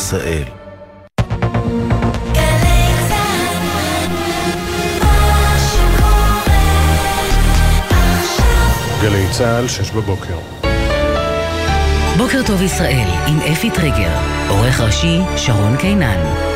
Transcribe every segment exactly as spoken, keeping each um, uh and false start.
ישראל. גלי צהל, שש בבוקר. בוקר טוב ישראל, עם אפי טריגר. עורך ראשי, שרון קינן.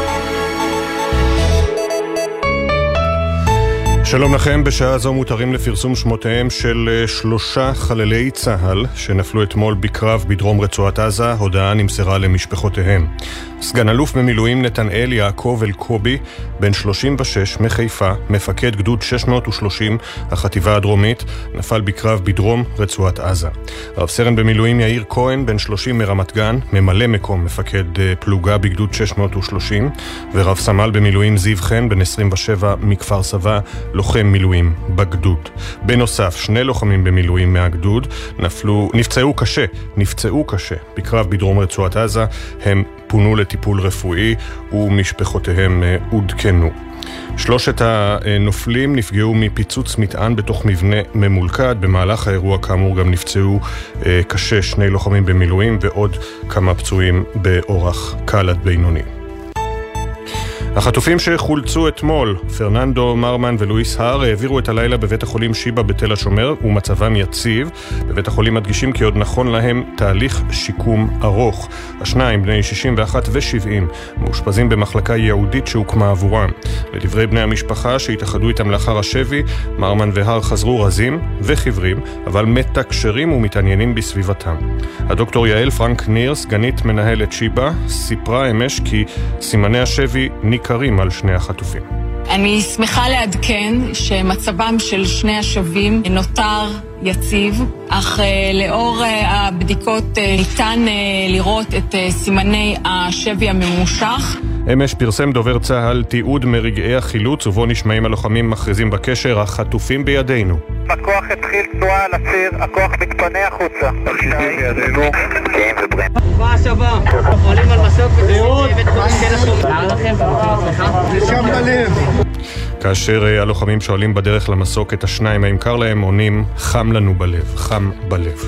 שלום לכם, בשעה זו מותרים לפרסום שמותיהם של שלושה חללי צהל שנפלו אתמול בקרב בדרום רצועת עזה. הודעה נמסרה למשפחותיהם. סגן אלוף במילואים נתנאל יעקב אלקובי, בן שלושים ושש, מחיפה, מפקד גדוד שש מאות ושלושים, החטיבה הדרומית, נפל בקרב בדרום רצועת עזה. רב סרן במילואים יאיר כהן, בן שלושים, מרמת גן, ממלא מקום מפקד פלוגה בגדוד שש מאות ושלושים, ורב סמל במילואים זיו חן, בן עשרים ושבע, מכפר סבא, לוחם מילואים בגדוד. בנוסף, שני לוחמים במילואים מהגדוד נפלו, נפצעו קשה, נפצעו קשה בקרב בדרום רצועת עזה. הם פונו לטיפול רפואי ומשפחותיהם עודכנו. שלושת הנופלים נפגעו מפיצוץ מטען בתוך מבנה ממולכד. במהלך האירוע כאמור גם נפצעו קשה שני לוחמים במילואים ועוד כמה פצועים באורח קל עד בינוני. החטופים שחולצו אתמול, פרננדו מרמן ולואיס הר, העבירו את הלילה בבית החולים שיבא בתל השומר ומצבם יציב. בבית החולים מדגישים כי עוד נכון להם תהליך שיקום ארוך. השניים, בני שישים ואחת ו-שבעים, מאושפזים במחלקה ייעודית שהוקמה עבורם. לדברי בני המשפחה שהתאחדו איתם לאחר השבי, מרמן והר חזרו רזים וחברים, אבל מתקשרים ומתעניינים בסביבתם. הדוקטור יעל פרנק ניר, סגנית מנהלת שיבא, סיפרה אמש כי סימני השבי ניכרים על שני החטופים. אני שמחה לעדכן שמצבם של שני השבים נותר יציב, אך לאור הבדיקות ניתן לראות את סימני השבי הממושך. אמש פרסם דובר צהל תיעוד מרגעי החילוץ ובו נשמעים הלוחמים מכריזים בקשר: החטופים בידינו. הכוח התחיל תנועה על הציר, הכוח מתפנה החוצה. החטופים בידינו. מה השבה? עולים על מסוק ותראו בית חולים תל השומר. לכם, זה שם בלב. כאשר הלוחמים שואלים בדרך למסוק את השניים האם קר להם, עונים: חם לנו בלב, חם בלב.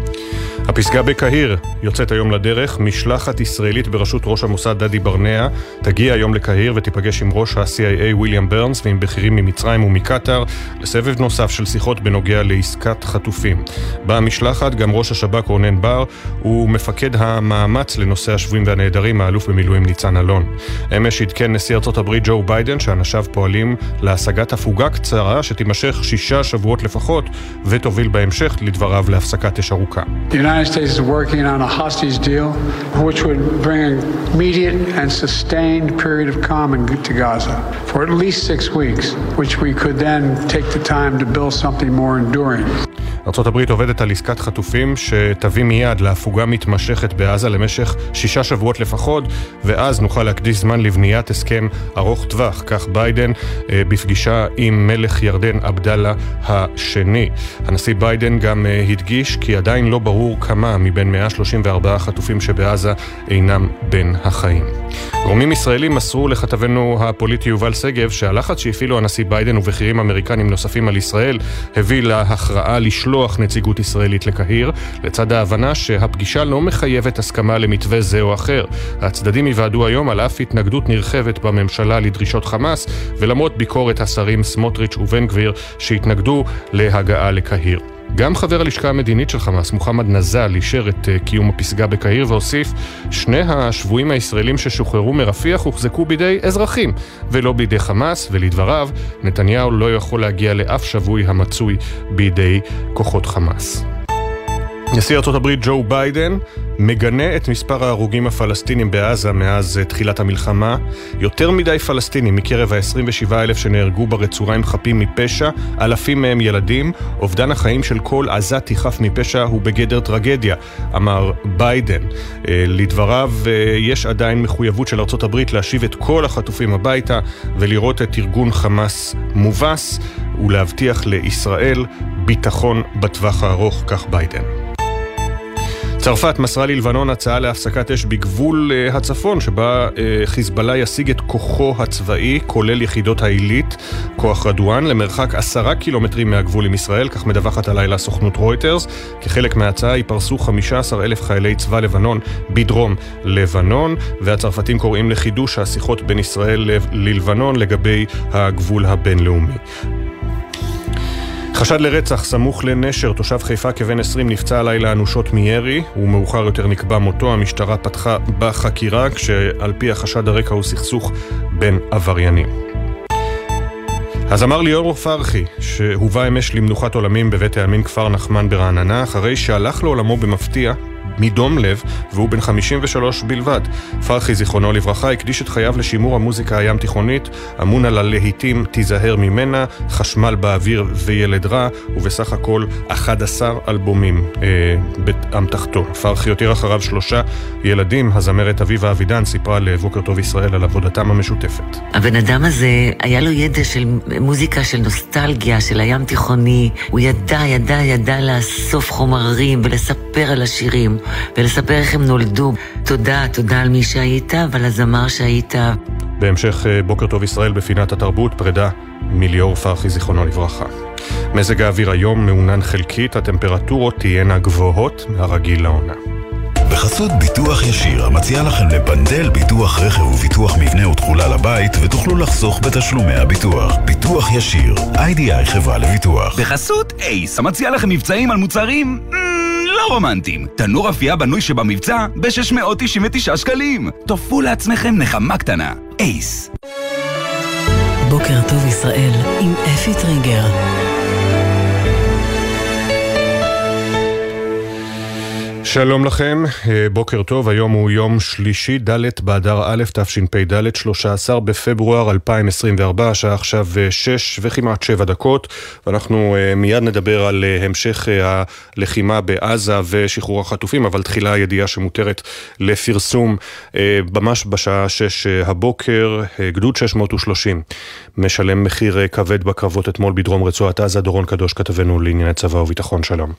הפסגה בקהיר יוצאת היום לדרך. משלחת ישראלית בראשות ראש המוסד דדי ברנע תגיע היום לקהיר ותיפגש עם ראש ה-סי איי איי וויליאם ברנס ועם בכירים ממצרים ומקטר לסבב נוסף של שיחות בנוגע לעסקת חטופים. במשלחת גם ראש השב"כ רונן בר ומפקד המאמץ לנושא השבויים והנעדרים, האלוף במילואים ניצן אלון. אמש עדכן נשיא ארצות הברית ג'ו ביידן שאנשיו פועלים להשגת הפוגה קצרה שתימשך שישה שבועות לפחות ותוביל בהמשך לדבריו להפסקת אש ארוכה. The United States is working on a hostage deal which would bring an immediate and sustained period of calm to Gaza for at least six weeks, which we could then take the time to build something more enduring. ארצות הברית עובדת על עסקת חטופים שתביא מיד להפוגה מתמשכת בעזה למשך שישה שבועות לפחות, ואז נוכל להקדיש זמן לבניית הסכם ארוך טווח, כך ביידן בפגישה עם מלך ירדן עבדאללה השני. הנשיא ביידן גם הדגיש כי עדיין לא ברור כמה מבין מאה שלושים וארבעה חטופים שבעזה אינם בין החיים. גורמים ישראלים מסרו לכתבנו הפוליטי יובל סגב שהלחץ שהפעילו הנשיא ביידן ובכירים אמריקנים נוספים על ישראל הביא להכרעה לשלוח נציגות ישראלית לקהיר, לצד ההבנה שהפגישה לא מחייבת הסכמה למתווה זה או אחר. הצדדים יוועדו היום על אף התנגדות נרחבת בממשלה לדרישות חמאס, ולמרות ביקורת השרים סמוטריץ' ובן גביר שהתנגדו להגעה לקהיר. גם חבר הלשכה המדינית של חמאס, מוחמד נזל, אישר את קיום הפסגה בקהיר והוסיף: שני השבויים הישראלים ששוחררו מרפיח הוחזקו בידי אזרחים ולא בידי חמאס, ולדבריו נתניהו לא יכול להגיע לאף שבוי המצוי בידי כוחות חמאס. נשיא ארצות הברית ג'ו ביידן מגנה את מספר ההרוגים הפלסטינים בעזה מאז תחילת המלחמה. יותר מדי פלסטינים מקרב ה-עשרים ושבעה אלף שנהרגו ברצועה עם חפים מפשע, אלפים מהם ילדים. אובדן החיים של כל עזתי חף מפשע הוא בגדר טרגדיה, אמר ביידן. לדבריו יש עדיין מחויבות של ארצות הברית להשיב את כל החטופים הביתה ולראות את ארגון חמאס מובס ולהבטיח לישראל ביטחון בטווח הארוך, כך ביידן. צרפת מסרה ללבנון הצעה להפסקת אש בגבול הצפון, שבה חיזבאללה ישיג את כוחו הצבאי, כולל יחידות העילית, כוח רדואן, למרחק עשרה קילומטרים מהגבול עם ישראל, כך מדווחת הלילה סוכנות רויטרס. כחלק מההצעה ייפרסו חמישה עשר אלף חיילי צבא לבנון בדרום לבנון, והצרפתים קוראים לחידוש השיחות בין ישראל ללבנון לגבי הגבול הבינלאומי. חשד לרצח סמוך לנשר, תושב חיפה כבן עשרים נפצע הלילה אנושות מירי, ומאוחר יותר נקבע מותו. המשטרה פתחה בחקירה, כשעל פי החשד הרקע הוא סכסוך בין עבריינים. הזמר ליאור פרחי, שהובא אמש למנוחת עולמים בבית העלמין כפר נחמן ברעננה, אחרי שהלך לעולמו במפתיע מדום לב, והוא בן חמישים ושלוש בלבד. פרחי זיכרונו לברכה הקדיש את חייו לשימור המוזיקה הים תיכונית, אמון על הלהיטים תיזהר ממנה, חשמל באוויר וילד רע, ובסך הכל אחד עשר אלבומים אה, באמתחתו. פרחי הותיר אחריו שלושה ילדים. הזמרת אביבה אבידן סיפרה לבוקר טוב ישראל על עבודתם המשותפת. הבן אדם הזה היה לו ידע של מוזיקה, של נוסטלגיה, של הים תיכוני. הוא ידע, ידע, ידע לאסוף חומרים ולספר על השירים ולספר איך הם נולדו. תודה, תודה על מי שהיית ועל הזמר שהיית. בהמשך בוקר טוב ישראל בפינת התרבות, פרידה מליאור פרחי זיכרונו לברכה. מזג האוויר היום מעונן חלקית, הטמפרטורות תהיינה גבוהות מהרגיל לעונה. בחסות ביטוח ישיר, המציע לכם לפנדל ביטוח רכב וביטוח מבנה ותכולה לבית, ותוכלו לחסוך בתשלומי הביטוח. ביטוח ישיר, איי די איי חברה לביטוח. בחסות אייס, המציע לכם מבצעים על מוצרים לא רומנטיים. תנור אפייה בנוי שבמבצע ב-שש מאות תשעים ותשעה שקלים. תופו לעצמכם נחמה קטנה. אייס. בוקר טוב ישראל עם אפי טריגר. שלום לכם, בוקר טוב. היום הוא יום שלישי, ד' באדר א' תשפ"ד, שלושה עשר בפברואר אלפיים עשרים וארבע, השעה עכשיו שש וכמעט שבע דקות, ואנחנו מיד נדבר על המשך הלחימה בעזה ושחרור החטופים, אבל תחילה הידיעה שמותרת לפרסום. ממש בשעה שש הבוקר, גדוד שש מאות ושלושים משלם מחיר כבד בקרבות אתמול בדרום רצועת עזה. דורון קדוש כתבנו לענייני צבא וביטחון, שלום.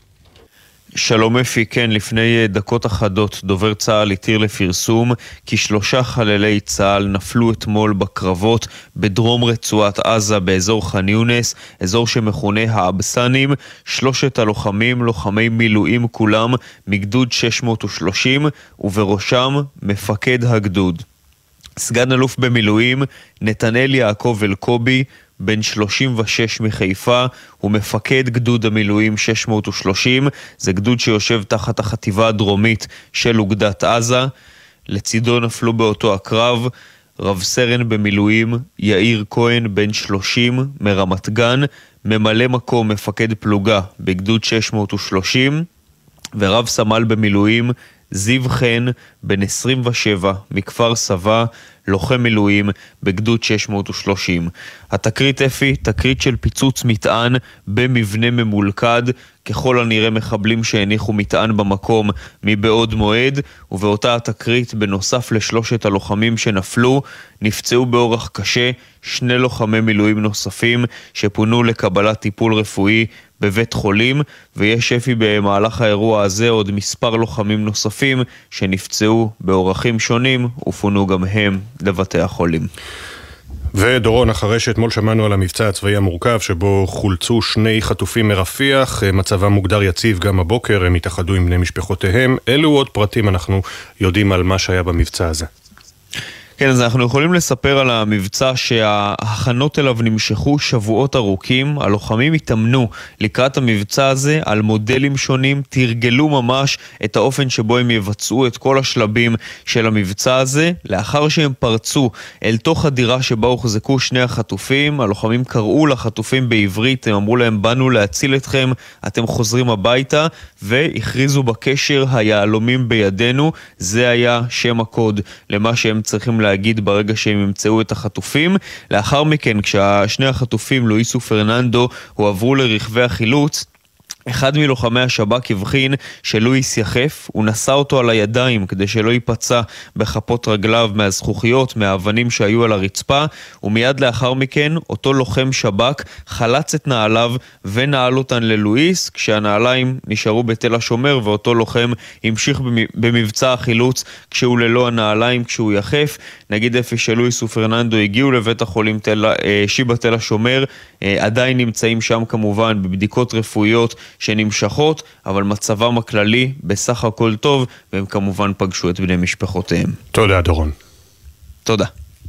שלום אפי, כן, לפני דקות אחדות דובר צה"ל התיר לפרסום כי שלושה חללי צה"ל נפלו אתמול בקרבות בדרום רצועת עזה באזור ח'אן יונס, אזור שמכונה האבסנים. שלושת הלוחמים, לוחמי מילואים כולם, מגדוד שש מאות ושלושים, ובראשם מפקד הגדוד. סגן אלוף במילואים נתנאל יעקב אלקובי, בן שלושים ושש מחיפה, הוא מפקד גדוד המילואים שש מאות ושלושים, זה גדוד שיושב תחת החטיבה הדרומית של אוגדת עזה. לצידו נפלו באותו הקרב רב סרן במילואים יאיר כהן, בן שלושים מרמת גן, ממלא מקום מפקד פלוגה בגדוד שש מאות ושלושים, ורב סמל במילואים זיו חן, בן עשרים ושבע מכפר סבא, לוחם מילואים בגדוד שש מאות ושלושים. התקרית אפי, תקרית של פיצוץ מטען במבנה ממולכד, ככל הנראה מחבלים שהניחו מטען במקום מבעוד מועד, ובאותה התקרית בנוסף לשלושת הלוחמים שנפלו, נפצעו באורח קשה שני לוחמי מילואים נוספים שפונו לקבלת טיפול רפואי בבית חולים, ויש אפי במהלך האירוע הזה עוד מספר לוחמים נוספים שנפצעו באורחים שונים ופונו גם הם לבתי החולים. ודורון, אחרי שאתמול שמענו על המבצע הצבאי המורכב שבו חולצו שני חטופים מרפיח, מצבם מוגדר יציב גם הבוקר, הם התאחדו עם בני משפחותיהם. אלו עוד פרטים אנחנו יודעים על מה שהיה במבצע הזה? כן, אז אנחנו יכולים לספר על המבצע שההכנות אליו נמשכו שבועות ארוכים. הלוחמים התאמנו לקראת המבצע הזה על מודלים שונים, תרגלו ממש את האופן שבו הם יבצעו את כל השלבים של המבצע הזה. לאחר שהם פרצו אל תוך הדירה שבה הוחזקו שני החטופים, הלוחמים קראו לחטופים בעברית, הם אמרו להם באנו להציל אתכם, אתם חוזרים הביתה, והכריזו בקשר היהלומים בידינו. זה היה שם הקוד למה שהם צריכים להגיד ברגע שהם ימצאו את החטופים. לאחר מכן, כששני החטופים לואיס ופרננדו הועברו לרכבי החילוץ, אחד מלוחמי השב"כ הבחין שלואיס יחף, הוא נשא אותו על הידיים כדי שלא ייפצע בכפות רגליו מהזכוכיות, מהאבנים שהיו על הרצפה, ומיד לאחר מכן אותו לוחם שב"כ חלץ את נעליו ונעל אותן ללואיס, כשהנעליים נשארו בתל השומר, ואותו לוחם המשיך במבצע החילוץ כשהוא ללא הנעליים, כשהוא יחף. נגיד אפי שלואיס ופרננדו הגיעו לבית החולים תל, שיבא תל השומר, עדיין נמצאים שם כמובן בבדיקות רפואיות שנמשכות, אבל מצבם הכללי בסך הכל טוב, והם כמובן פגשו את בני משפחותיהם. תודה דורון. תודה.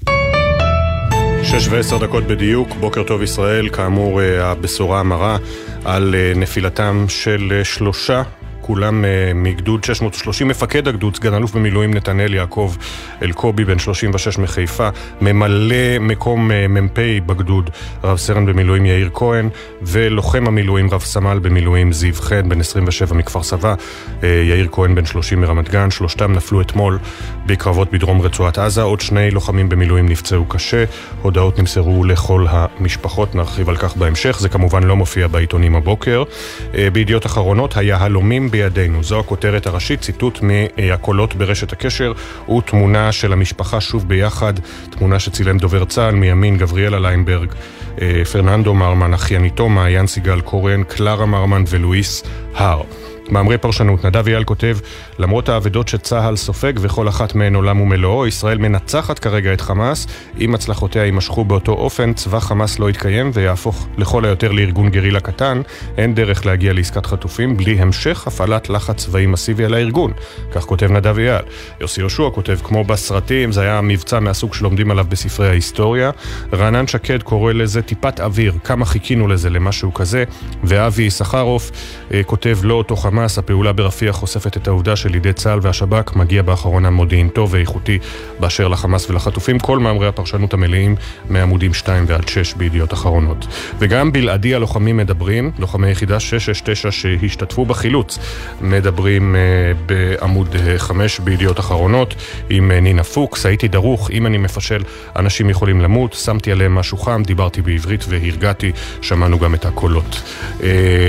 שש ועשר דקות בדיוק, בוקר טוב ישראל, כאמור הבשורה המרה על נפילתם של שלושה, כולם מגדוד שש מאות ושלושים, מפקד הגדוד, סגן אלוף במילואים נתנאל יעקב אלקובי, בן שלושים ושש מחיפה, ממלא מקום ממפי בגדוד, רב סרן במילואים יאיר כהן, ולוחם המילואים רב סמל במילואים זיו חן, בן עשרים ושבע מכפר סבא, יאיר כהן בן שלושים מרמת גן. שלושתם נפלו אתמול בקרבות בדרום רצועת עזה, עוד שני לוחמים במילואים נפצעו קשה, הודעות נמסרו לכל המשפחות, נרחיב על כך בהמשך, זה כמובן לא מופיע בעיתונים הבוקר. בידיעות אחרונות, היהלומים בידינו, זו הכותרת הראשית, ציטוט מהקולות ברשת הקשר ותמונה של המשפחה שוב ביחד, תמונה שצילם דובר צה"ל, מימין גבריאלה ליינברג, פרננדו מרמן, אחייניתו מעיין סיגל קורן, קלרה מרמן ולואיס הר. מאמרי פרשנות, נדב אייל כותב, למרות העבדות שצהל סופג וכל אחת מהן עולם ומלואו, ישראל מנצחת כרגע את חמאס, אם הצלחותיה יימשכו באותו אופן, צבא חמאס לא יתקיים ויהפוך לכל היותר לארגון גרילה קטן, אין דרך להגיע לעסקת חטופים בלי המשך הפעלת לחץ צבאי מסיבי על הארגון. כך כותב נדב אייל. יוסי יהושע כותב, כמו בסרטים, זה היה מבצע מהסוג שלומדים עליו בספרי ההיסטוריה. רענן שקד קורא לזה טיפת אוויר, כמה חיכינו לזה למשהו כזה, ואבי סחרוף כותב, לא אותו חמאס, הפעולה ברפיח חושפת את העובדה שלידי צה"ל והשב"כ מגיע באחרונה מודיעין טוב ואיכותי באשר לחמאס ולחטופים. כל מאמרי הפרשנות המלאים מעמודים שתיים ועד שש בידיעות אחרונות. וגם בלעדי הלוחמים מדברים, לוחמי יחידה שש שש תשע שהשתתפו בחילוץ, מדברים uh, בעמוד חמש בידיעות אחרונות עם uh, נינה פוקס, הייתי דרוך, אם אני מפשל אנשים יכולים למות, שמתי עליהם משהו חם, דיברתי בעברית והרגעתי, שמענו גם את הקולות. Uh,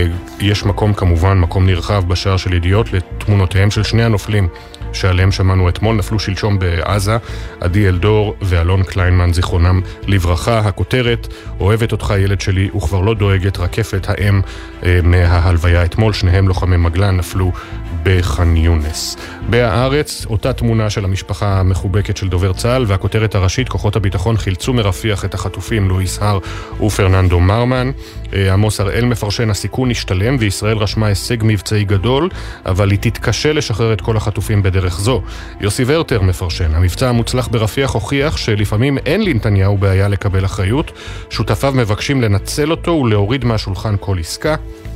יש מקום כמובן, מקום נרחב בשער של ידיעות לתמונותיהם של שני הנופלים שעליהם שמענו אתמול, נפלו שלשום בעזה, עדי אלדור ואלון קליינמן זיכרונם לברכה. הכותרת, אוהבת אותך ילד שלי, וכבר לא דואגת, רקפת האם אה, מההלוויה אתמול, שניהם לוחמי מגלן נפלו בח'אן יונס. בהארץ, אותה תמונה של המשפחה המחובקת של דובר צה"ל, והכותרת הראשית, כוחות הביטחון חילצו מרפיח את החטופים לואיס הר ופרננדו מרמן. אה, עמוס הראל מפרשן, הסיכון השתלם וישראל רשמה הישג מבצעי גדול, אבל היא תתקשה לשחרר את כל החטופים בדרך זו. יוסי ורטר מפרשן, המבצע המוצלח ברפיח הוכיח שלפעמים אין לנתניהו בעיה לקבל אחריות, שותפיו מבקשים לנצל אותו ולהוריד מהשולחן כל עסקה.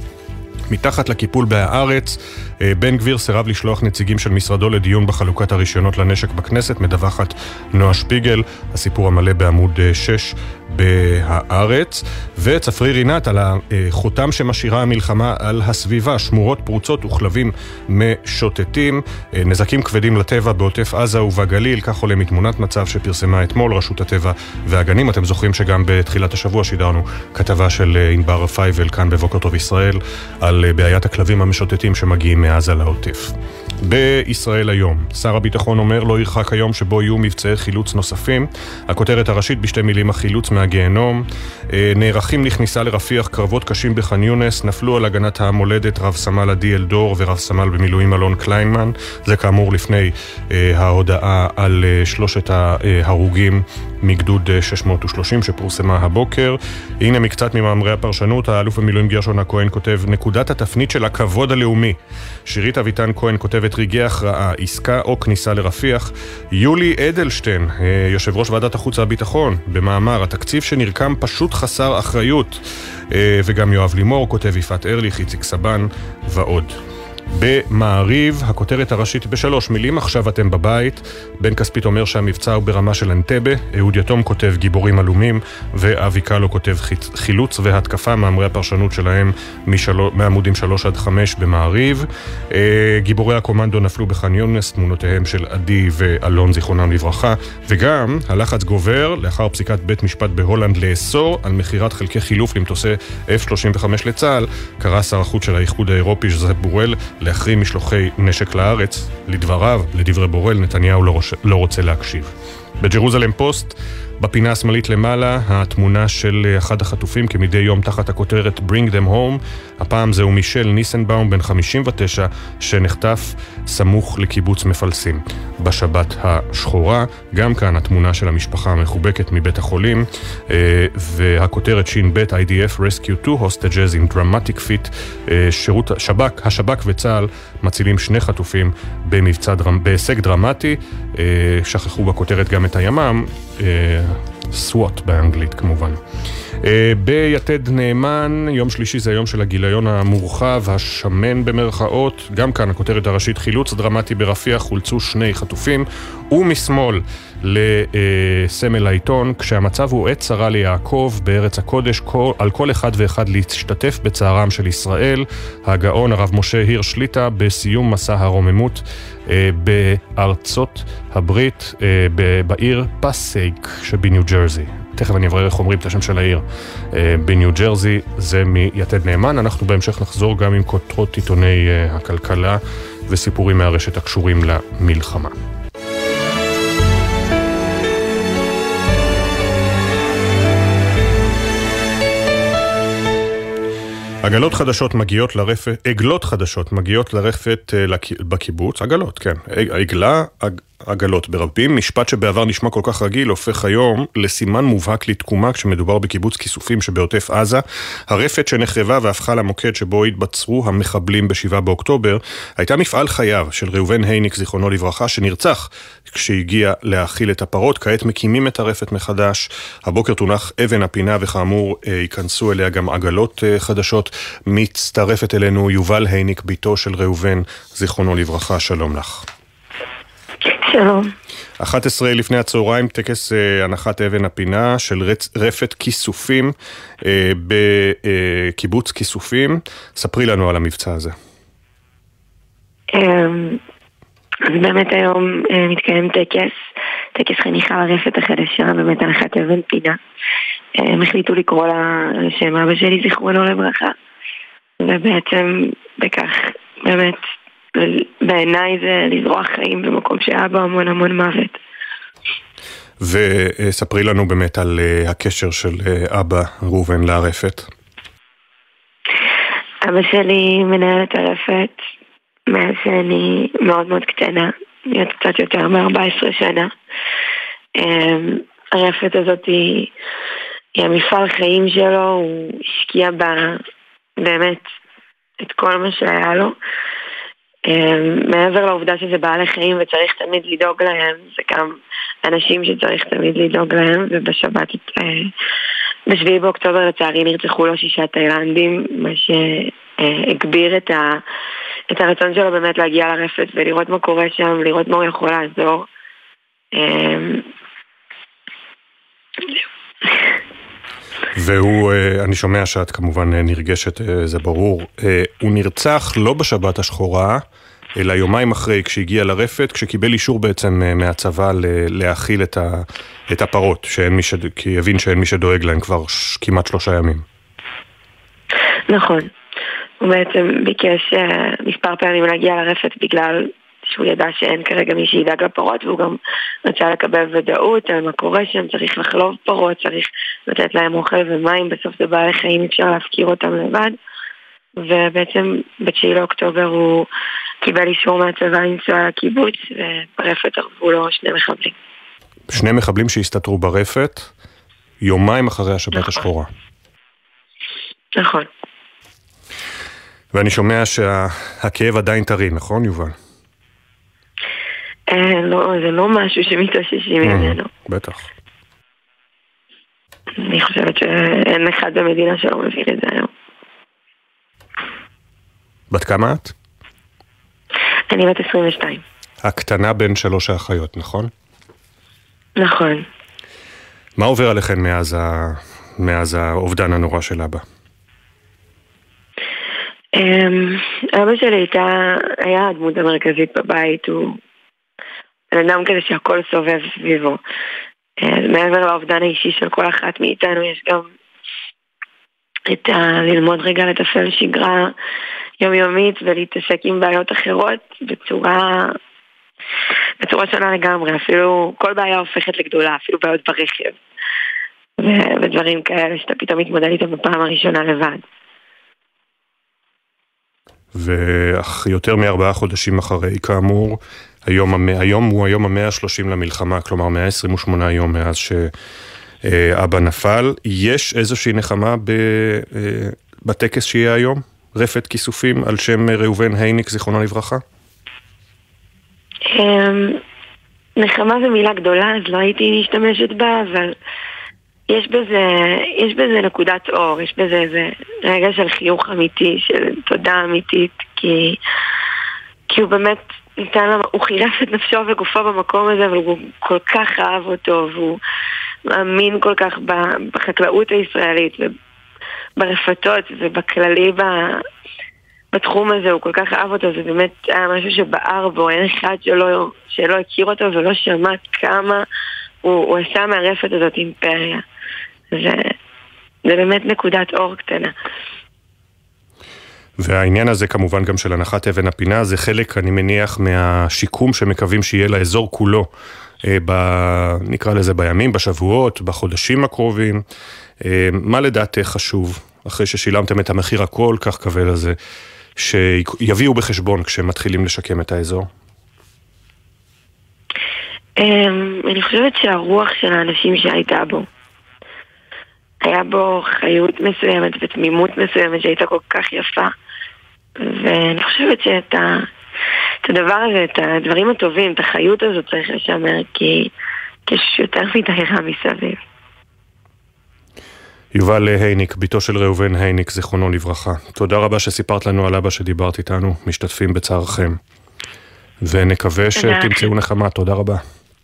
מתחת לקיפול בהארץ, בן גביר סירב לשלוח נציגים של משרדו לדיון בחלוקת הרישיונות לנשק בכנסת, מדווחת נועה שפיגל, הסיפור המלא בעמוד שש בהארץ. וצפרי רינת על החותם שמשאירה המלחמה על הסביבה, שמורות פרוצות וכלבים משוטטים, נזקים כבדים לטבע בעוטף עזה ובגליל, כך עולה מתמונת מצב שפרסמה אתמול רשות הטבע והגנים. אתם זוכרים שגם בתחילת השבוע שידרנו כתבה של ענבר פייבל כאן בבוקר טוב ישראל על בעיית הכלבים המשוטטים שמגיעים מעזה לעוטף. בישראל היום, שר הביטחון אומר לא ירחק היום שבו יהיו מבצעי חילוץ נוספים. הכותרת הראשית בשתי מילים, החילוץ מהגיהנום. נערכים לכניסה לרפיח, קרבות קשים בח'אן יונס, נפלו על הגנת המולדת רב סמל עדי אלדור ורב סמל במילואים אלון קליינמן. זה כאמור לפני ההודעה על שלושת ההרוגים מגדוד שש מאות ושלושים שפורסמה הבוקר. הנה מקצת ממאמרי הפרשנות. האלוף במילואים גרשון הכהן כותב, נקודת התפנית של הכבוד הלאומי. שירית אביטן כהן כותבת, רגעי הכרעה, עסקה או כניסה לרפיח. יולי אדלשטיין, יושב ראש ועדת החוץ והביטחון, במאמר, התקציב שנרקם פשוט חסר אחריות. וגם יואב לימור כותב, יפעת ארליך, איציק סבן ועוד. במעריב, הכותרת הראשית בשלוש מילים, עכשיו אתם בבית. בן כספית אומר שהמבצע הוא ברמה של אנטבה, אהוד יתום כותב גיבורים עלומים, ואבי קלו כותב חילוץ והתקפה, מאמרי הפרשנות שלהם משלו, מעמודים שלוש עד חמש במעריב. גיבורי הקומנדו נפלו בח'אן יונס, תמונותיהם של עדי ואלון זיכרונם לברכה, וגם הלחץ גובר לאחר פסיקת בית משפט בהולנד לאסור על מחירת חלקי חילוף למטוסי אף שלושים וחמש לצה"ל. קרא שר החוץ של האיחוד האירופי ז'וזפ בורל להחרים משלוחי נשק לארץ. לדבריו, לדברי בורל, נתניהו לא, רוש... לא רוצה להקשיב. בג'רוזלם פוסט, בפינה השמאלית למעלה, התמונה של אחד החטופים כמדי יום תחת הכותרת Bring them home. הפעם זהו מישל ניסנבאום בן חמישים ותשע שנחטף סמוך לקיבוץ מפלסים בשבת השחורה. גם כאן התמונה של המשפחה המחובקת מבית החולים, והכותרת שין בית איי די אף Rescue two Hostages in Dramatic Feat. שירות השב"כ, השב"כ וצה"ל מצילים שני חטופים במבצע דרמ, בהישג דרמטי. שכחו בכותרת גם את הימ"מ, סוואט באנגלית כמובן. ביתד נאמן, יום שלישי זה היום של הגיליון המורחב, השמן במרכאות. גם כאן הכותרת הראשית, חילוץ דרמטי ברפיח, חולצו שני חטופים. ומשמאל לסמל העיתון, כשהמצב הוא עת צרה ליעקב בארץ הקודש, על כל אחד ואחד להשתתף בצערם של ישראל. הגאון הרב משה הירש שליטה בסיום מסע הרוממות בארצות הברית, בעיר פאסייק שבניו ג'רזי. תכף אני אברר איך אומרים את השם של העיר בניו ג'רזי. זה מיתד נאמן. אנחנו בהמשך נחזור גם עם כותרות עיתוני הכלכלה וסיפורים מהרשת הקשורים למלחמה. עגלות חדשות מגיעות לרפת, עגלות חדשות מגיעות לרפת בקיבוץ, עגלות, כן, עגלה, עגלות ברבים. משפט שבעבר נשמע כל כך רגיל הופך היום לסימן מובהק לתקומה כשמדובר בקיבוץ כיסופים שבעוטף עזה. הרפת שנחרבה והפכה למוקד שבו התבצרו המחבלים בשבעה באוקטובר הייתה מפעל חייו של ראובן הייניק זיכרונו לברכה שנרצח כשהגיע להאכיל את הפרות. כעת מקימים את הרפת מחדש. הבוקר תונח אבן הפינה וכאמור ייכנסו אליה גם עגלות חדשות. מצטרפת אלינו יובל הייניק, ביתו של ראובן זיכרונו לברכה. שלום לך. שלום. אחת עשרה לפני הצהריים, טקס אה, הנחת אבן הפינה של רצ... רפת כיסופים אה, בקיבוץ כיסופים. ספרי לנו על המבצע הזה. אז באמת היום אה, מתקיים טקס, טקס חניכה לרפת החדשה, באמת הנחת אבן פינה. אה, הם החליטו לקרוא לה שם אבא שלי זיכרונו לברכה, ובעצם בכך באמת בעיניי זה לזרוע חיים במקום שהיה בו המון המון מוות. וספרי לנו באמת על הקשר של אבא ראובן לרפת. אבא שלי מנהל את הרפת מאז שאני מאוד מאוד קטנה, להיות קצת יותר מ-ארבע עשרה שנה. הרפת הזאת היא, היא המפעל חיים שלו, הוא השקיע בה באמת את כל מה שהיה לו. מעבר לעובדה שזה בעלי חיים וצריך תמיד לדאוג להם, זה גם אנשים שצריך תמיד לדאוג להם. ובשבת בשביעי באוקטובר לצערי נרצחו לו שישה תאילנדים, מה שהגביר את, ה, את הרצון שלו באמת להגיע לרפת ולראות מה קורה שם, לראות מה הוא יכול לעזור. והוא, אני שומע שאת כמובן נרגשת, זה ברור. הוא נרצח לא בשבת השחורה, אלא יומיים אחרי, כשהגיע לרפת, כשקיבל אישור בעצם מהצבא להאכיל את, ה, את הפרות, שאין מי ש, כי הבין שאין מי שדואג להם כבר ש, כמעט שלושה ימים. נכון. הוא בעצם ביקש מספר פעמים להגיע לרפת בגלל שהוא ידע שאין כרגע מי שידאג לפרות, והוא גם רצה לקבל ודאות על מה קורה שם, צריך לחלוב פרות, צריך לתת להם אוכל ומים, בסוף זה בעלי חיים, אפשר להפקיר אותם לבד. ובעצם בתשיעי לאוקטובר הוא קיבל אישור מהצבא לנסוע לקיבוץ, וברפת ערבו לו שני מחבלים. שני מחבלים שהסתתרו ברפת יומיים אחרי השבת נכון. השחורה. נכון. ואני שומע שהכאב עדיין טרי, נכון יובל? לא, זה לא משהו שמתאוששים ממנו. בטח. אני חושבת שאין אחד במדינה שלא מבין את זה היום. בת כמה את? אני בת עשרים ושתיים. הקטנה בין שלוש האחיות, נכון? נכון. מה עובר עליכן מאז, ה... מאז האובדן הנורא של אבא? אבא שלי הייתה, היה הדמות המרכזית בבית, הוא בן אדם כזה שהכל סובב סביבו. מעבר לאובדן האישי של כל אחת מאיתנו, יש גם את ה... ללמוד רגע לתפעל שגרה יומיומית ולהתעסק עם בעיות אחרות בצורה, בצורה שונה לגמרי. אפילו כל בעיה הופכת לגדולה, אפילו בעיות ברכב ו... ודברים כאלה שאתה פתאום מתמודד איתם בפעם הראשונה לבד. ואך יותר מארבעה חודשים אחרי, כאמור, היום, היום הוא היום המאה השלושים למלחמה, כלומר מאה עשרים ושמונה יום מאז שאבא נפל. יש איזושהי נחמה בטקס שיהיה היום? רפת כיסופים על שם ראובן הייניק, זיכרונו לברכה? נחמה זו מילה גדולה, אז לא הייתי משתמשת בה, אבל יש בזה, יש בזה נקודת אור, יש בזה איזה רגע של חיוך אמיתי, של תודה אמיתית, כי, כי הוא באמת ניתן לה, הוא חירף את נפשו וגופו במקום הזה, אבל הוא כל כך אהב אותו, והוא מאמין כל כך בחקלאות הישראלית, וברפתות, ובכללי בתחום הזה, הוא כל כך אהב אותו, זה באמת היה משהו שבער בו, אין אחד שלא, שלא הכיר אותו ולא שמע כמה הוא, הוא עשה מהרפת הזאת אימפריה. זה, זה באמת נקודת אור קטנה. והעניין הזה כמובן גם של הנחת אבן הפינה, זה חלק, אני מניח, מהשיקום שמקווים שיהיה לאזור כולו, ב, נקרא לזה בימים, בשבועות, בחודשים הקרובים. מה לדעתך חשוב, אחרי ששילמתם את המחיר הכל כך כבד הזה, שיביאו בחשבון כשמתחילים לשקם את האזור? אני חושבת שהרוח של האנשים שהייתה בו, היה בו חיות מסוימת ותמימות מסוימת שהייתה כל כך יפה, ואני חושבת שאת ה, את הדבר הזה, את הדברים הטובים, את החיות הזאת צריך לשמר, כי יש יותר מדי רע מסביב. יובל הייניק, ביתו של ראובן הייניק, זיכרונו לברכה. תודה רבה שסיפרת לנו על אבא שדיברת איתנו, משתתפים בצערכם. ונקווה שתמצאו נחמה. תודה רבה.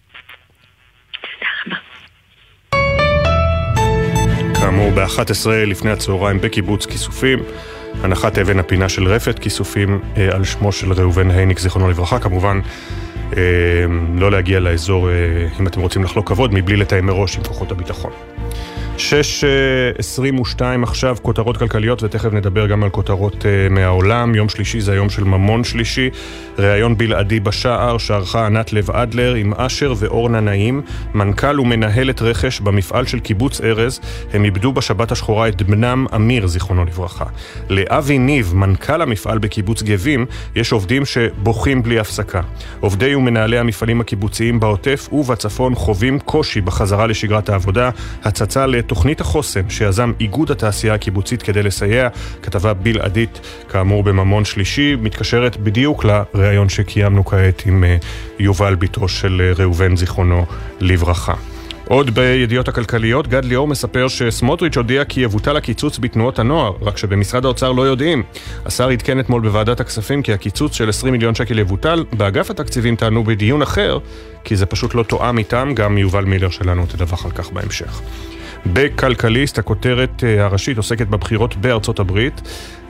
כאמור, ב-אחת עשרה לפני הצהריים בקיבוץ כיסופים, הנחת אבן הפינה של רפת כיסופים אה, על שמו של ראובן הייניק, זיכרונו לברכה. כמובן, אה, לא להגיע לאזור, אה, אם אתם רוצים לחלוק כבוד, מבלי לתאם מראש עם כוחות הביטחון. שש עשרים ושתיים עכשיו, כותרות כלכליות, ותכף נדבר גם על כותרות uh, מהעולם. יום שלישי זה היום של ממון שלישי, ראיון בלעדי בשער שערכה ענת לב אדלר עם אשר ואורנה נעים, מנכ"ל ומנהלת רכש במפעל של קיבוץ ארז. הם איבדו בשבת השחורה את בנם אמיר, זיכרונו לברכה. לאבי ניב, מנכ"ל המפעל בקיבוץ גבים, יש עובדים שבוכים בלי הפסקה. עובדי ומנהלי המפעלים הקיבוציים בעוטף ובצפון חווים קושי בחזרה לשגרת העבודה. הצצה לתוכנית החוסן שיזם איגוד התעשייה הקיבוצית כדי לסייע, כתבה בלעדית כאמור בממון שלישי, מתקשרת בדיוק לראיון שקיימנו כעת עם יובל, ביתו של ראובן, זיכרונו לברכה. עוד בידיעות הכלכליות, גד ליאור מספר שסמוטריץ' הודיע כי יבוטל הקיצוץ בתנועות הנוער, רק שבמשרד האוצר לא יודעים. השר עדכן אתמול בוועדת הכספים כי הקיצוץ של עשרים מיליון שקל יבוטל. באגף התקציבים טענו בדיון אחר, כי זה פשוט לא תואם איתם. גם יובל מילר שלנו תדווח על כך בהמשך. בכלכליסט, הכותרת הראשית עוסקת בבחירות בארצות הברית.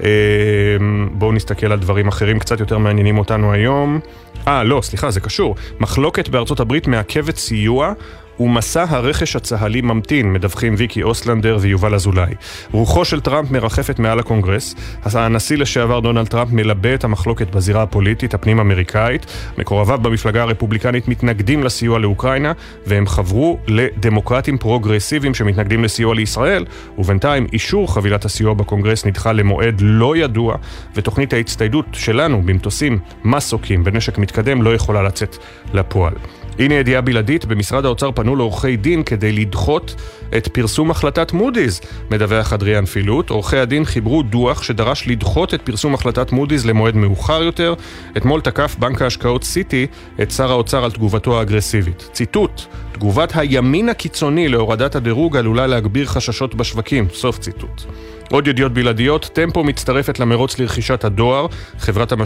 בואו נסתכל על דברים אחרים קצת יותר מעניינים אותנו היום. אה, לא, סליחה, זה קשור. מחלוקת בארצות הברית מעכבת סיוע ומסע הרכש הצהלי ממתין, מדווחים ויקי אוסלנדר ויובל אזולאי. רוחו של טראמפ מרחפת מעל הקונגרס. הנשיא לשעבר דונלד טראמפ מלבה את המחלוקת בזירה הפוליטית הפנים אמריקאית. מקורביו במפלגה הרפובליקנית מתנגדים לסיוע לאוקראינה, והם חברו לדמוקרטים פרוגרסיביים שמתנגדים לסיוע לישראל, ובינתיים אישור חבילת הסיוע בקונגרס נדחה למועד לא ידוע, ותוכנית ההצטיידות שלנו במטוסים מסוקים ונשק מתקדם לא יכולה לצאת לפועל. הנה ידיעה בלעדית, במשרד האוצר פנו לעורכי דין כדי לדחות את פרסום החלטת מודי'ס. מדווח אדריאן פילוט, עורכי הדין חיברו דוח שדרש לדחות את פרסום החלטת מודי'ס למועד מאוחר יותר. אתמול תקף בנק ההשקעות סיטי את שר האוצר על תגובתו האגרסיבית. ציטוט, תגובת הימין הקיצוני להורדת הדירוג עלולה להגביר חששות בשווקים. סוף ציטוט. עוד ידיעות בלעדיות, טמפו מצטרפת למרוץ לרכישת הדואר. חברת המש...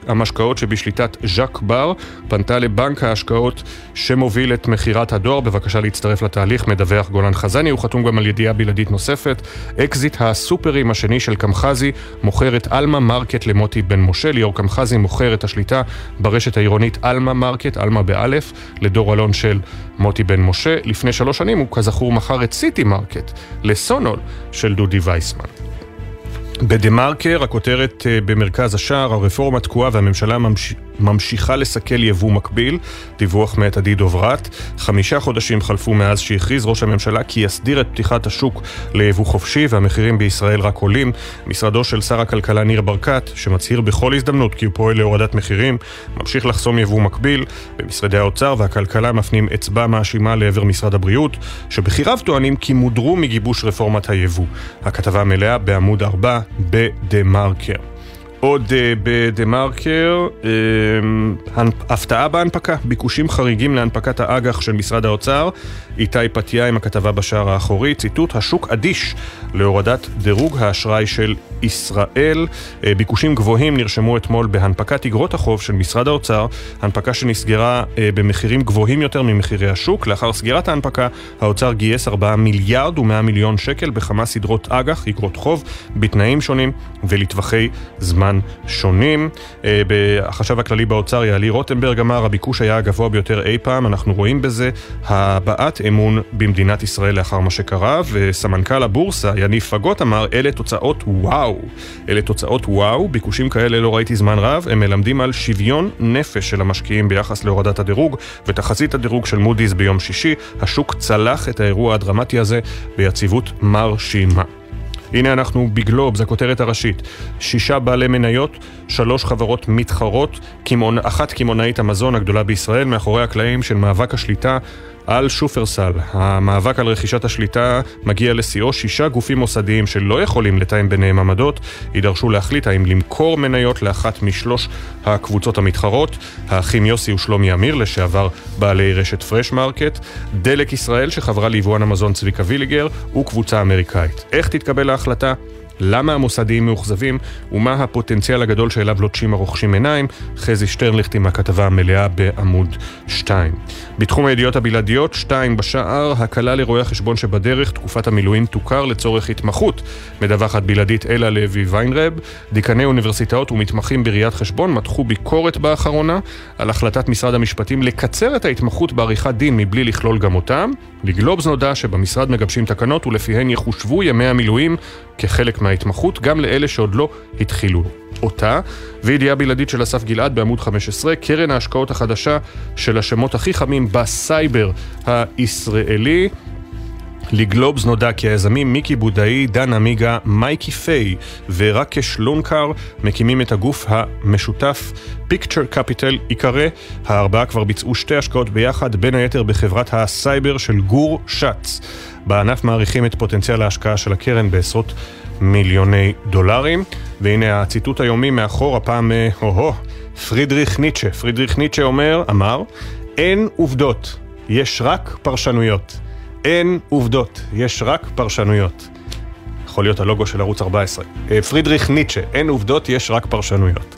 המשקאות שבשליטת ז'ק בר פנתה לבנק ההשקעות שמוביל את מחירת הדואר. בבקשה להצטרף לתהליך, מדווח גולן חזני. הוא חתום גם על ידיעה בלעדית נוספת. אקזיט הסופרים השני של קמחזי מוכר את אלמה מרקט למוטי בן משה. ליאור קמחזי מוכר את השליטה ברשת העירונית אלמה מרקט, אלמה באלף, לדור אלון של מוטי בן משה. לפני שלוש שנים הוא כזכור מכר את סיטי מרקט לסונול של דודי וייסמן. בדמרקר, הכותרת במרכז השער, הרפורמה תקועה והממשלה ממש... ממשיכה לסכל יבוא מקביל. דיווח מאת עדי דוברת. חמישה חודשים חלפו מאז שהכריז ראש הממשלה כי יסדיר את פתיחת השוק ליבוא חופשי, והמחירים בישראל רק עולים. משרדו של שר הכלכלה ניר ברקת, שמצהיר בכל הזדמנות כי הוא פועל להורדת מחירים, ממשיך לחסום יבוא מקביל. במשרדי האוצר והכלכלה מפנים אצבע מאשימה לעבר משרד הבריאות, שבחיריו טוענים כי מודרו מגיבוש רפורמת היבוא. הכתבה מלאה בעמוד ארבע בדמרקר. עוד בדמרקר, הפתעה בהנפקה, ביקושים חריגים להנפקת האג"ח של משרד האוצר. איתי פתיה עם הכתבה בשער האחורי, ציטוט, השוק אדיש להורדת דירוג האשראי של ישראל. ביקושים גבוהים נרשמו אתמול בהנפקת אגרות החוב של משרד האוצר, הנפקה שנסגרה במחירים גבוהים יותר ממחירי השוק. לאחר סגירת ההנפקה, האוצר גייס ארבעה מיליארד ומאה מיליון שקל בכמה סדרות אג"ח, אגרות חוב, בתנאים שונים ולטווחי זמן שונים. החשב הכללי באוצר יעלי רוטנברג אמר, הביקוש היה הגבוה ביותר אי פעם, אנחנו רואים בזה הבעת אמון במדינת ישראל לאחר מה שקרה. וסמנכ"ל הבורסה יניב פגות אמר, אלה תוצאות וואו, אלה תוצאות וואו, ביקושים כאלה לא ראיתי זמן רב, הם מלמדים על שוויון נפש של המשקיעים ביחס להורדת הדירוג ותחזית הדירוג של מודי'ס ביום שישי. השוק צלח את האירוע הדרמטי הזה ביציבות מרשימה. הנה אנחנו בגלוב, זו הכותרת הראשית. שישה בעלי מניות, שלוש חברות מתחרות, כימונ... אחת כימונאית המזון הגדולה בישראל, מאחורי הקלעים של מאבק השליטה על שופרסל. המאבק על רכישת השליטה מגיע לשיאו. שישה גופים מוסדיים שלא יכולים לתאם ביניהם עמדות יידרשו להחליט האם למכור מניות לאחת משלוש הקבוצות המתחרות. האחים יוסי ושלומי אמיר, לשעבר בעלי רשת פרש מרקט, דלק ישראל שחברה ליבואן המזון צביקה ויליגר, וקבוצה אמריקאית. איך תתקבל ההחלטה? למה המוסדיים מאוכזבים ומה הפוטנציאל הגדול שאליו לוטשים הרוכשים עיניים? חזי שטרנליכט עם הכתבה המלאה בעמוד שתיים. בתחום הידיעות הבלעדיות, שתיים בשער, הקלה לרואי החשבון שבדרך, תקופת המילואים תוכר לצורך התמחות. מדווחת בלעדית אלה לוי ויינרב. דיקני אוניברסיטאות ומתמחים בראיית חשבון מתחו ביקורת באחרונה על החלטת משרד המשפטים לקצר את ההתמחות בעריכת דין מבלי לכלול גם אותם. לגלובס נודע שבמשרד מגבשים תקנות ולפיהן יחושבו ימי המילואים כחלק מההתמחות גם לאלה שעוד לא התחילו אותה. וידיעה בלעדית של אסף גלעד בעמוד חמש עשרה, קרן ההשקעות החדשה של השמות הכי חמים בסייבר הישראלי. לגלובס נודע כי היזמים מיקי בודאי, דן אמיגה, מייקי פיי ורקש לונקר מקימים את הגוף המשותף Picture Capital עיקרה. הארבעה כבר ביצעו שתי השקעות ביחד, בין היתר בחברת הסייבר של גור שץ. בענף מעריכים את פוטנציאל ההשקעה של הקרן בעשרות מיליוני דולרים. והנה הציטוט היומי מאחור, הפעם הו-הו, פרידריך ניטשה. פרידריך ניטשה אומר, אמר, אין עובדות, יש רק פרשנויות. אין עובדות, יש רק פרשנויות. יכול להיות הלוגו של ערוץ ארבע עשרה. פרידריך ניטשה, אין עובדות, יש רק פרשנויות.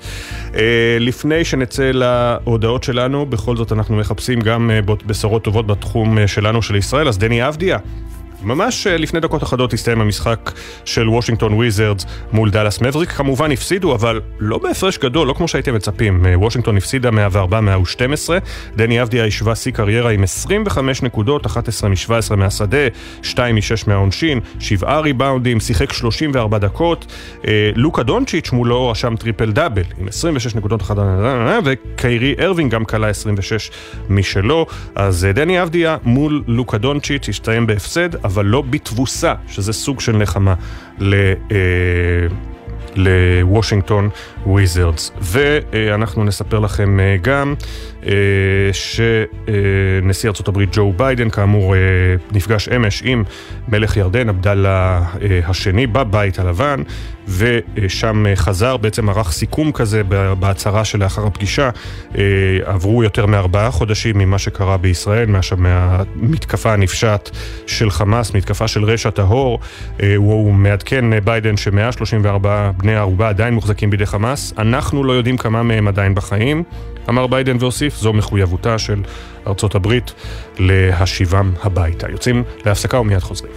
לפני שנצא להודעות שלנו, בכל זאת אנחנו מחפשים גם בשורות טובות בתחום שלנו של ישראל. אז דני אבדיה, ממש לפני דקות אחדות הסתיים המשחק של וושינגטון וויזרדס מול דאלאס מבריק. כמובן הפסידו, אבל לא בהפרש גדול, לא כמו שהייתם מצפים. וושינגטון הפסידה מאה וארבע מאה ושתים עשרה. דני אבדיה השווה שיא קריירה עם עשרים וחמש נקודות, אחת עשרה משבע עשרה מהשדה, שתיים משש מהעונשין, שבעה ריבאונדים, שיחק שלושים וארבע דקות. לוקה דונצ'יץ' מולו רשם טריפל דאבל עם עשרים ושש נקודות, וקיירי ארווינג גם קלה עשרים ושש משלו. אז דני אבדיה מול לוקה דונצ'יץ' הסתיים בהפסד, אבל לא בתבוסה, שזה סוג של נחמה ל... לוושינגטון וויזרדס. ואנחנו נספר לכם גם שנשיא ארצות הברית ג'ו ביידן כאמור נפגש אמש עם מלך ירדן עבדאללה השני בבית הלבן, ושם חזר, בעצם ערך סיכום כזה בהצהרה שלאחר הפגישה. עברו יותר מארבעה חודשים ממה שקרה בישראל, מהמתקפה הנפשעת של חמאס, מתקפה של רשע טהור. הוא מעדכן ביידן ש-מאה שלושים וארבעה בני הערובה עדיין מוחזקים בידי חמאס. אנחנו לא יודעים כמה מהם עדיין בחיים, אמר ביידן והוסיף, זו מחויבותה של ארצות הברית להשיבם הביתה. יוצאים להפסקה ומיד חוזרים.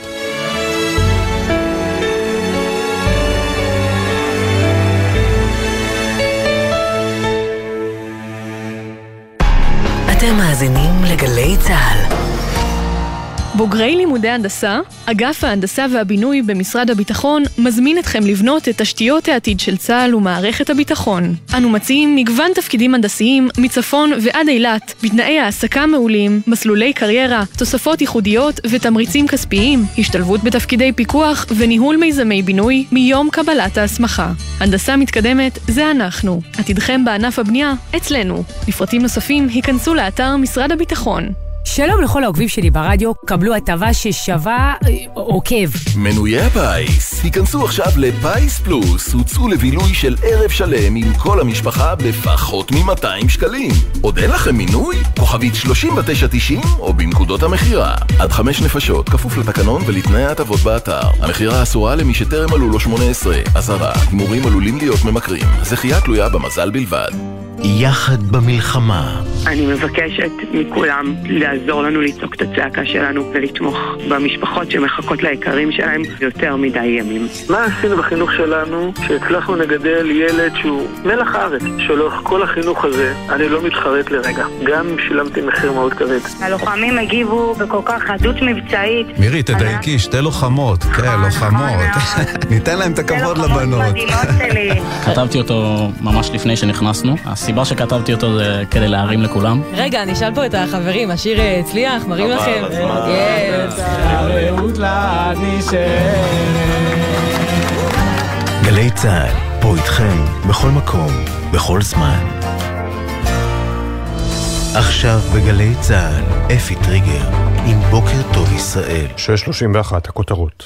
אתם מאזינים לגלי צהל. בוגרי לימודי הנדסה, אגף ההנדסה והבינוי במשרד הביטחון מזמין אתכם לבנות את תשתיות העתיד של צה"ל ומערכת הביטחון. אנו מציעים מגוון תפקידים הנדסיים מצפון ועד אילת, בתנאי העסקה מעולים, מסלולי קריירה, תוספות ייחודיות ותמריצים כספיים, השתלבות בתפקידי פיקוח וניהול מיזמי בינוי מיום קבלת ההסמכה. הנדסה מתקדמת זה אנחנו. עתידכם בענף הבנייה אצלנו. לפרטים נוספים היכנסו לאתר משרד הביטחון. שלום לכל העוקבים שלי ברדיו, קבלו הטבה ששווה עוקב. מנויי הפיס, היכנסו עכשיו לפייס פלוס, הוצאו לבילוי של ערב שלם עם כל המשפחה בפחות מ-מאתיים שקלים. עוד אין לכם מינוי? כוכבית שלושים ותשע תשעים או בנקודות המחירה. עד חמש נפשות, כפוף לתקנון ולתנאי ההטבות באתר. המחירה אסורה למי שטרם מלאו לו שמונה עשרה. אזהרה, הימורים עלולים להיות ממכרים. זכייה תלויה במזל בלבד. יחד במלחמה. אני מבקשת מכולם לעזור לנו לצעוק את הצעקה שלנו ולתמוך במשפחות שמחכות ליקרים שלהם יותר מדי ימים. מה עשינו בחינוך שלנו שהצלחנו לגדל ילד שהוא מלח הארץ? שלוח כל החינוך הזה, אני לא מתחרט לרגע. גם שילמתי מחיר מאוד כבד. הלוחמים הגיבו בכל כך חדות מבצעית. מירי, תדייקי, שתי לוחמות. כן, לוחמות. ניתן להם את הכבוד לבנות. כתבתי אותו ממש לפני שנכנסנו. הסיבה שכתבתי אותו זה כדי להרים לכולם. רגע, אני אשאל פה את החברים, השיר הצליח, מראים לכם. גלי צהל, פה איתכם, בכל מקום, בכל זמן. עכשיו בגלי צהל, אפי טריגר, עם בוקר טוב ישראל. שש שלושים ואחת, הכותרות.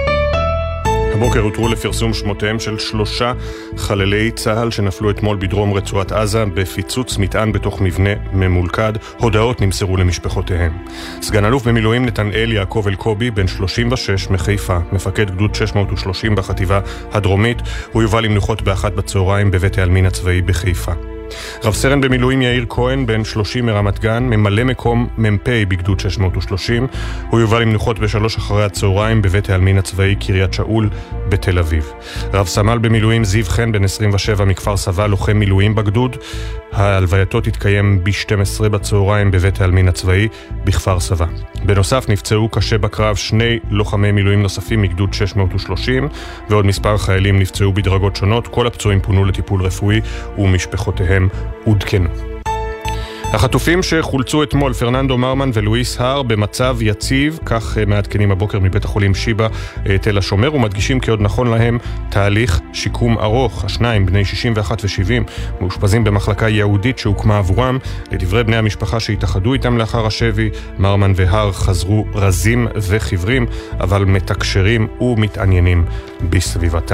הבוקר הותרו לפרסום שמותיהם של שלושה חללי צה"ל שנפלו אתמול בדרום רצועת עזה בפיצוץ מטען בתוך מבנה ממולכד. הודעות נמסרו למשפחותיהם. סגן אלוף במילואים נתנאל יעקב אלקובי, בן שלושים ושש מחיפה, מפקד גדוד שש מאות ושלושים בחטיבה הדרומית, הוא יובא למנוחות באחת בצהריים בבית העלמין הצבאי בחיפה. רב סרן במילואים יאיר כהן, בן שלושים מרמת גן, ממלא מקום ממפי בגדוד שש מאות ושלושים, הוא יובא למנוחות בשלוש אחרי הצהריים בבית העלמין הצבאי קריית שאול בתל אביב. רב סמל במילואים זיו חן, בן עשרים ושבע מכפר סבא, לוחם מילואים בגדוד, ההלווייתו תתקיים ב-שתים עשרה בצהריים בבית העלמין הצבאי בכפר סבא. בנוסף נפצעו קשה בקרב שני לוחמי מילואים נוספים מגדוד שש מאות ושלושים, ועוד מספר חיילים נפצעו בדרגות שונות. כל הפצועים פונו לטיפול רפואי ומשפחותיהם עודכנו. החטופים שחולצו אתמול, פרננדו מרמן ולואיס הר, במצב יציב, כך מעדכנים הבוקר מבית החולים שיבא תל השומר, ומדגישים כי עוד נכון להם תהליך שיקום ארוך. השניים, בני שישים ואחת ו-שבעים, מאושפזים במחלקה יהודית שהוקמה עבורם. לדברי בני המשפחה שהתאחדו איתם לאחר השבי, מרמן והר חזרו רזים וחברים, אבל מתקשרים ומתעניינים בסביבתה.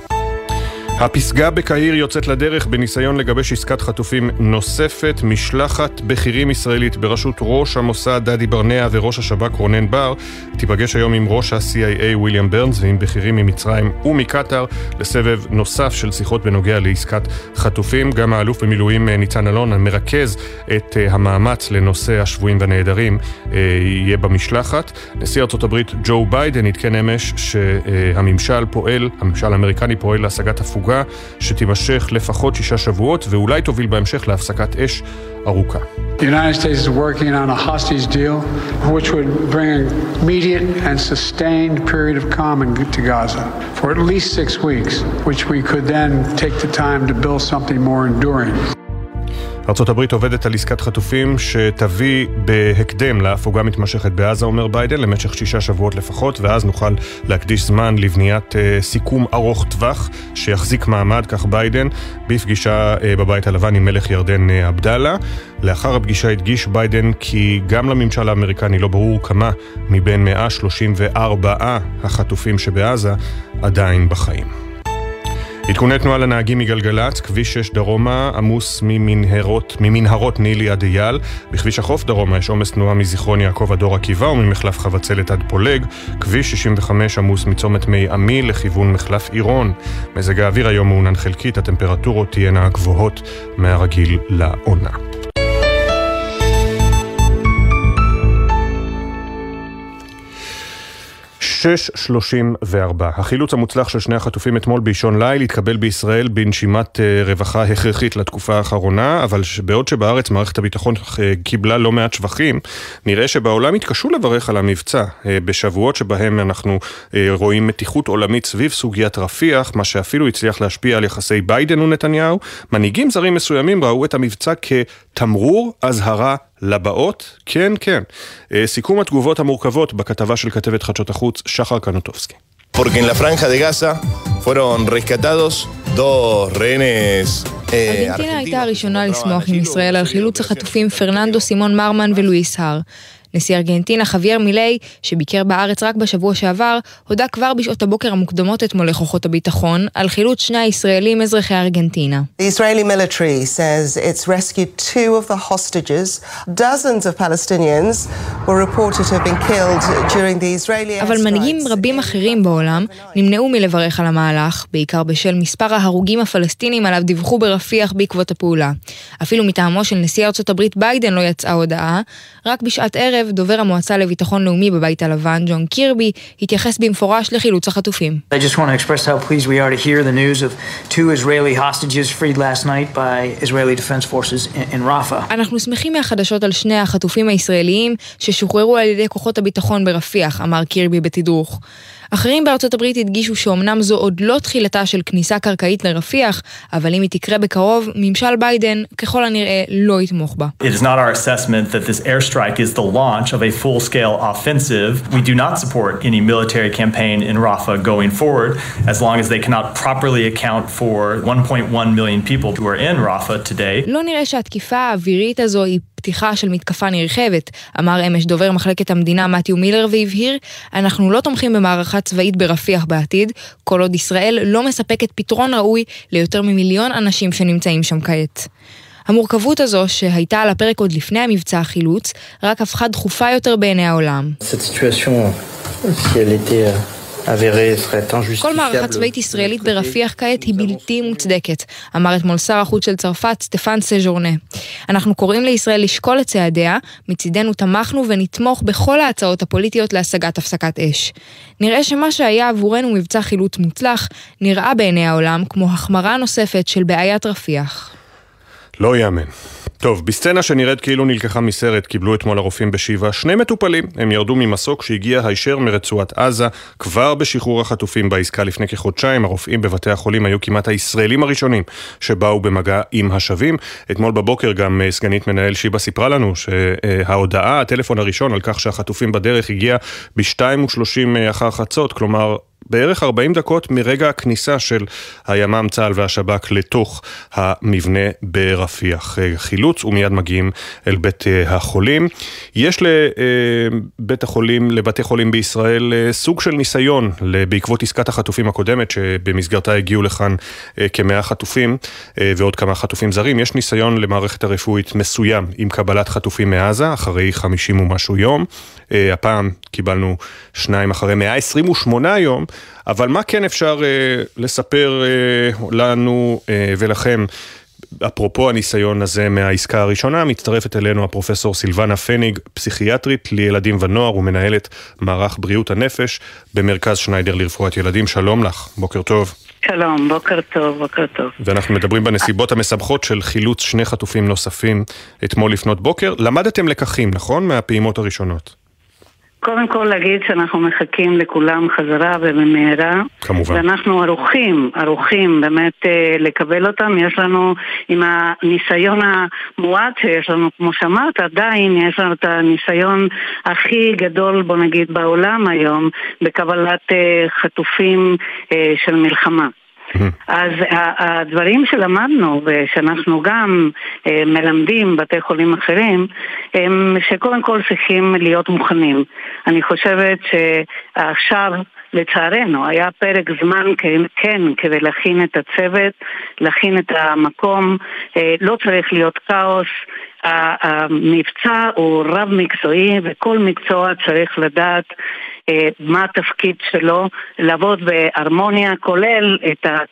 הפסגה בקהיר יוצאת לדרך בניסיון לגבש עסקת חטופים נוספת. משלחת בכירים ישראלית בראשות ראש המוסד דדי ברנע וראש השב"כ רונן בר תיפגש היום עם ראש ה-סי איי איי וויליאם ברנס ועם בכירים ממצרים ומקטר לסבב נוסף של שיחות בנוגע לעסקת חטופים. גם האלוף במילואים ניצן אלון, המרכז את המאמץ לנושא השבויים והנעדרים, יהיה במשלחת. נשיא ארצות הברית ג'ו ביידן עדכן אמש שהממשל פועל, הממשל האמריקני פועל להשגת הפוגה שתימשך לפחות שישה שבועות ואולי תוביל בהמשך להפסקת אש ארוכה. The United States is working on a hostage deal which would bring an immediate and sustained period of calm to Gaza for at least six weeks, which we could then take the time to build something more enduring. ארצות הברית עובדת על עסקת חטופים שתביא בהקדם להפוגה מתמשכת בעזה, אומר ביידן, למשך שישה שבועות לפחות, ואז נוכל להקדיש זמן לבניית uh, סיכום ארוך טווח שיחזיק מעמד, כך ביידן, בפגישה uh, בבית הלבן עם מלך ירדן uh, עבדאללה. לאחר הפגישה הדגיש ביידן כי גם לממשל האמריקני לא ברור כמה מבין מאה שלושים וארבעה החטופים שבעזה עדיין בחיים. עדכוני תנועה לנהגים מגלגלת, כביש שש דרומה עמוס ממנהרות, ממנהרות נילי עד אייל. בכביש החוף דרומה יש עומס תנועה מזיכרון יעקב עד אור עקיבא וממחלף חבצלת עד פולג. כביש שישים וחמש עמוס מצומת מי עמי לכיוון מחלף עירון. מזג האוויר היום מעונן חלקית, הטמפרטורות תהיינה גבוהות מהרגיל לעונה. שש שלושים וארבע. החילוץ המוצלח של שני החטופים אתמול באישון ליל התקבל בישראל בנשימת רווחה הכרחית לתקופה האחרונה, אבל בעוד שבארץ מערכת הביטחון קיבלה לא מעט שבחים, נראה שבעולם התקשו לברך על המבצע. בשבועות שבהם אנחנו רואים מתיחות עולמית סביב סוגיית רפיח, מה שאפילו הצליח להשפיע על יחסי ביידן ונתניהו, מנהיגים זרים מסוימים ראו את המבצע כתמרור אזהרה לבאות. כן, כן. סיכום התגובות המורכבות בכתבה של כתבת חדשות החוץ שחר קנוטובסקי. Porque en la franja de Gaza fueron rescatados dos rehenes. ארגנטינה הייתה הראשונה לשמוח עם ישראל על חילוץ החטופים פרננדו סימון מרמן ולואיס הר. נשיא ארגנטינה חווייר מילי, שביקר בארץ רק בשבוע שעבר, הודע כבר בשעות הבוקר המוקדמות אתמול לכוחות הביטחון על חילוץ שני הישראלים אזרחי ארגנטינה. The Israeli military says it's rescued two of the hostages. Dozens of Palestinians were reported to have been killed during the Israeli. אבל מנהיגים רבים אחרים בעולם נמנעו מלברך על המהלך, בעיקר בשל מספר ההרוגים הפלסטינים עליו דיווחו ברפיח בעקבות הפעולה. אפילו מטעמו של נשיא ארצות הברית ביידן לא יצאה הודעה, רק בשעת ערב דובר המועצה לביטחון לאומי בבית הלבן, ג'ון קירבי, התייחס במפורש לחילוץ החטופים. I just want to express how pleased we are to hear the news of two Israeli hostages freed last night by Israeli Defense Forces in Rafah. אנחנו שמחים מהחדשות על שני החטופים הישראליים ששוחררו על ידי כוחות הביטחון ברפיח, אמר קירבי בתדרוך. אחרים בארצות הברית הדגישו שאומנם זו עוד לא תחילתה של כניסה קרקעית לרפיח, אבל אם היא תקרה בקרוב, ממשל ביידן ככל הנראה לא יתמוך בה. It is not our assessment that this airstrike is the launch of a full-scale offensive. We do not support any military campaign in Rafah going forward, as long as they cannot properly account for one point one million people who are in Rafah today. לא נראה שהתקיפה האווירית הזו היא פתיחה של מתקפה נרחבת, אמר אמש דובר מחלקת המדינה מתיו מילר והבהיר, אנחנו לא תומכים במערכה צבאית ברפיח בעתיד, כל עוד ישראל לא מספקת פתרון ראוי ליותר ממיליון אנשים שנמצאים שם כעת. המורכבות הזו שהייתה על הפרק עוד לפני המבצע החילוץ, רק הפכה דחופה יותר בעיני העולם. כל מערכה צבאית ישראלית ברפיח כעת היא בלתי מוצדקת, אמר אתמול שר החוץ של צרפת סטפן סז'ורנה. אנחנו קוראים לישראל לשקול את צעדיה, מצידנו תמכנו ונתמוך בכל ההצעות הפוליטיות להשגת הפסקת אש. נראה שמה שהיה עבורנו מבצע חילוץ מוצלח, נראה בעיני העולם כמו החמרה נוספת של בעיית רפיח. לא יאמן. טוב, בסצנה שנראית כאילו נלקחה מסרט, קיבלו אתמול הרופאים בשיבה שני מטופלים. הם ירדו ממסוק שהגיע הישר מרצועת עזה, כבר בשחרור החטופים בעסקה לפני כחודשיים. הרופאים בבתי החולים היו כמעט הישראלים הראשונים שבאו במגע עם השבים. אתמול בבוקר גם סגנית מנהל שיבה סיפרה לנו שההודעה, הטלפון הראשון על כך שהחטופים בדרך הגיע ב-שתיים ושלושים אחר חצות, כלומר בערך ארבעים דקות מרגע הכניסה של הימ"מ צה"ל והשב"כ לתוך המבנה ברפיח. חילוץ ומיד מגיעים אל בית החולים. יש לבית החולים, לבתי חולים בישראל סוג של ניסיון בעקבות עסקת החטופים הקודמת שבמסגרתה הגיעו לכאן כמאה חטופים ועוד כמה חטופים זרים. יש ניסיון למערכת הרפואית מסוים עם קבלת חטופים מעזה אחרי חמישים ומשהו יום. הפעם קיבלנו שניים אחרי מאה עשרים ושמונה יום, אבל מה כן אפשר אה, לספר אה, לנו אה, ולכם, אפרופו הניסיון הזה מהעסקה הראשונה, מצטרפת אלינו הפרופסור סילבנה פניג, פסיכיאטרית לילדים ונוער ומנהלת מערך בריאות הנפש במרכז שניידר לרפואת ילדים. שלום לך, בוקר טוב. שלום, בוקר טוב, בוקר טוב. ואנחנו מדברים בנסיבות המשמחות של חילוץ שני חטופים נוספים אתמול לפנות בוקר. למדתם לקחים, נכון? מהפעימות הראשונות. קודם כל להגיד שאנחנו מחכים לכולם חזרה ובמהרה. כמובן. ואנחנו ערוכים, ערוכים באמת לקבל אותם. יש לנו, עם הניסיון המועט שיש לנו, כמו שאמרת, עדיין יש לנו את הניסיון הכי גדול, בוא נגיד, בעולם היום, בקבלת חטופים של מלחמה. אז הדברים שלמדנו ושאנחנו גם מלמדים בתי חולים אחרים הם שקודם כל צריכים להיות מוכנים. אני חושבת שעכשיו לצערנו, היה פרק זמן כן כדי להכין את הצוות, להכין את המקום, לא צריך להיות כאוס, המבצע הוא רב מקצועי וכל מקצוע צריך לדעת מה התפקיד שלו, לעבוד בהרמוניה, כולל את ה...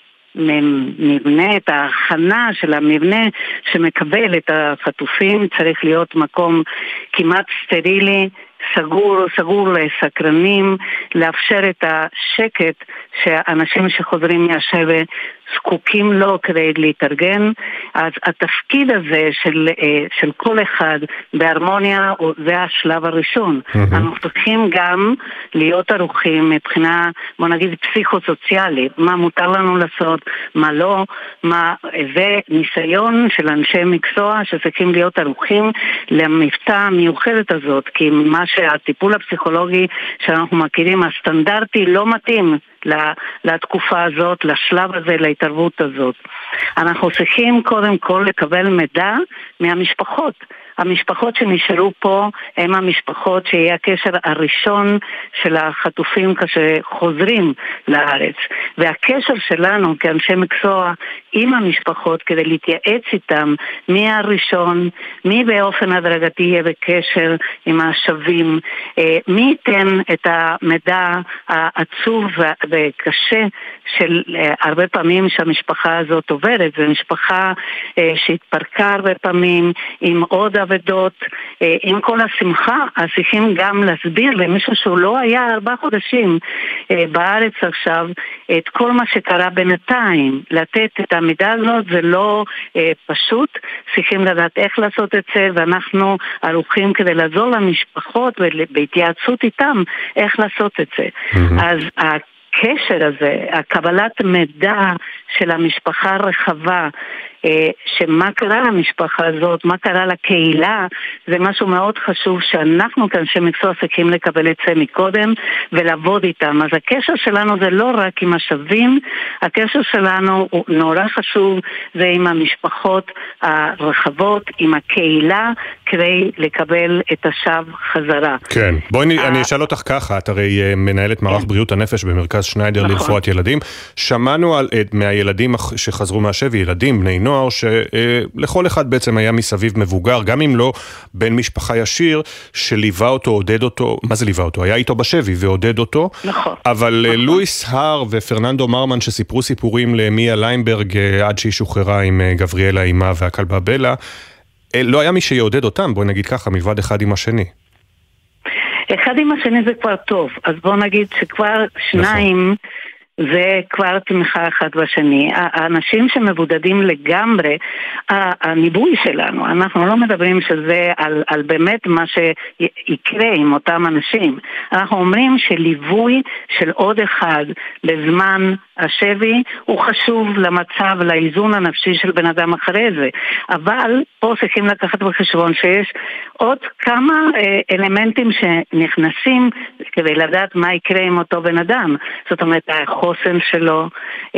מבנה, את ההכנה של המבנה שמקבל את החטופים, צריך להיות מקום כמעט סטרילי, סגור, סגור לסקרנים, לאפשר את השקט שהאנשים שחוזרים מהשבי זקוקים לו כדי להתארגן. אז התפקיד הזה של, של כל אחד בהרמוניה זה השלב הראשון. Mm-hmm. אנחנו צריכים גם להיות ערוכים מבחינה, בוא נגיד, פסיכוסוציאלית, מה מותר לנו לעשות, מה לא, מה, זה ניסיון של אנשי מקצוע שצריכים להיות ערוכים למבצע המיוחדת הזאת, כי מה שהטיפול הפסיכולוגי שאנחנו מכירים, הסטנדרטי, לא מתאים לתקופה הזאת, לשלב הזה, להתערבות הזאת. אנחנו צריכים קודם כל לקבל מידע מהמשפחות. המשפחות שנשארו פה הם המשפחות שיהיה הקשר הראשון של החטופים כשחוזרים לארץ. והקשר שלנו כאנשי מקצוע עם המשפחות כדי להתייעץ איתם מי הראשון, מי באופן הדרגתי יהיה בקשר עם השבים, מי ייתן את המידע העצוב וקשה של הרבה פעמים שהמשפחה הזאת עוברת. זו משפחה שהתפרקה הרבה פעמים עם עוד עבדות, עם כל השמחה. אז צריכים גם להסביר למישהו שהוא לא היה ארבעה חודשים בארץ עכשיו את כל מה שקרה בינתיים. לתת את המידע הזאת זה לא פשוט, צריכים לדעת איך לעשות את זה, ואנחנו ערוכים כדי לעזור למשפחות ובהתייעצות איתם איך לעשות את זה. אז הקשר הזה, הקבלת מידע של המשפחה הרחבה, שמה קרה למשפחה הזאת, מה קרה לקהילה, זה משהו מאוד חשוב שאנחנו כאן שמקצוע צריכים לקבל את זה מקודם ולעבוד איתם. אז הקשר שלנו זה לא רק עם השבים, הקשר שלנו הוא נורא חשוב, זה עם המשפחות הרחבות, עם הקהילה, כדי לקבל את השב חזרה. כן, בואי אני אשאל אותך ככה, את הרי מנהלת מערך בריאות הנפש במרכז שניידר לרפואת ילדים, שמענו מהילדים שחזרו מהשבי, ילדים, בני נוער, שלכל אחד בעצם היה מסביב מבוגר, גם אם לא בן משפחה ישיר, שליווה אותו, עודד אותו, מה זה ליווה אותו? היה איתו בשבי ועודד אותו, נכון. אבל נכון. לואיס הר ופרננדו מרמן שסיפרו סיפורים למיה ליינברג עד שהיא שוחררה עם גבריאלה אימה והכלבה בלה, לא היה מי שיעודד אותם, בואי נגיד ככה, מלבד אחד עם השני. אחד עם השני זה כבר טוב, אז בואו נגיד שכבר שניים, זה כבר תמיכה אחת בשני. האנשים שמבודדים לגמרי, הניבוי שלנו, אנחנו לא מדברים שזה על, על באמת מה שיקרה עם אותם אנשים. אנחנו אומרים שליווי של עוד אחד בזמן השבי הוא חשוב למצב, לאיזון הנפשי של בן אדם אחרי זה. אבל פה צריכים לקחת בחשבון שיש עוד כמה אלמנטים שנכנסים כדי לדעת מה יקרה עם אותו בן אדם. זאת אומרת, החוסן שלו,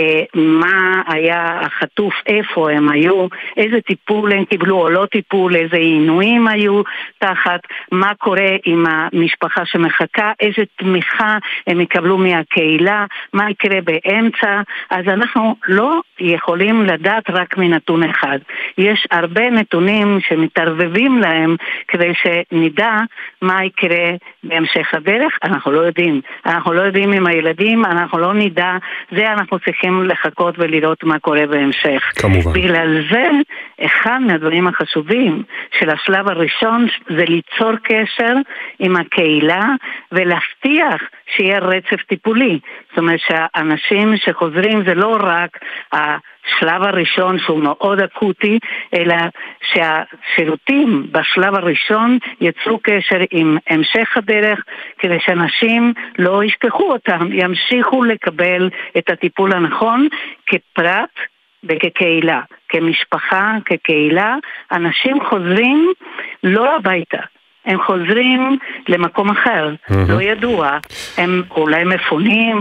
מה היה החטוף, איפה הם היו, איזה טיפול הם קיבלו או לא טיפול, איזה עינויים היו תחת, מה קורה עם המשפחה שמחכה, איזה תמיכה הם יקבלו מהקהילה, מה יקרה באמצע. אז אנחנו לא יכולים לדעת רק מנתון אחד. יש הרבה נתונים שמתערבבים להם כדי שנדע מה יקרה בהמשך הדרך. אנחנו לא יודעים. אנחנו לא יודעים עם הילדים, אנחנו לא נדע. זה אנחנו צריכים לחכות ולראות מה קורה בהמשך. כמובן. בגלל זה, אחד מהדברים החשובים של השלב הראשון זה ליצור קשר עם הקהילה ולהבטיח שיהיה רצף טיפולי. זאת אומרת שהאנשים שחוזרים זה לא רק השלב הראשון שהוא מאוד אקוטי, אלא שהשירותים בשלב הראשון יצרו קשר עם המשך הדרך, כדי שאנשים לא ישכחו אותם, ימשיכו לקבל את הטיפול הנכון כפרט וכקהילה, כמשפחה, כקהילה. אנשים חוזרים לא הביתה, הם חוזרים למקום אחר, mm-hmm. לא ידוע, הם אולי מפונים,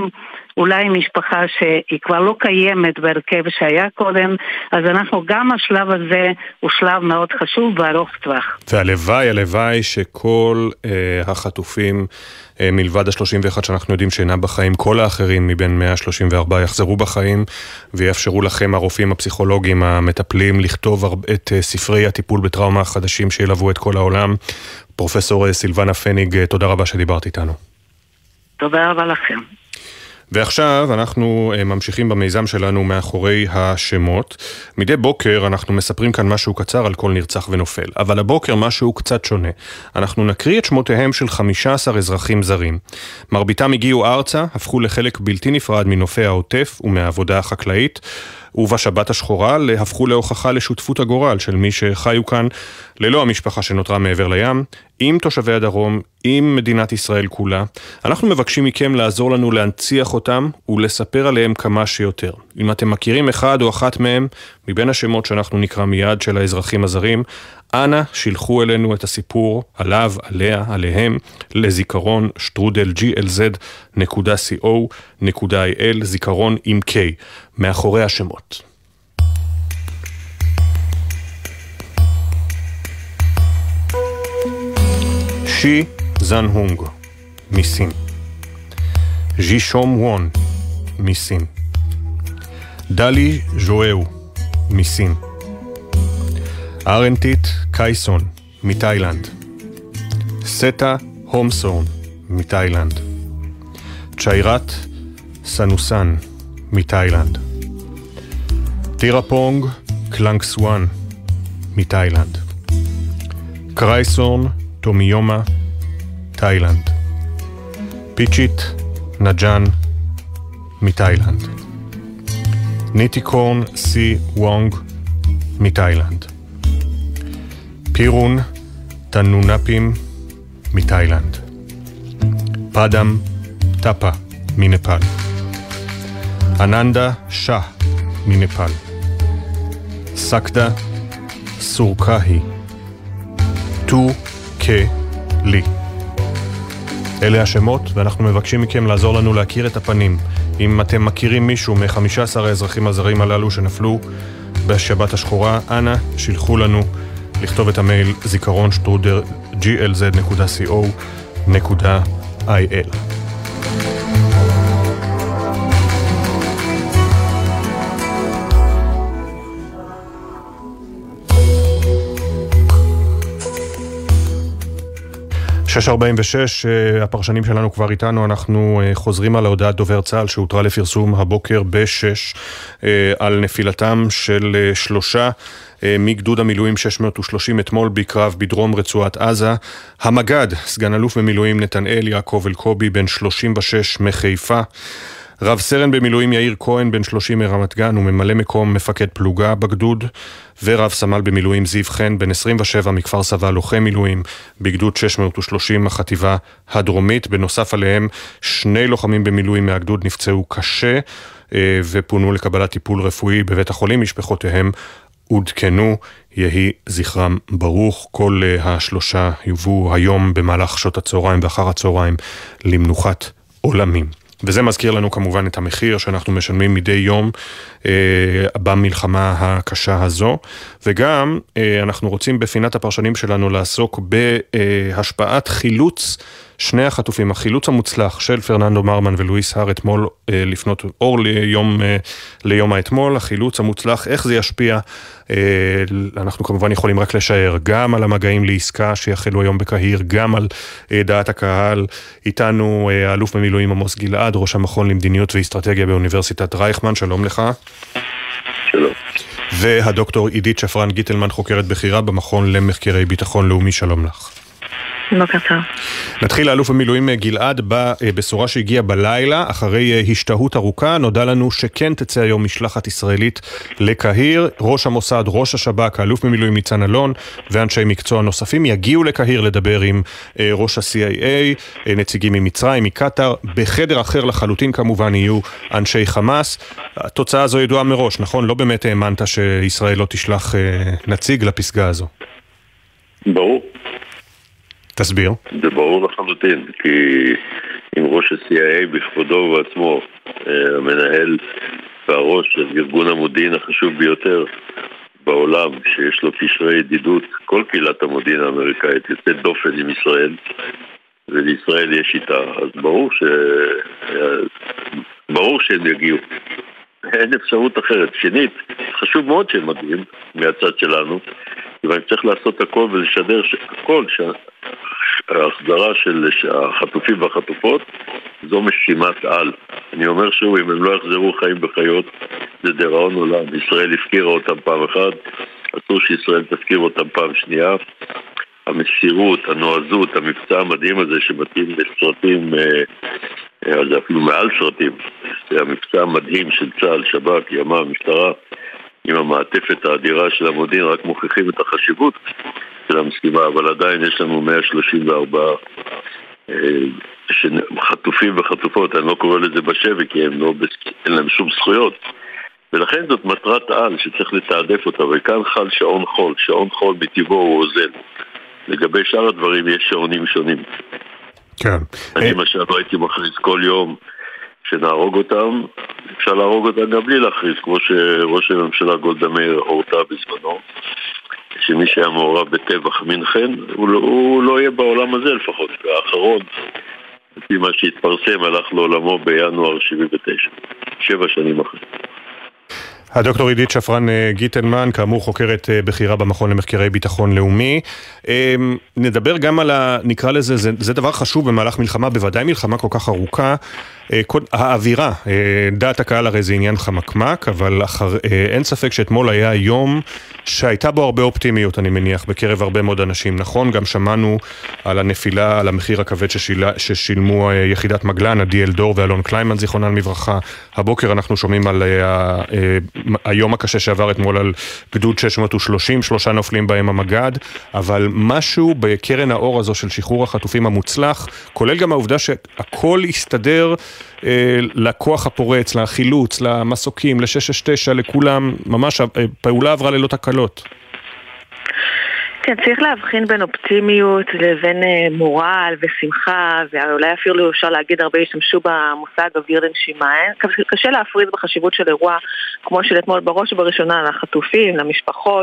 אולי משפחה שהיא כבר לא קיימת בהרכב שהיה קודם, אז אנחנו גם השלב הזה הוא שלב מאוד חשוב וארוך טווח. והלוואי, הלוואי שכל אה, החטופים אה, מלבד ה-שלושים ואחת שאנחנו יודעים שאינם בחיים, כל האחרים מבין מאה שלושים וארבע יחזרו בחיים ויאפשרו לכם הרופאים הפסיכולוגים המטפלים לכתוב את אה, ספרי הטיפול בטראומה החדשים שילוו את כל העולם. פרופסור סילבנה פניג, תודה רבה שדיברת איתנו. תודה רבה לכם. ועכשיו אנחנו ממשיכים במיזם שלנו מאחורי השמות. מדי בוקר אנחנו מספרים כאן משהו קצר על כל נרצח ונופל, אבל הבוקר משהו קצת שונה. אנחנו נקריא את שמותיהם של חמישה עשר אזרחים זרים. מרביתם הגיעו ארצה, הפכו לחלק בלתי נפרד מנופי העוטף ומהעבודה החקלאית, ובשבת השחורה הפכו להוכחה לשותפות הגורל של מי שחיו כאן ללא המשפחה שנותרה מעבר לים, עם תושבי הדרום, עם מדינת ישראל כולה. אנחנו מבקשים מכם לעזור לנו להנציח אותם ולספר עליהם כמה שיותר. אם אתם מכירים אחד או אחת מהם, מבין השמות שאנחנו נקרא מיד של האזרחים הזרים, אנא שילחו אלינו את הסיפור עליו, עליה, עליהם, לזיכרון שטרודל ג'י אל זד נקודה סי או נקודה איי אל, זיכרון עם K, מאחורי השמות. שי זן הונג, מסין. ז'י שום וון, מסין. דלי ז'ואהו, מסין. ארנטית קייסון, מתאילנד. סטה הומסון, מתאילנד. צ'יירת סנוסן, מתאילנד. טירפונג קלנקסואן, מתאילנד. קרייסורן טומיומה, תאילנד. פיצ'ית נג'אן, מתאילנד. ניטיקורן סי וונג, מתאילנד. פירון תנונפים, מתאילנד. פאדם טאפה, מנפאל. אננדה שאה, מנפאל. סקדה סורקהי, טו לי. אלה השמות, ואנחנו מבקשים מכם לעזור לנו להכיר את הפנים. אם אתם מכירים מישהו מ-חמישה עשר האזרחים הזרים הללו שנפלו בשבת השחורה, אנא שילחו לנו לכתוב את המייל זיכרון שטרודל ג'י אל זד נקודה סי או נקודה איי אל. שש ארבעים ושש, הפרשנים שלנו כבר איתנו, אנחנו חוזרים על ההודעת דובר צה"ל שהותרה לפרסום הבוקר בשש על נפילתם של שלושה מגדוד המילואים שש מאות ושלושים אתמול בקרב בדרום רצועת עזה. המגד, סגן אלוף במילואים נתנאל יעקב אלקובי בן שלושים ושש מחיפה. רב סרן במילואים יאיר כהן בן שלושים מרמת גן וממלא מקום מפקד פלוגה בגדוד, ורב סמל במילואים זיו חן בן עשרים ושבע מכפר סבא לוחם מילואים בגדוד שש מאות ושלושים החטיבה הדרומית. בנוסף עליהם שני לוחמים במילואים מהגדוד נפצעו קשה ופונו לקבלת טיפול רפואי בבית החולים. משפחותיהם עודכנו, יהי זכרם ברוך. כל השלושה יובאו היום במהלך שעות הצהריים ואחר הצהריים למנוחת עולמים. וזה מזכיר לנו כמובן את המחיר שאנחנו משלמים מדי יום אה, במלחמה הקשה הזו, וגם אה, אנחנו רוצים בפינת הפרשנים שלנו לעסוק בהשפעת חילוץ שני החטופים, החילוץ המוצלח של פרננדו מרמן ולואיס הר אתמול אה, לפנות אור ליום, אה, ליום האתמול, החילוץ המוצלח, איך זה ישפיע, אה, אנחנו כמובן יכולים רק לשער, גם על המגעים לעסקה שיחלו היום בקהיר, גם על אה, דעת הקהל. איתנו אה, האלוף במילואים עמוס גלעד, ראש המכון למדיניות ואסטרטגיה באוניברסיטת רייכמן, שלום לך. שלום. והדוקטור עידית שפרן גיטלמן, חוקרת בכירה במכון למחקרי ביטחון לאומי, שלום לך. בוקר טוב. נתחיל לאלוף המילואים גלעד, בבשורה שהגיעה בלילה, אחרי השתהות ארוכה, נודע לנו שכן תצא היום משלחת ישראלית לקהיר. ראש המוסד, ראש השב"כ, האלוף במילואים ניצן אלון, ואנשי מקצוע נוספים יגיעו לקהיר לדבר עם ראש ה-סי איי איי, נציגים ממצרים, מקטר. בחדר אחר לחלוטין כמובן יהיו אנשי חמאס. התוצאה הזו ידועה מראש, נכון? לא באמת האמנת שישראל לא תשלח נציג לפסגה הזו. ברור. תסביר. זה ברור לחלוטין, כי עם ראש ה-סי איי איי בכבודו ובעצמו, המנהל והראש של ארגון המודיעין החשוב ביותר בעולם, שיש לו קשרי ידידות, כל קהילת המודיעין האמריקאית יוצאת דופן עם ישראל, ולישראל יש איתה, אז ברור ש... ברור שהם יגיעו. אין אפשרות אחרת. שנית, חשוב מאוד שהם מגיעים מהצד שלנו, ואני צריך לעשות הכל ולשדר הכל, שההחזרה של החטופים והחטופות זו משימת על. אני אומר שוב, אם הם לא יחזרו חיים בחיות, זה דיראון עולם. ישראל הפקירה אותם פעם אחת, אסור שישראל תפקיר אותם פעם שנייה. המסירות, הנועזות, המבצע המדהים הזה שמתאים בסרטים, אז אפילו מעל סרטים, זה המבצע המדהים של צה"ל, שב"כ, ימ"מ, משטרה, עם המעטפת האדירה של המודיעין, רק מוכיחים את החשיבות של המשימה, אבל עדיין יש לנו מאה שלושים וארבע חטופים וחטופות, אני לא קורא לזה בשבי, כי הם לא, אין להם שום זכויות, ולכן זאת מטרת העל שצריך לתעדף אותה, וכאן חל שעון חול, שעון חול מטבעו הוא אוזל. לגבי שאר הדברים יש שעונים שונים. כן. אני למשל לא הייתי מכריז כל יום שנהרוג אותם, אפשר להרוג אותם גם בלי להכריז, כמו שראש הממשלה גולדה מאיר הורתה בזמנו, שמי שהיה מעורב בטבח מינכן, הוא לא, הוא לא יהיה בעולם הזה לפחות. והאחרון, לפי מה שהתפרסם, הלך לעולמו בינואר שבעים ותשע, שבע שנים אחרי. הדוקטור עידית שפרן גיטלמן, כאמור חוקרת בחירה במכון למחקרי ביטחון לאומי. נדבר גם על, ה, נקרא לזה, זה, זה דבר חשוב במהלך מלחמה, בוודאי מלחמה כל כך ארוכה, האווירה, דעת הקהל הרי זה עניין חמקמק, אבל אחר, אין ספק שאתמול היה יום שהייתה בו הרבה אופטימיות, אני מניח, בקרב הרבה מאוד אנשים. נכון, גם שמענו על הנפילה, על המחיר הכבד ששיל, ששילמו יחידת מגלן, עדי אלדור ואלון קליימן, זיכרונם לברכה. הבוקר אנחנו שומעים על ה, היום הקשה שעבר אתמול על גדוד שש מאות ושלושים, שלושה נופלים בהם המגד, אבל משהו בקרן האור הזו של שחרור החטופים המוצלח, כולל גם העובדה שהכל יסתדר לכוח הפורץ, לחילוץ, למסוקים, ל-שש שש תשע, לכולם, ממש פעולה עברה ללא תקלות. כן, צריך להבחין בין אופטימיות לבין מורל ושמחה, ואולי אפילו אפשר להגיד הרבה השתמשו במושג אוויר לנשימה. קשה להפריד בחשיבות של אירוע כמו של אתמול בראש ובראשונה לחטופים, למשפחות,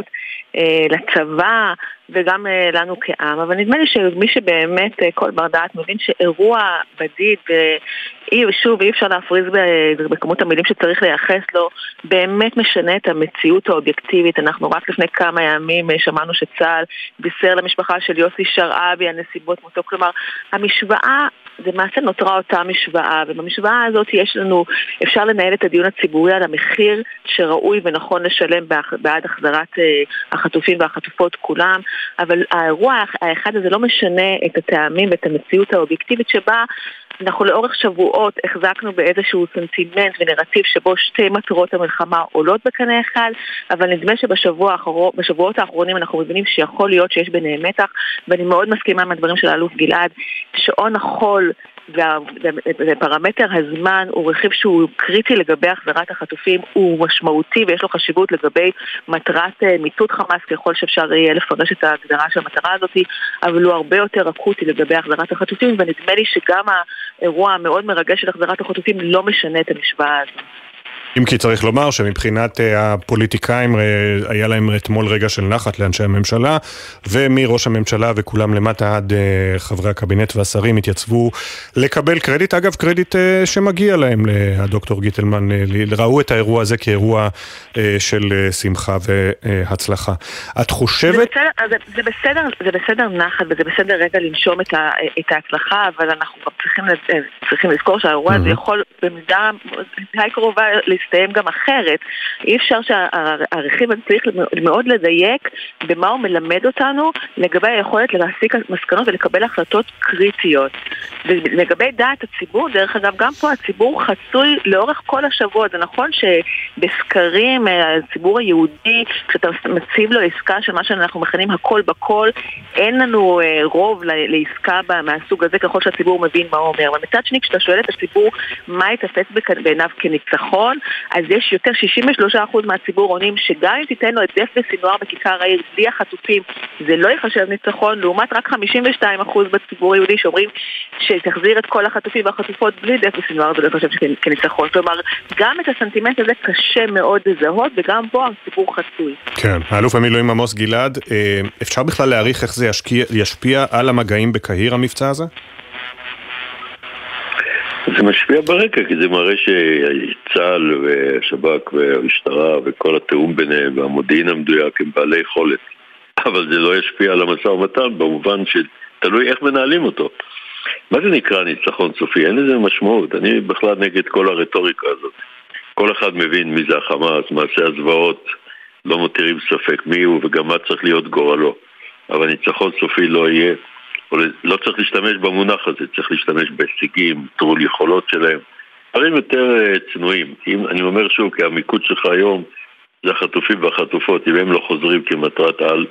לצבא וגם לנו כעם, אבל נדמה לי שמי שבאמת כל בר דעת מבין שאירוע בדיד, שוב אי אפשר להפריז בכמות המילים שצריך לייחס לו, באמת משנה את המציאות האובייקטיבית. אנחנו רק לפני כמה ימים שמענו שצה"ל בישר למשפחה של יוסי שרעבי על נסיבות מותו, כלומר המשוואה זה מעשה נותרה אותה משוואה, ובמשוואה הזאת יש לנו, אפשר לנהל את הדיון הציבורי על המחיר שראוי ונכון לשלם בעד החזרת החטופים והחטופות כולם, אבל האירוע האחד הזה לא משנה את הטעמים ואת המציאות האובייקטיבית שבה אנחנו לאורך שבועות החזקנו באיזשהו סנטימנט ונרטיב שבו שתי מטרות המלחמה עולות בקנה אחד, אבל נדמה שבשבוע האחרון, בשבועות האחרונים אנחנו מבינים שיכול להיות שיש ביניהם מתח, ואני מאוד מסכימה עם הדברים של האלוף גלעד, שעון החול ופרמטר הזמן הוא רכיב שהוא קריטי לגבי החזרת החטופים, הוא משמעותי ויש לו חשיבות לגבי מטרת מיטוט חמאס ככל שאפשר יהיה לפרש את ההגדרה של המטרה הזאת, אבל הוא הרבה יותר אקוטי לגבי החזרת החטופים, ונדמה לי שגם האירוע המאוד מרגש של החזרת החטופים לא משנה את המשוואה הזאת. אם כי צריך לומר שמבחינת הפוליטיקאים היה להם אתמול רגע של נחת לאנשי הממשלה, ומראש הממשלה וכולם למטה עד חברי הקבינט והשרים התייצבו לקבל קרדיט, אגב קרדיט שמגיע להם, לדוקטור גיטלמן, ראו את האירוע הזה כאירוע של שמחה והצלחה. את חושבת? זה בסדר, זה בסדר, זה בסדר נחת וזה בסדר רגע לנשום את, ה, את ההצלחה, אבל אנחנו גם צריכים, צריכים לזכור שהאירוע הזה יכול במידה די קרובה להסתיים גם אחרת. אי אפשר שהרכיב הזה צריך מאוד לדייק במה הוא מלמד אותנו לגבי היכולת להסיק מסקנות ולקבל החלטות קריטיות. ולגבי דעת הציבור, דרך אגב, גם פה הציבור חצוי לאורך כל השבוע. זה נכון שבסקרים הציבור היהודי, כשאתה מציב לו עסקה של מה שאנחנו מכנים הכל בכל, אין לנו רוב לעסקה מהסוג הזה ככל שהציבור מבין מה הוא אומר. אבל מצד שני, כשאתה שואל את הציבור מה יתפס בעיניו כניצחון, אז יש יותר שישים ושלושה אחוז מהציבור עונים שגם אם תיתן לו את דף וסינואר בכיכר העיר בלי החטופים, זה לא יחשב ניצחון, לעומת רק חמישים ושתיים אחוז בציבור היהודי שאומרים שתחזיר את כל החטופים והחטופות בלי דף וסינואר, זה לא יחשב כניצחון. כלומר, גם את הסנטימנט הזה קשה מאוד לזהות, וגם פה הציבור חצוי. כן, האלוף במילואים עמוס גלעד, אפשר בכלל להעריך איך זה ישפיע, ישפיע על המגעים בקהיר המבצע הזה? זה משפיע ברקע, כי זה מראה שצה"ל והשב"כ והמשטרה וכל התאום ביניהם והמודיעין המדויק הם בעלי יכולת. אבל זה לא ישפיע על המשא ומתן במובן שתלוי איך מנהלים אותו. מה זה נקרא ניצחון סופי? אין לזה משמעות. אני בכלל נגד כל הרטוריקה הזאת. כל אחד מבין מי זה החמאס, מעשי הזוועות, לא מותירים ספק מי הוא וגם מה צריך להיות גורלו. אבל ניצחון סופי לא יהיה. לא צריך להשתמש במונח הזה, צריך להשתמש בהישגים, טרול יכולות שלהם. דברים יותר צנועים. אם, אני אומר שוב, כי המיקוד שלך היום זה החטופים והחטופות. אם הם לא חוזרים כמטרת על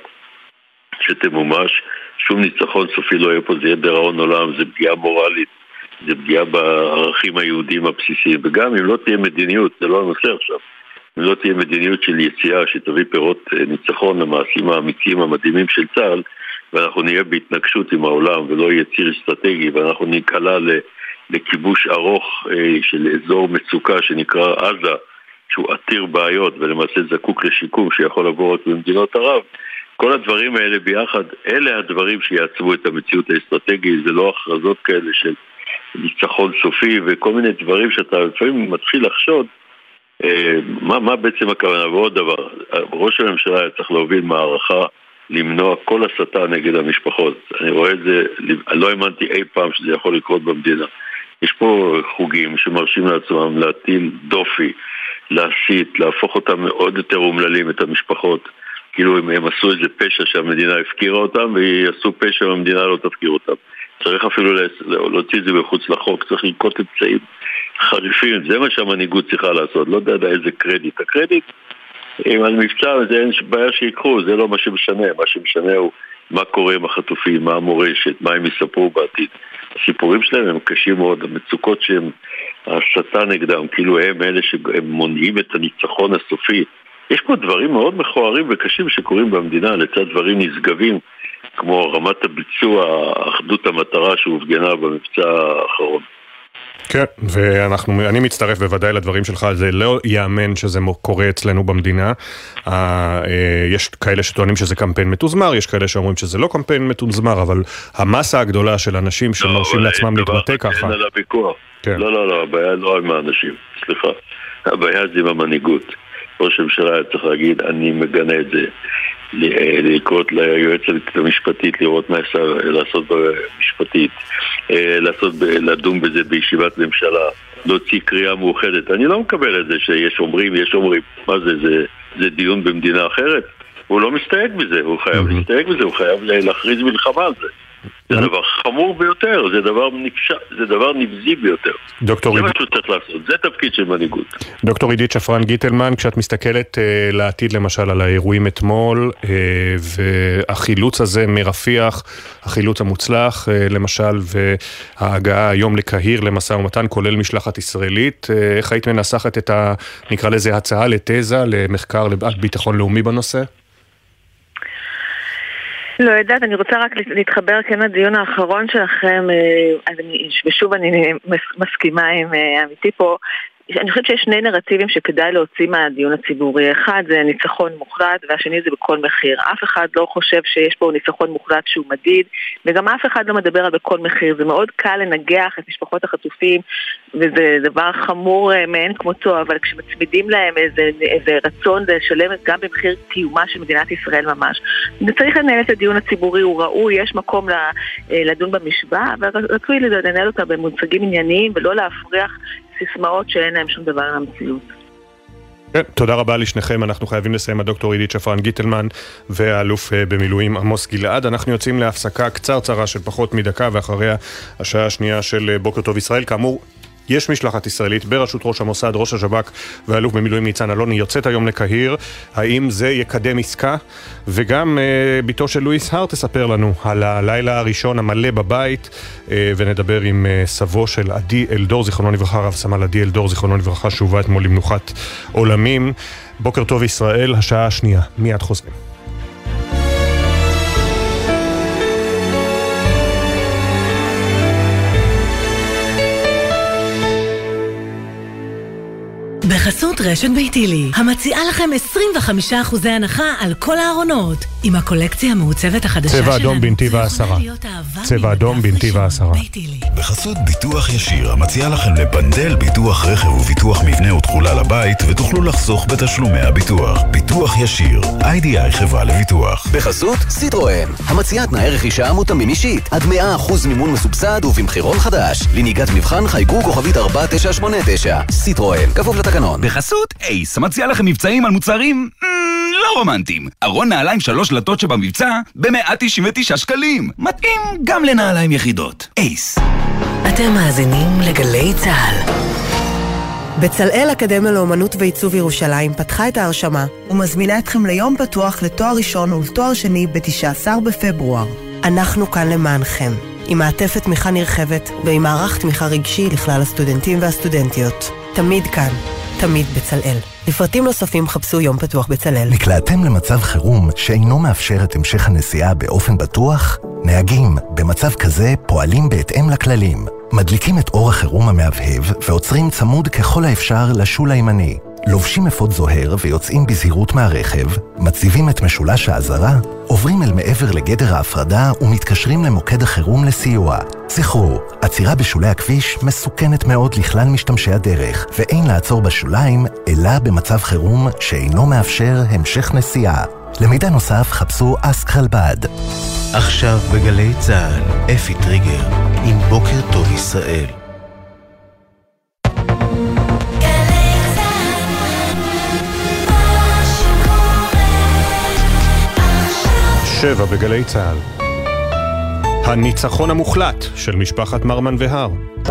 שתמומש, שום ניצחון סופי לא יהיה פה, זה יהיה דרעון עולם, זה פגיעה מורלית, זה פגיעה בערכים היהודיים הבסיסיים. וגם אם לא תהיה מדיניות, זה לא הנושא עכשיו, אם לא תהיה מדיניות של יציאה שתביא פירות ניצחון למעשים האמיתיים המדהימים של צה"ל, ואנחנו נהיה בהתנגשות עם העולם ולא יהיה ציר אסטרטגי, ואנחנו ניקלע לכיבוש ארוך של אזור מצוקה שנקרא עזה, שהוא עתיר בעיות ולמעשה זקוק לשיקום שיכול לבוא רק במדינות ערב. כל הדברים האלה ביחד, אלה הדברים שיעצבו את המציאות האסטרטגית, זה לא הכרזות כאלה של ניצחון סופי וכל מיני דברים שאתה לפעמים מתחיל לחשוד מה, מה בעצם הכוונה. ועוד דבר, ראש הממשלה צריך להוביל מערכה למנוע כל הסתה נגד המשפחות. אני רואה את זה, לא האמנתי אי פעם שזה יכול לקרות במדינה. יש פה חוגים שמרשים לעצמם להטיל דופי, להסית, להפוך אותם מאוד יותר אומללים את המשפחות. כאילו הם, הם עשו איזה פשע שהמדינה הפקירה אותם, ויעשו פשע והמדינה לא תפקיר אותם. צריך אפילו להוציא את זה בחוץ לחוק, צריך לנקוט אמצעים חריפים. זה מה שהמנהיגות צריכה לעשות, לא יודע איזה קרדיט. הקרדיט, אם על מבצע, זה אין בעיה שיקחו, זה לא מה שמשנה. מה שמשנה הוא מה קורה עם החטופים, מה המורשת, מה הם יספרו בעתיד. הסיפורים שלהם הם קשים מאוד, המצוקות שהם, ההסתה נגדם, כאילו הם אלה שהם מונעים את הניצחון הסופי. יש פה דברים מאוד מכוערים וקשים שקורים במדינה, לצד דברים נשגבים, כמו רמת הביצוע, אחדות המטרה שהופגנה במבצע האחרון. כן, ואני מצטרף בוודאי לדברים שלך, זה לא יאמן שזה קורה אצלנו במדינה. יש כאלה שטוענים שזה קמפיין מתוזמר, יש כאלה שאומרים שזה לא קמפיין מתוזמר, אבל המסה הגדולה של אנשים שמרשים לעצמם להתבטא ככה. לא, לא, לא, הבעיה לא עם האנשים, סליחה. הבעיה זה עם המנהיגות. ראש הממשלה צריך להגיד, אני מגנה את זה, לקרות ליועצת המשפטית, לראות מה אפשר לעשות במשפטית, לעשות, לדון בזה בישיבת ממשלה, להוציא קריאה מאוחדת. אני לא מקבל את זה שיש אומרים, יש אומרים, מה זה, זה, זה דיון במדינה אחרת? הוא לא מסתייג בזה, הוא חייב להסתייג בזה, הוא חייב להכריז מלחמה על זה. זה דבר חמור ביותר, זה דבר נפשע, זה דבר נבזי ביותר. זה מה שהוא צריך לעשות, זה תפקיד של מנהיגות. דוקטור עידית שפרן גיטלמן, כשאת מסתכלת uh, לעתיד למשל על האירועים אתמול, uh, והחילוץ הזה מרפיח, החילוץ המוצלח uh, למשל, וההגעה היום לקהיר למשא ומתן, כולל משלחת ישראלית, uh, איך היית מנסחת את ה, נקרא לזה הצעה לתזה, למחקר על ביטחון לאומי בנושא? לא יודעת, אני רוצה רק להתחבר כן לדיון האחרון שלכם, ושוב אני מסכימה עם עמיתי פה, אני חושבת שיש שני נרטיבים שכדאי להוציא מהדיון הציבורי. אחד זה ניצחון מוחלט, והשני זה בכל מחיר. אף אחד לא חושב שיש פה ניצחון מוחלט שהוא מדיד, וגם אף אחד לא מדבר על בכל מחיר. זה מאוד קל לנגח את משפחות החטופים, וזה דבר חמור מאין כמותו, אבל כשמצמידים להם איזה, איזה רצון לשלם גם במחיר קיומה של מדינת ישראל ממש. צריך לנהל את הדיון הציבורי, הוא ראוי, יש מקום לדון במשוואה, אבל רצוי לנהל אותה במושגים ענייניים, ולא להפריח סיסמאות שאין להם שום דבר על המציאות. כן, תודה רבה לשניכם, אנחנו חייבים לסיים. הדוקטור עידית שפרן גיטלמן והאלוף במילואים עמוס גלעד. אנחנו יוצאים להפסקה קצרצרה של פחות מדקה, ואחריה השעה השנייה של בוקר טוב ישראל. כאמור, יש משלחת ישראלית בראשות ראש המוסד, ראש השב"כ והאלוף במילואים ניצן אלוני יוצאת היום לקהיר. האם זה יקדם עסקה? וגם אה, ביתו של לואיס הר תספר לנו על הלילה הראשון המלא בבית, אה, ונדבר עם אה, סבו של עדי אלדור, זיכרונו לברכה, רב סמל עדי אלדור, זיכרונו לברכה, שהובא אתמול למנוחת עולמים. בוקר טוב ישראל, השעה השנייה, מיד חוזרים. בחסות רשת ביתילי, המציעה לכם עשרים וחמישה אחוז הנחה על כל הארונות, עם הקולקציה המעוצבת החדשה שלנו. צבע אדום בנתיב העשרה. צבע אדום בנתיב העשרה. בחסות ביטוח ישיר, המציעה לכם לפנדל ביטוח רכב וביטוח מבנה ותכולה לבית, ותוכלו לחסוך בתשלומי הביטוח. ביטוח ישיר, איי די איי חברה לביטוח. בחסות סיטרואן, המציעה תנאי רכישה מותאמים אישית, עד מאה אחוז מימון מסובסד ובמחירון חדש. לנהיגת מבחן חייגו כוכבית ארבע תשע שמונה תשע. סיטרואן, כפוף לתקנון. בחסות אייס, מציע לכם מבצעים על מוצרים לא רומנטיים. ארון נעליים שלוש דלתות שבמבצע ב-מאה תשעים ותשעה שקלים. מתאים גם לנעליים יחידות. אייס. אתם מאזינים לגלי צהל. בצלאל אקדמיה לאומנות ועיצוב ירושלים פתחה את ההרשמה ומזמינה אתכם ליום פתוח לתואר ראשון ולתואר שני ב-תשעה עשר בפברואר. אנחנו כאן למענכם, עם מעטפת תמיכה נרחבת ועם מערך תמיכה רגשי לכלל הסטודנטים והסטודנטיות. תמיד כאן, תמיד בצלאל. לפרטים נוספים חפשו יום פתוח בצלאל. נקלעתם למצב חירום שאינו מאפשר את המשך הנסיעה באופן בטוח? נהגים במצב כזה פועלים בהתאם לכללים. מדליקים את אור החירום המהבהב ועוצרים צמוד ככל האפשר לשול הימני. לובשים אפוד זוהר ויוצאים בזהירות מהרכב, מציבים את משולש האזהרה, עוברים אל מעבר לגדר ההפרדה ומתקשרים למוקד החירום לסיוע. זכרו, עצירה בשולי הכביש מסוכנת מאוד לכלל משתמשי הדרך, ואין לעצור בשוליים אלא במצב חירום שאינו מאפשר המשך נסיעה. למידע נוסף חפשו אסק חלבד. עכשיו בגלי צהל, אפי טריגר עם בוקר טוב ישראל. שבע בגלי צהל. הניצחון המוחלט של משפחת מרמן והר.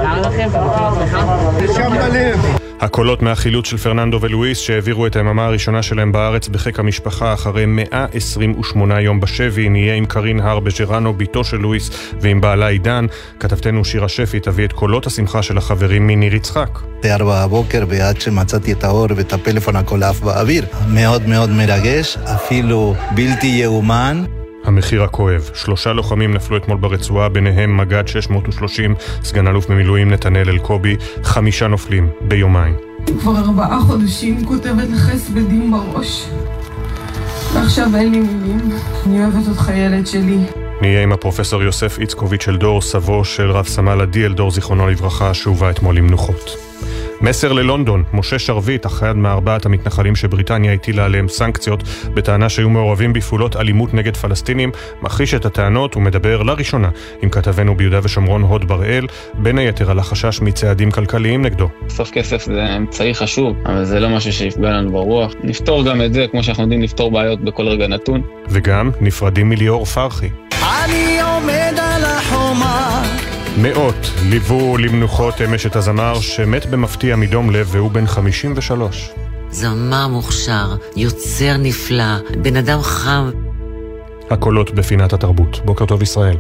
הקולות מהחילוץ של פרננדו ולואיס שהעבירו את היממה הראשונה שלהם בארץ בחיק המשפחה אחרי מאה עשרים ושמונה יום בשבי. נהיה עם קרין הר בג'רנו, ביתו של לואיס, ועם בעלה עידן. כתבתנו שירה שפי תביא את קולות השמחה של החברים מניר יצחק. בארבע בבוקר ועד שמצאתי את האור ואת הפלאפון הכל עף באוויר. מאוד מאוד מרגש, אפילו בלתי יאומן. המחיר הכואב. שלושה לוחמים נפלו אתמול ברצועה, ביניהם מג"ד שש מאות ושלושים, סגן אלוף במילואים נתנאל אלקובי. חמישה נופלים ביומיים. כבר ארבעה חודשים כותבת לך הספדים בראש, ועכשיו אין לי מילים. אני אוהבת אותך ילד שלי. נהיה עם הפרופסור יוסף איצקוביץ' אלדור, סבו של רב סמל עדי אלדור, זיכרונו לברכה, שהובא אתמול למנוחות. מסר ללונדון, משה שרביט, אחד מארבעת המתנחלים שבריטניה הטילה עליהם סנקציות בטענה שהיו מעורבים בפעולות אלימות נגד פלסטינים, מכחיש את הטענות ומדבר לראשונה עם כתבנו ביהודה ושומרון הוד בראל, בין היתר על החשש מצעדים כלכליים נגדו. בסוף כסף זה אמצעי חשוב, אבל זה לא משהו שיפגע לנו ברוח. נפתור גם את זה כמו שאנחנו יודעים לפתור בעיות בכל רגע נתון. וגם נפרדים מליאור פרחי. אני עומד על החומה. מאות ליוו למנוחות אמש את הזמר שמת במפתיע מדום לב והוא בן חמישים ושלוש. זמר מוכשר, יוצר נפלא, בן אדם חם. הקולות בפינת התרבות. בוקר טוב ישראל.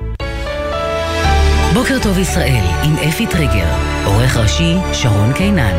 בוקר טוב ישראל עם אפי טריגר, עורך ראשי שרון קינן.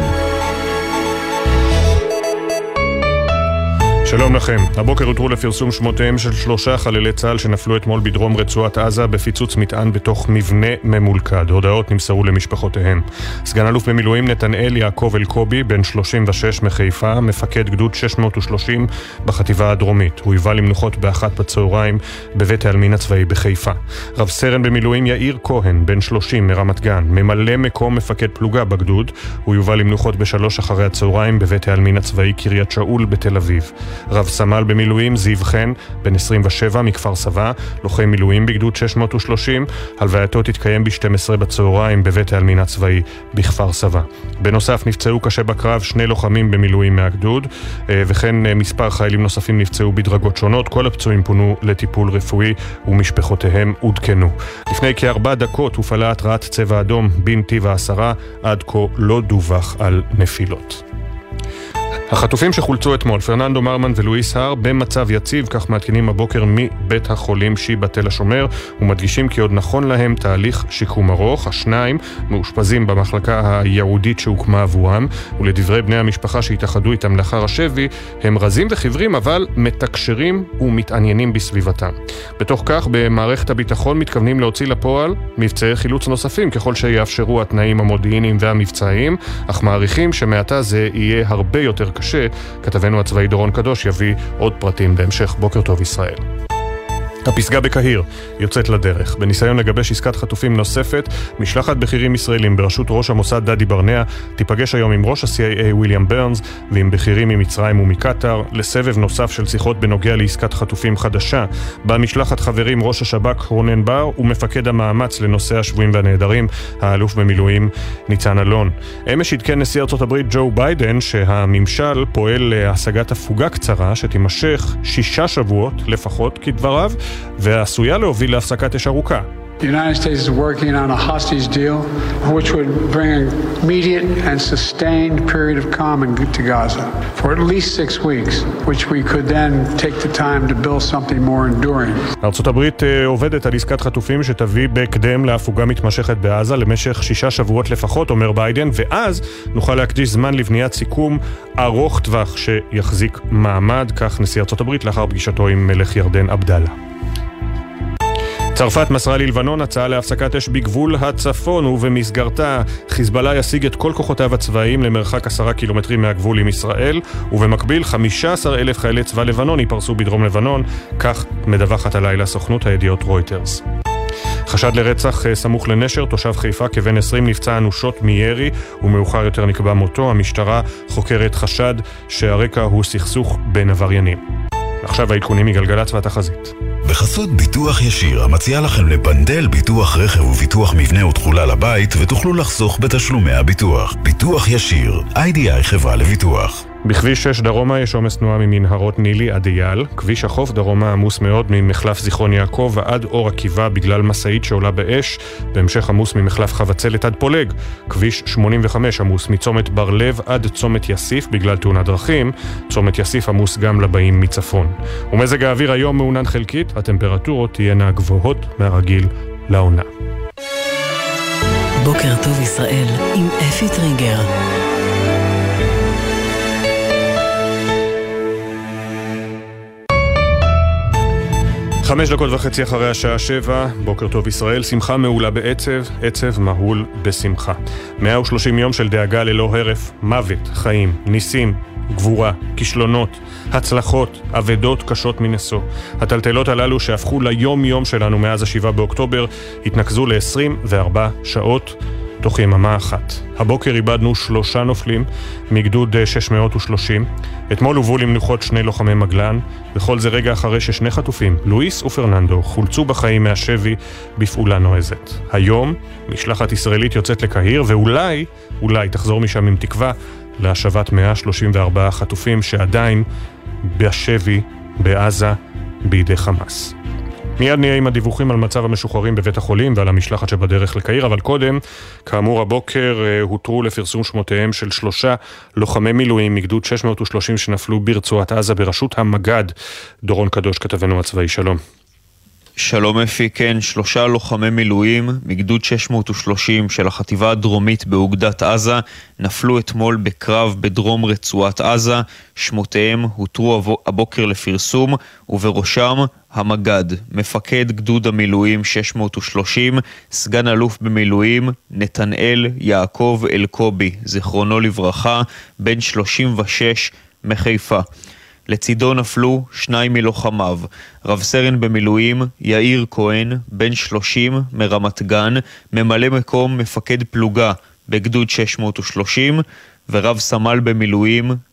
שלום לכם. הבוקר הותרו לפרסום שמותיהם של שלושה חללי צה"ל שנפלו אתמול בדרום רצועת עזה בפיצוץ מטען בתוך מבנה ממולכד. הודעות נמסרו למשפחותיהם. סגן אלוף במילואים נתנאל יעקב אלקובי, בן שלושים ושש מחיפה, מפקד גדוד שש מאות ושלושים בחטיבה הדרומית. הוא יובא למנוחות באחת בצהריים בבית העלמין הצבאי בחיפה. רב סרן במילואים יאיר כהן, בן שלושים מרמת גן, ממלא מקום מפקד פלוגה בגדוד. הוא יובא למנוחות בשלוש אחרי הצהריים בבית העלמין הצבאי קריית שאול בתל אביב. רב סמל במילואים זיו חן, בן עשרים ושבע מכפר סבא, לוחם מילואים בגדוד שש מאות ושלושים, הלווייתו תתקיים ב-שתים עשרה בצהריים בבית העלמין הצבאי בכפר סבא. בנוסף נפצעו קשה בקרב שני לוחמים במילואים מהגדוד, וכן מספר חיילים נוספים נפצעו בדרגות שונות. כל הפצועים פונו לטיפול רפואי ומשפחותיהם עודכנו. לפני כארבע דקות הופעלה התרעת צבע אדום בנתיב העשרה, עד כה לא דווח על נפילות. החטופים שחולצו אתמול, פרננדו מרמן ולואיס הר, במצב יציב, כך מעדכנים הבוקר מבית החולים שיבא תל השומר, ומדגישים כי עוד נכון להם תהליך שיקום ארוך. השניים מאושפזים במחלקה הייעודית שהוקמה עבורם, ולדברי בני המשפחה שהתאחדו איתם לאחר השבי, הם רזים וחברים אבל מתקשרים ומתעניינים בסביבתם. בתוך כך, במערכת הביטחון מתכוונים להוציא לפועל מבצעי חילוץ נוספים, ככל שיאפשרו התנאים המודיעיניים והמבצעיים, אך מעריכים שמעתה זה יהיה הרבה יותר קשה. כתבנו הצבאי דורון קדוש יביא עוד פרטים בהמשך. בוקר טוב ישראל. הפסגה בקהיר יוצאת לדרך. בניסיון לגבש עסקת חטופים נוספת, משלחת בכירים ישראלים בראשות ראש המוסד דדי ברנע תיפגש היום עם ראש ה-סי איי איי וויליאם ברנס ועם בכירים ממצרים ומקטר לסבב נוסף של שיחות בנוגע לעסקת חטופים חדשה. במשלחת חברים ראש השב"כ רונן בר ומפקד המאמץ לנושא השבויים והנעדרים, האלוף במילואים ניצן אלון. אמש עדכן נשיא ארצות הברית ג'ו ביידן שהממשל פועל להשגת הפוגה קצרה שתימשך שישה שבועות לפחות כדבריו, ועשויה להוביל להפסקת אש ארוכה. The United States is working on a hostage deal which would bring an immediate and sustained period of calm to Gaza for at least six weeks, which we could then take the time to build something more enduring. ארצות הברית עובדת על עסקת חטופים שתביא בהקדם להפוגה מתמשכת בעזה למשך שישה שבועות לפחות, אומר ביידן, ואז נוכל להקדיש זמן לבניית סיכום ארוך טווח שיחזיק מעמד, כך נשיא ארצות הברית לאחר פגישתו עם מלך ירדן עבדאללה. צרפת מסרה ללבנון הצעה להפסקת אש בגבול הצפון, ובמסגרתה חיזבאללה ישיג את כל כוחותיו הצבאיים למרחק עשרה קילומטרים מהגבול עם ישראל, ובמקביל חמישה עשר אלף חיילי צבא לבנון ייפרסו בדרום לבנון, כך מדווחת הלילה סוכנות הידיעות רויטרס. חשד לרצח סמוך לנשר, תושב חיפה כבן עשרים נפצע אנושות מירי ומאוחר יותר נקבע מותו. המשטרה חוקרת חשד שהרקע הוא סכסוך בין עבריינים. עכשיו העדכונים מגלגלצ והתחזית. בחסות ביטוח ישיר, המציע לכם לבנדל ביטוח רכב וביטוח מבנה ותכולה לבית, ותוכלו לחסוך בתשלומי הביטוח. ביטוח ישיר, איי די איי חברה לביטוח. בכביש שש דרומה יש עומס תנועה ממנהרות נילי עד אייל. כביש החוף דרומה עמוס מאוד ממחלף זיכרון יעקב ועד אור עקיבא בגלל מסעית שעולה באש. בהמשך עמוס ממחלף חבצלת עד פולג. כביש שמונים וחמש עמוס מצומת בר לב עד צומת יסיף בגלל תאונת דרכים. צומת יסיף עמוס גם לבאים מצפון. ומזג האוויר היום מעונן חלקית, הטמפרטורות תהיינה גבוהות מהרגיל לעונה. בוקר טוב ישראל עם אפי טריגר. חמש דקות וחצי אחרי השעה שבע, בוקר טוב ישראל, שמחה מעולה בעצב, עצב מהול בשמחה. מאה ושלושים יום של דאגה ללא הרף, מוות, חיים, ניסים, גבורה, כישלונות, הצלחות, עבדות קשות מנשוא. הטלטלות הללו שהפכו ליום יום שלנו מאז השבעה באוקטובר, התנקזו ל-עשרים וארבע שעות תוך יממה אחת. הבוקר איבדנו שלושה נופלים מגדוד שש מאות ושלושים. אתמול הובאו למנוחות שני לוחמי מגלן, וכל זה רגע אחרי ששני חטופים, לואיס ופרננדו, חולצו בחיים מהשבי בפעולה נועזת. היום משלחת ישראלית יוצאת לקהיר, ואולי, אולי תחזור משם עם תקווה להשבת מאה שלושים וארבעה חטופים שעדיין בשבי בעזה בידי חמאס. מיד נהיה עם הדיווחים על מצב המשוחררים בבית החולים ועל המשלחת שבדרך לקהיר, אבל קודם, כאמור הבוקר, הותרו לפרסום שמותיהם של שלושה לוחמי מילואים מגדוד שש מאות ושלושים שנפלו ברצועת עזה בראשות המגד. דורון קדוש כתבנו הצבאי, שלום. שלום אפי, כן, שלושה לוחמי מילואים מגדוד שש מאות ושלושים של החטיבה הדרומית באוגדת עזה נפלו אתמול בקרב בדרום רצועת עזה. שמותיהם הותרו הבוקר לפרסום, ובראשם המגד, מפקד גדוד המילואים שש מאות ושלושים, סגן אלוף במילואים נתנאל יעקב אלקובי, זיכרונו לברכה, בן שלושים ושש מחיפה. לצידו נפלו שניים מלוחמיו, רב סרן במילואים יאיר כהן, בן שלושים מרמת גן, ממלא מקום מפקד פלוגה בגדוד שש מאות ושלושים, ורב סמל במילואים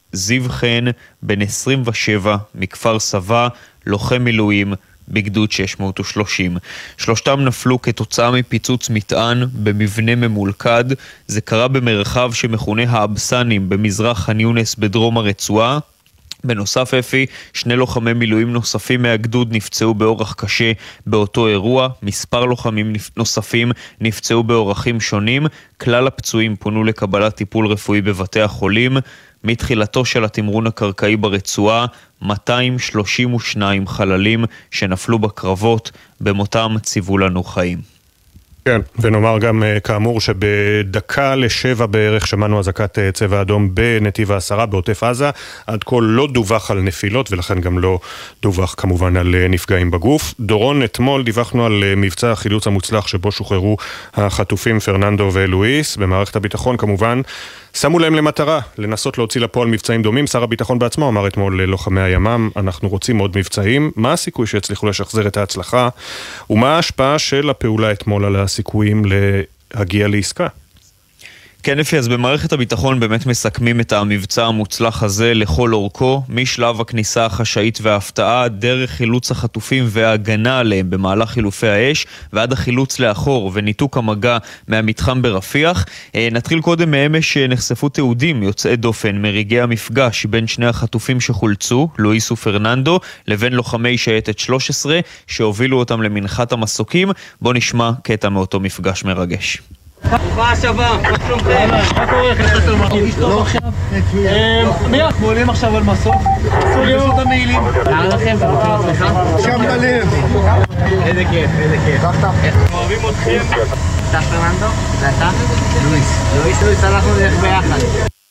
זיו חן, בן עשרים ושבע, מכפר סבא, לוחם מילואים, בגדוד שש מאות ושלושים. שלושתם נפלו כתוצאה מפיצוץ מטען במבנה ממולכד. זה קרה במרחב שמכונה האבסנים במזרח ח'אן יונס בדרום הרצועה. בנוסף אפי, שני לוחמי מילואים נוספים מהגדוד נפצעו באורח קשה באותו אירוע, מספר לוחמים נוספים נפצעו באורחים שונים, כלל הפצועים פונו לקבלת טיפול רפואי בבתי החולים. מתחילתו של התמרון הקרקעי ברצועה, מאתיים שלושים ושניים חללים שנפלו בקרבות, במותם ציוו לנו חיים. כן, ונאמר גם כאמור שבדקה לשבע בערך שמענו אזעקת צבע אדום בנתיב העשרה בעוטף עזה, עד כה לא דווח על נפילות ולכן גם לא דווח כמובן על נפגעים בגוף. דורון, אתמול דיווחנו על מבצע החילוץ המוצלח שבו שוחררו החטופים פרננדו ולואיס. במערכת הביטחון כמובן שמו להם למטרה לנסות להוציא לפועל מבצעים דומים. שר הביטחון בעצמו אמר אתמול ללוחמי הימ"מ, אנחנו רוצים עוד מבצעים. מה הסיכוי שיצליחו לשחזר את ההצלחה? ומה ההשפעה של הפעולה אתמול על הסיכויים להגיע לעסקה? כן אפי, אז במערכת הביטחון באמת מסכמים את המבצע המוצלח הזה לכל אורכו, משלב הכניסה החשאית וההפתעה, דרך חילוץ החטופים וההגנה עליהם במהלך חילופי האש, ועד החילוץ לאחור וניתוק המגע מהמתחם ברפיח. נתחיל קודם מאמש שנחשפו תיעודים יוצאי דופן מרגעי המפגש בין שני החטופים שחולצו, לואיס ופרננדו, לבין לוחמי שייטת שלוש עשרה שהובילו אותם למנחת המסוקים. בוא נשמע קטע מאותו מפגש מרגש. מה השווה? מה שלומכם? מה קורה? איך אתם מרגיש טוב עכשיו? מי אנחנו עולים עכשיו על מסוק? עשו את המעילים. נער לכם? אתה מכיר עצמך? שם בלב. איזה כיף, איזה כיף. אוהבים אתכם. אתה פרננדו? ואתה? לואיס. לואיס, לואיס, אנחנו נלך ביחד.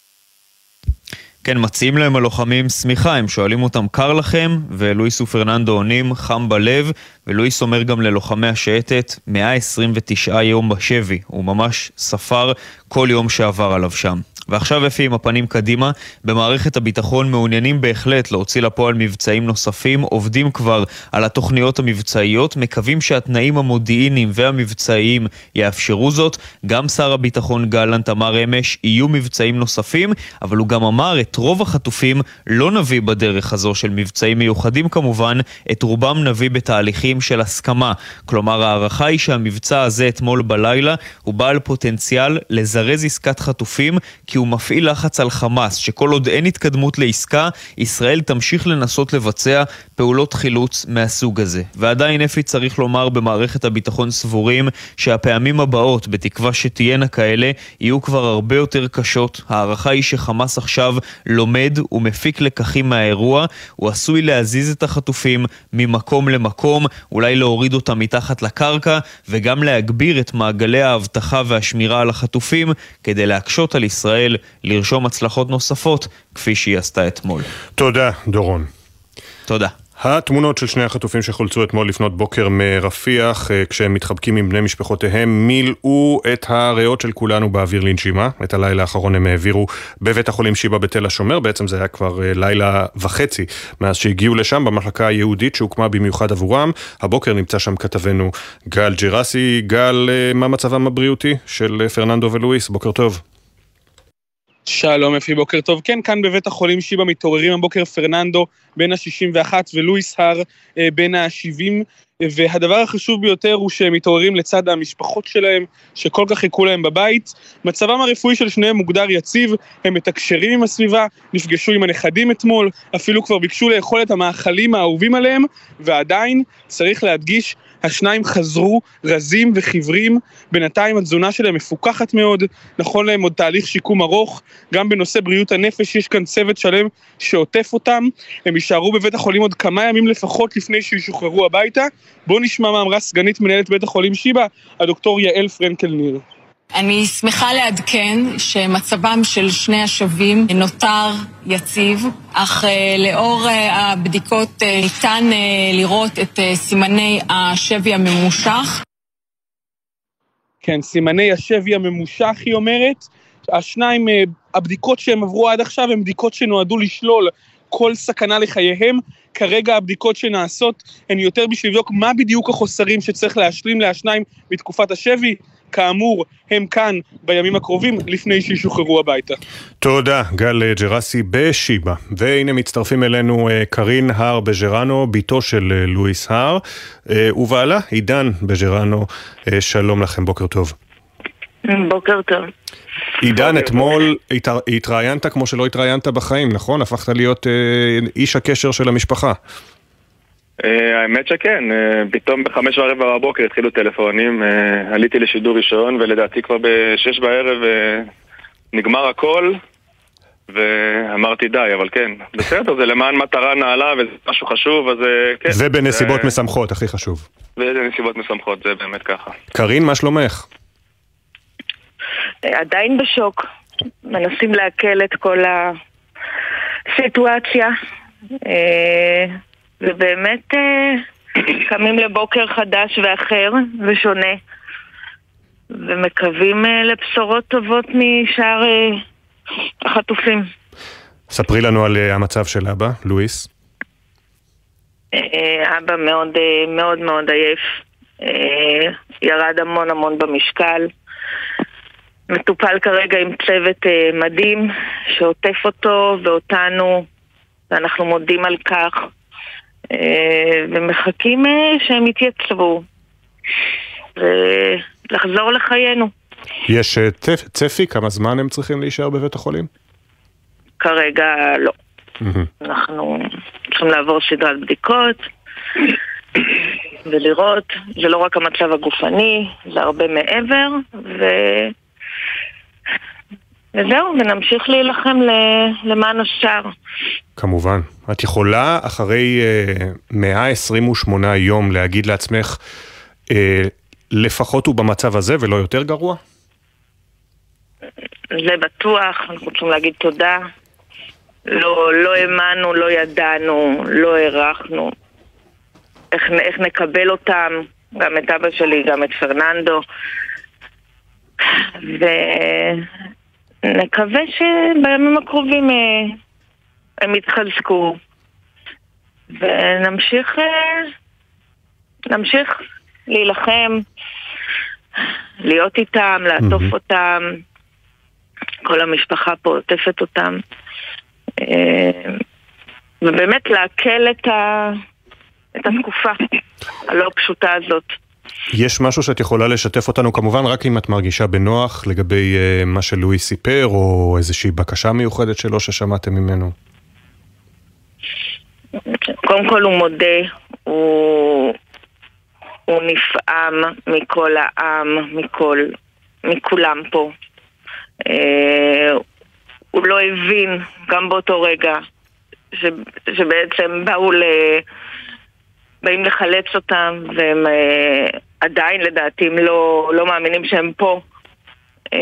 כן, מציעים להם הלוחמים סמיכה, הם שואלים אותם קר לכם, ולואיס ופרננדו עונים חם בלב, ולואיס אומר גם ללוחמי השייטת מאה עשרים ותשעה יום בשבי, הוא ממש ספר כל יום שעבר עליו שם. ועכשיו אפי עם הפנים קדימה, במערכת הביטחון מעוניינים בהחלט להוציא לפועל מבצעים נוספים, עובדים כבר על התוכניות המבצעיות, מקווים שהתנאים המודיעיניים והמבצעיים יאפשרו זאת. גם שר הביטחון גלנט אמר אמש יהיו מבצעים נוספים, אבל הוא גם אמר את רוב החטופים לא נביא בדרך הזו של מבצעים מיוחדים כמובן, את רובם נביא בתהליכים של הסכמה. כלומר הערכה היא שהמבצע הזה אתמול בלילה הוא בעל פוטנציאל לזרז עסקת חטופים, כי הוא מפעיל לחץ על חמאס, שכל עוד אין התקדמות לעסקה, ישראל תמשיך לנסות לבצע פעולות חילוץ מהסוג הזה. ועדיין אפי צריך לומר במערכת הביטחון סבורים שהפעמים הבאות, בתקווה שתהיינה כאלה, יהיו כבר הרבה יותר קשות. הערכה היא שחמאס עכשיו לומד ומפיק לקחים מהאירוע, הוא עשוי להזיז את החטופים ממקום למקום, אולי להוריד אותם מתחת לקרקע, וגם להגביר את מעגלי ההבטחה והשמירה על החטופים, כדי להקשות על ישראל לרשום הצלחות נוספות, כפי שהיא עשתה אתמול. תודה, דורון. תודה. התמונות של שני החטופים שחולצו אתמול לפנות בוקר מרפיח, כשהם מתחבקים עם בני משפחותיהם, מילאו את הריאות של כולנו באוויר לנשימה. את הלילה האחרון הם העבירו בבית החולים שיבא בתל השומר, בעצם זה היה כבר לילה וחצי מאז שהגיעו לשם, במחלקה היהודית שהוקמה במיוחד עבורם. הבוקר נמצא שם כתבנו גל ג'רסי. גל, מה מצבם הבריאותי של פרננדו ולואיס? בוקר טוב. שלום אפי, בוקר טוב. כן, כאן בבית החולים שיבא מתעוררים הבוקר פרננדו בין ה-שישים ואחת ולואיס הר בין ה-שבעים, והדבר החשוב ביותר הוא שהם מתעוררים לצד המשפחות שלהם שכל כך חיכו להם בבית. מצבם הרפואי של שניהם מוגדר יציב, הם מתקשרים עם הסביבה, נפגשו עם הנכדים אתמול, אפילו כבר ביקשו לאכול את המאכלים האהובים עליהם, ועדיין צריך להדגיש, השניים חזרו רזים וחיוורים, בינתיים התזונה שלהם מפוקחת מאוד, נכון להם עוד תהליך שיקום ארוך, גם בנושא בריאות הנפש יש כאן צוות שלם שעוטף אותם, הם יישארו בבית החולים עוד כמה ימים לפחות לפני שישוחררו הביתה. בואו נשמע מה אמרה סגנית מנהלת בית החולים שיבא, הדוקטור יעל פרנקל ניר. אני שמחה לעדכן שמצבם של שני השבים נותר יציב, אך לאור הבדיקות ניתן לראות את סימני השבי הממושך. כן, סימני השבי הממושך היא אומרת. השניים, הבדיקות שהם עברו עד עכשיו הן בדיקות שנועדו לשלול כל סכנה לחייהם. כרגע הבדיקות שנעשות הן יותר בשביל לבדוק מה בדיוק החוסרים שצריך להשלים להשניים בתקופת השבי. כאמור, הם כאן בימים הקרובים לפני שישוחררו הביתה. תודה, גל ג'רסי בשיבה. והנה מצטרפים אלינו קרין הר בג'רנו, ביתו של לואיס הר, ובעלה עידן בג'רנו. שלום לכם, בוקר טוב. בוקר טוב. עידן, אתמול התראיינת כמו שלא התראיינת בחיים, נכון? הפכת להיות איש הקשר של המשפחה. האמת שכן, פתאום בחמש ורבע בבוקר התחילו טלפונים, עליתי לשידור ראשון ולדעתי כבר בשש בערב נגמר הכל ואמרתי די, אבל כן, בסדר, זה למען מטרה נעלה וזה משהו חשוב, אז כן. זה בנסיבות משמחות, הכי חשוב. בנסיבות משמחות, זה באמת ככה. קרין, מה שלומך? עדיין בשוק, מנסים להקל את כל הסיטואציה, ובאמת קמים לבוקר חדש ואחר ושונה, ומקווים לבשורות טובות משאר החטופים. ספרי לנו על המצב של אבא, לואיס. אבא מאוד מאוד מאוד עייף, ירד המון המון במשקל, מטופל כרגע עם צוות מדהים שעוטף אותו ואותנו, ואנחנו מודים על כך, ומחכים שהם יתייצבו ולחזור לחיינו. יש צפי כמה זמן הם צריכים להישאר בבית החולים? כרגע לא. אנחנו צריכים לעבור סדרת בדיקות ולראות, זה לא רק המצב הגופני, זה הרבה מעבר, ו... וזהו, ונמשיך להילחם למען השאר. כמובן. את יכולה אחרי uh, מאה עשרים ושמונה יום להגיד לעצמך uh, לפחות הוא במצב הזה ולא יותר גרוע? זה בטוח, אנחנו צריכים להגיד תודה. לא, לא האמנו, לא ידענו, לא הערכנו. איך, איך נקבל אותם, גם את אבא שלי, גם את פרננדו. ונקווה שבימים הקרובים הם יתחזקו ונמשיך נמשיך להילחם, להיות איתם, לעטוף mm-hmm. אותם, כל המשפחה פה עוטפת אותם, ובאמת להקל את, ה... את התקופה הלא פשוטה הזאת. יש משהו שאת יכולה לשתף אותנו, כמובן רק אם את מרגישה בנוח, לגבי uh, מה שלואי סיפר, או איזושהי בקשה מיוחדת שלו ששמעתם ממנו? קודם כל הוא מודה, הוא, הוא נפעם מכל העם, מכל, מכולם פה. Uh, הוא לא הבין, גם באותו רגע, ש, שבעצם באו ל... באים לחלץ אותם, והם uh, עדיין לדעתי הם לא, לא מאמינים שהם פה. Uh,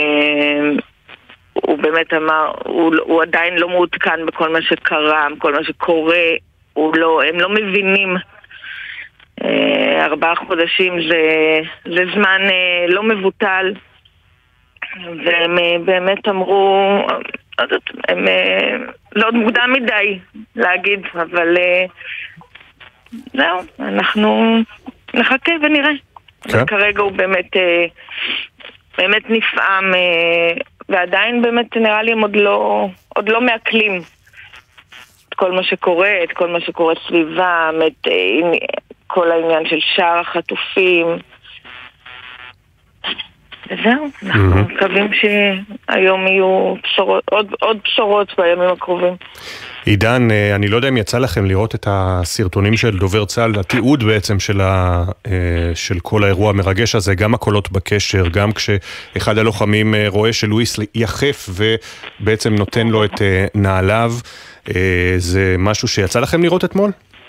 הוא באמת אמר, הוא, הוא עדיין לא מעודכן בכל מה שקרה, בכל מה שקורה, הוא לא, הם לא מבינים. Uh, ארבעה חודשים זה, זה זמן uh, לא מבוטל, והם uh, באמת אמרו, הם, uh, לא עוד מוקדם מדי להגיד, אבל... Uh, זהו, אנחנו נחכה ונראה. כן. כרגע הוא באמת באמת נפעם, ועדיין באמת נראה לי הם עוד לא, עוד לא מעכלים את כל מה שקורה, את כל מה שקורה סביבם, את כל העניין של שאר החטופים. וזהו, אנחנו מקווים שהיום יהיו בשורות, עוד, עוד בשורות בימים הקרובים. עידן, אני לא יודע אם יצא לכם לראות את הסרטונים של דובר צה"ל, התיעוד בעצם של, ה, של כל האירוע המרגש הזה, גם הקולות בקשר, גם כשאחד הלוחמים רואה שלואיס יחף ובעצם נותן לו את נעליו, זה משהו שיצא לכם לראות אתמול?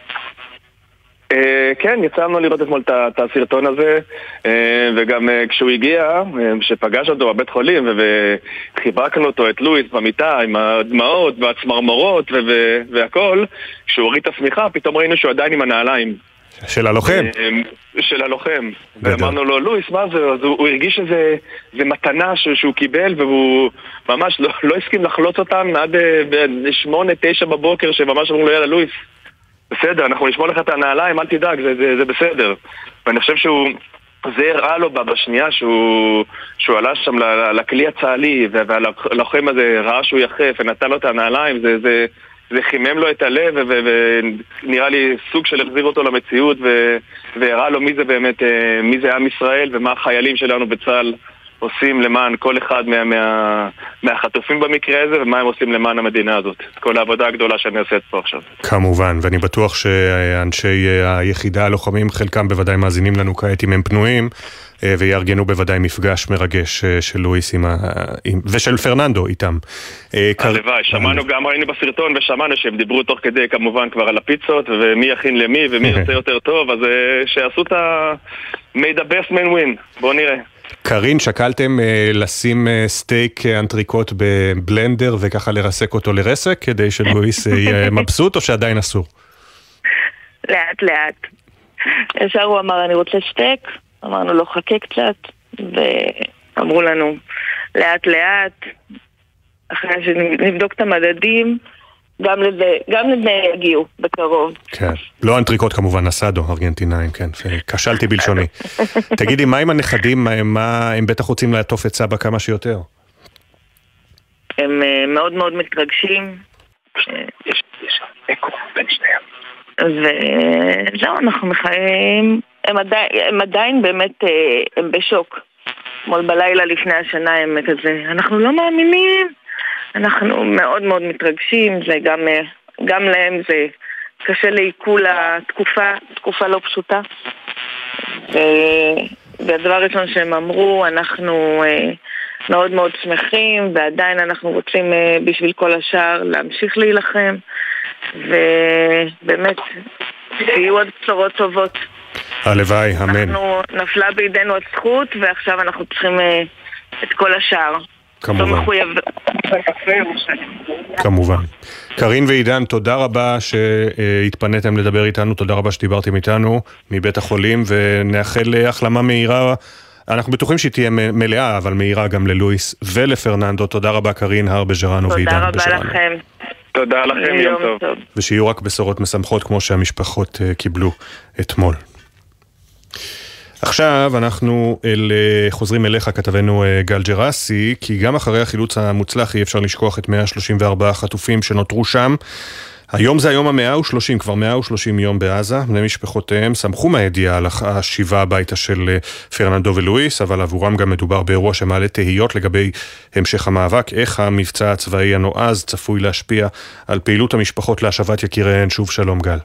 כן, יצאנו לראות אתמול את הסרטון הזה, וגם כשהוא הגיע, שפגש אותו בבית חולים וחיבקנו אותו, את לואיס במיטה עם הדמעות והצמרמורות והכל, כשהוא הוריד את השמיכה פתאום ראינו שהוא עדיין עם הנעליים של הלוחם של הלוחם ואמרנו לו, לואיס, מה זה? אז הוא הרגיש שזה מתנה שהוא קיבל, והוא ממש לא הסכים לחלוץ אותם עד שמונה, תשע בבוקר, שממש אמרו לו, יאללה לואיס, בסדר, אנחנו נשמור לך את הנעליים, אל תדאג, זה, זה, זה בסדר. ואני חושב שהוא זה הראה לו בשנייה שהוא, שהוא עלה שם לכלי הצהלי, והלוחם הזה ראה שהוא יחף ונתן לו את הנעליים, זה, זה, זה חימם לו את הלב, ונראה לי סוג של החזיר אותו למציאות, והראה לו מי זה באמת, מי זה עם ישראל, ומה החיילים שלנו בצה"ל עושים למען כל אחד מה, מה, מהחטופים במקרה הזה, ומה הם עושים למען המדינה הזאת. כל העבודה הגדולה שאני עושה פה עכשיו. כמובן, ואני בטוח שאנשי היחידה הלוחמים, חלקם בוודאי מאזינים לנו כעת אם הם פנויים, ויארגנו בוודאי מפגש מרגש של לואיס עם, עם, ושל פרננדו איתם. הלוואי, שמענו גם, ראינו בסרטון ושמענו שהם דיברו תוך כדי כמובן כבר על הפיצות, ומי יכין למי ומי יוצא יותר טוב, אז שיעשו את ה... May the best man win, בואו נראה. קרין, שקלתם אה, לשים אה, סטייק אה, אנטריקוט בבלנדר וככה לרסק אותו לרסק כדי שלואיס יהיה מבסוט או שעדיין אסור? לאט לאט. ישר הוא אמר אני רוצה סטייק, אמרנו לו חכה קצת ואמרו לנו לאט לאט אחרי שנבדוק את המדדים גם לזה, גם לזה יגיעו בקרוב. כן, לא אנטריקוט כמובן, אסאדו, ארגנטינאים, כן, קשלתי בלשוני. תגידי, מה עם הנכדים, מה, הם בטח רוצים לעטוף את סבא כמה שיותר? הם מאוד מאוד מתרגשים. יש אקו בין שניהם. וזהו, אנחנו מחיים, הם עדיין, הם עדיין באמת, הם בשוק. אתמול בלילה לפני השנה הם כזה, אנחנו לא מאמינים. אנחנו מאוד מאוד מתרגשים, זה גם, גם להם זה קשה לעיכול התקופה, תקופה לא פשוטה. והדבר הראשון שהם אמרו, אנחנו מאוד מאוד שמחים, ועדיין אנחנו רוצים בשביל כל השאר להמשיך להילחם, ובאמת, שיהיו עוד בשורות טובות. הלוואי, אמן. אנחנו נפלה בידינו הזכות, ועכשיו אנחנו צריכים את כל השאר. כמובן. כמובן. קרין ועידן, תודה רבה שהתפניתם לדבר איתנו, תודה רבה שדיברתם איתנו מבית החולים, ונאחל החלמה מהירה, אנחנו בטוחים שהיא תהיה מלאה, אבל מהירה גם ללואיס ולפרננדו. תודה רבה קרין, הר בג'רנו ועידן בג'רנו. תודה רבה לכם. תודה לכם, יום טוב. ושיהיו רק בשורות משמחות כמו שהמשפחות קיבלו אתמול. עכשיו אנחנו אל, חוזרים אליך, כתבנו גל ג'רסי, כי גם אחרי החילוץ המוצלח אי אפשר לשכוח את מאה שלושים וארבעה חטופים שנותרו שם. היום זה היום ה-מאה ושלושים, כבר מאה ושלושים יום בעזה. בני משפחותיהם שמחו מהידיעה על השיבה הביתה של פרננדו ולואיס, אבל עבורם גם מדובר באירוע שמעלה תהיות לגבי המשך המאבק, איך המבצע הצבאי הנועז צפוי להשפיע על פעילות המשפחות להשבת יקיריהן. שוב שלום גל.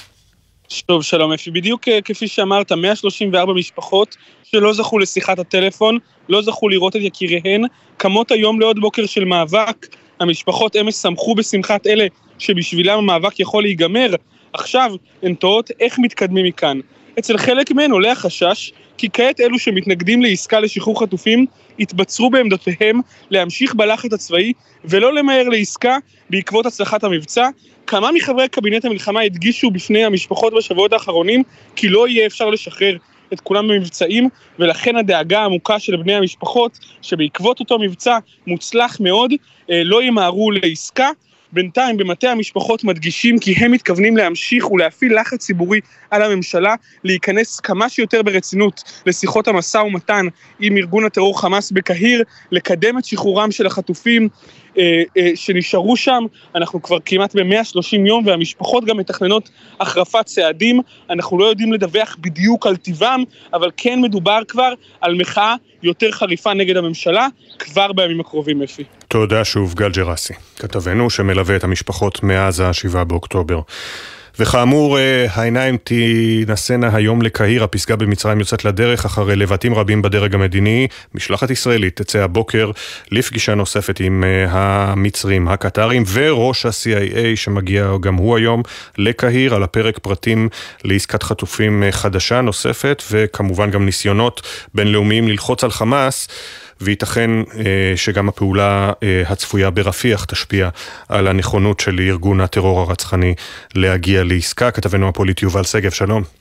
שוב שלום אפי, בדיוק כפי שאמרת, מאה שלושים וארבע משפחות שלא זכו לשיחת הטלפון, לא זכו לראות את יקיריהן, קמות היום לעוד בוקר של מאבק. המשפחות אמש שמחו בשמחת אלה שבשבילם המאבק יכול להיגמר. עכשיו הן תוהות איך מתקדמים מכאן. אצל חלק מהן עולה החשש כי כעת אלו שמתנגדים לעסקה לשחרור חטופים התבצרו בעמדותיהם להמשיך בלחץ הצבאי ולא למהר לעסקה בעקבות הצלחת המבצע. כמה מחברי קבינט המלחמה הדגישו בפני המשפחות בשבועות האחרונים כי לא יהיה אפשר לשחרר את כולם במבצעים, ולכן הדאגה העמוקה של בני המשפחות שבעקבות אותו מבצע מוצלח מאוד לא ימהרו לעסקה. בינתיים במטה המשפחות מדגישים כי הם מתכוונים להמשיך ולהפעיל לחץ ציבורי על הממשלה להיכנס כמה שיותר ברצינות לשיחות המשא ומתן עם ארגון הטרור חמאס בקהיר, לקדם את שחרורם של החטופים אה, אה, שנשארו שם. אנחנו כבר כמעט ב-מאה ושלושים יום והמשפחות גם מתכננות החרפת צעדים. אנחנו לא יודעים לדווח בדיוק על טבעם, אבל כן מדובר כבר על מחאה יותר חריפה נגד הממשלה כבר בימים הקרובים. אפי. תודה שוב גל ג'רסי, כתבנו שמלווה את המשפחות מאז השבעה באוקטובר. וכאמור, העיניים תנסנה היום לקהיר, הפסגה במצרים יוצאת לדרך אחרי לבטים רבים בדרג המדיני. משלחת ישראלית תצא הבוקר לפגישה נוספת עם המצרים, הקטרים וראש ה-סי איי איי שמגיע גם הוא היום לקהיר. על הפרק פרטים לעסקת חטופים חדשה נוספת, וכמובן גם ניסיונות בינלאומיים ללחוץ על חמאס, וייתכן אה, שגם הפעולה אה, הצפויה ברפיח תשפיע על הנכונות של ארגון הטרור הרצחני להגיע לעסקה. כתבנו הפוליטי יובל סגב, שלום.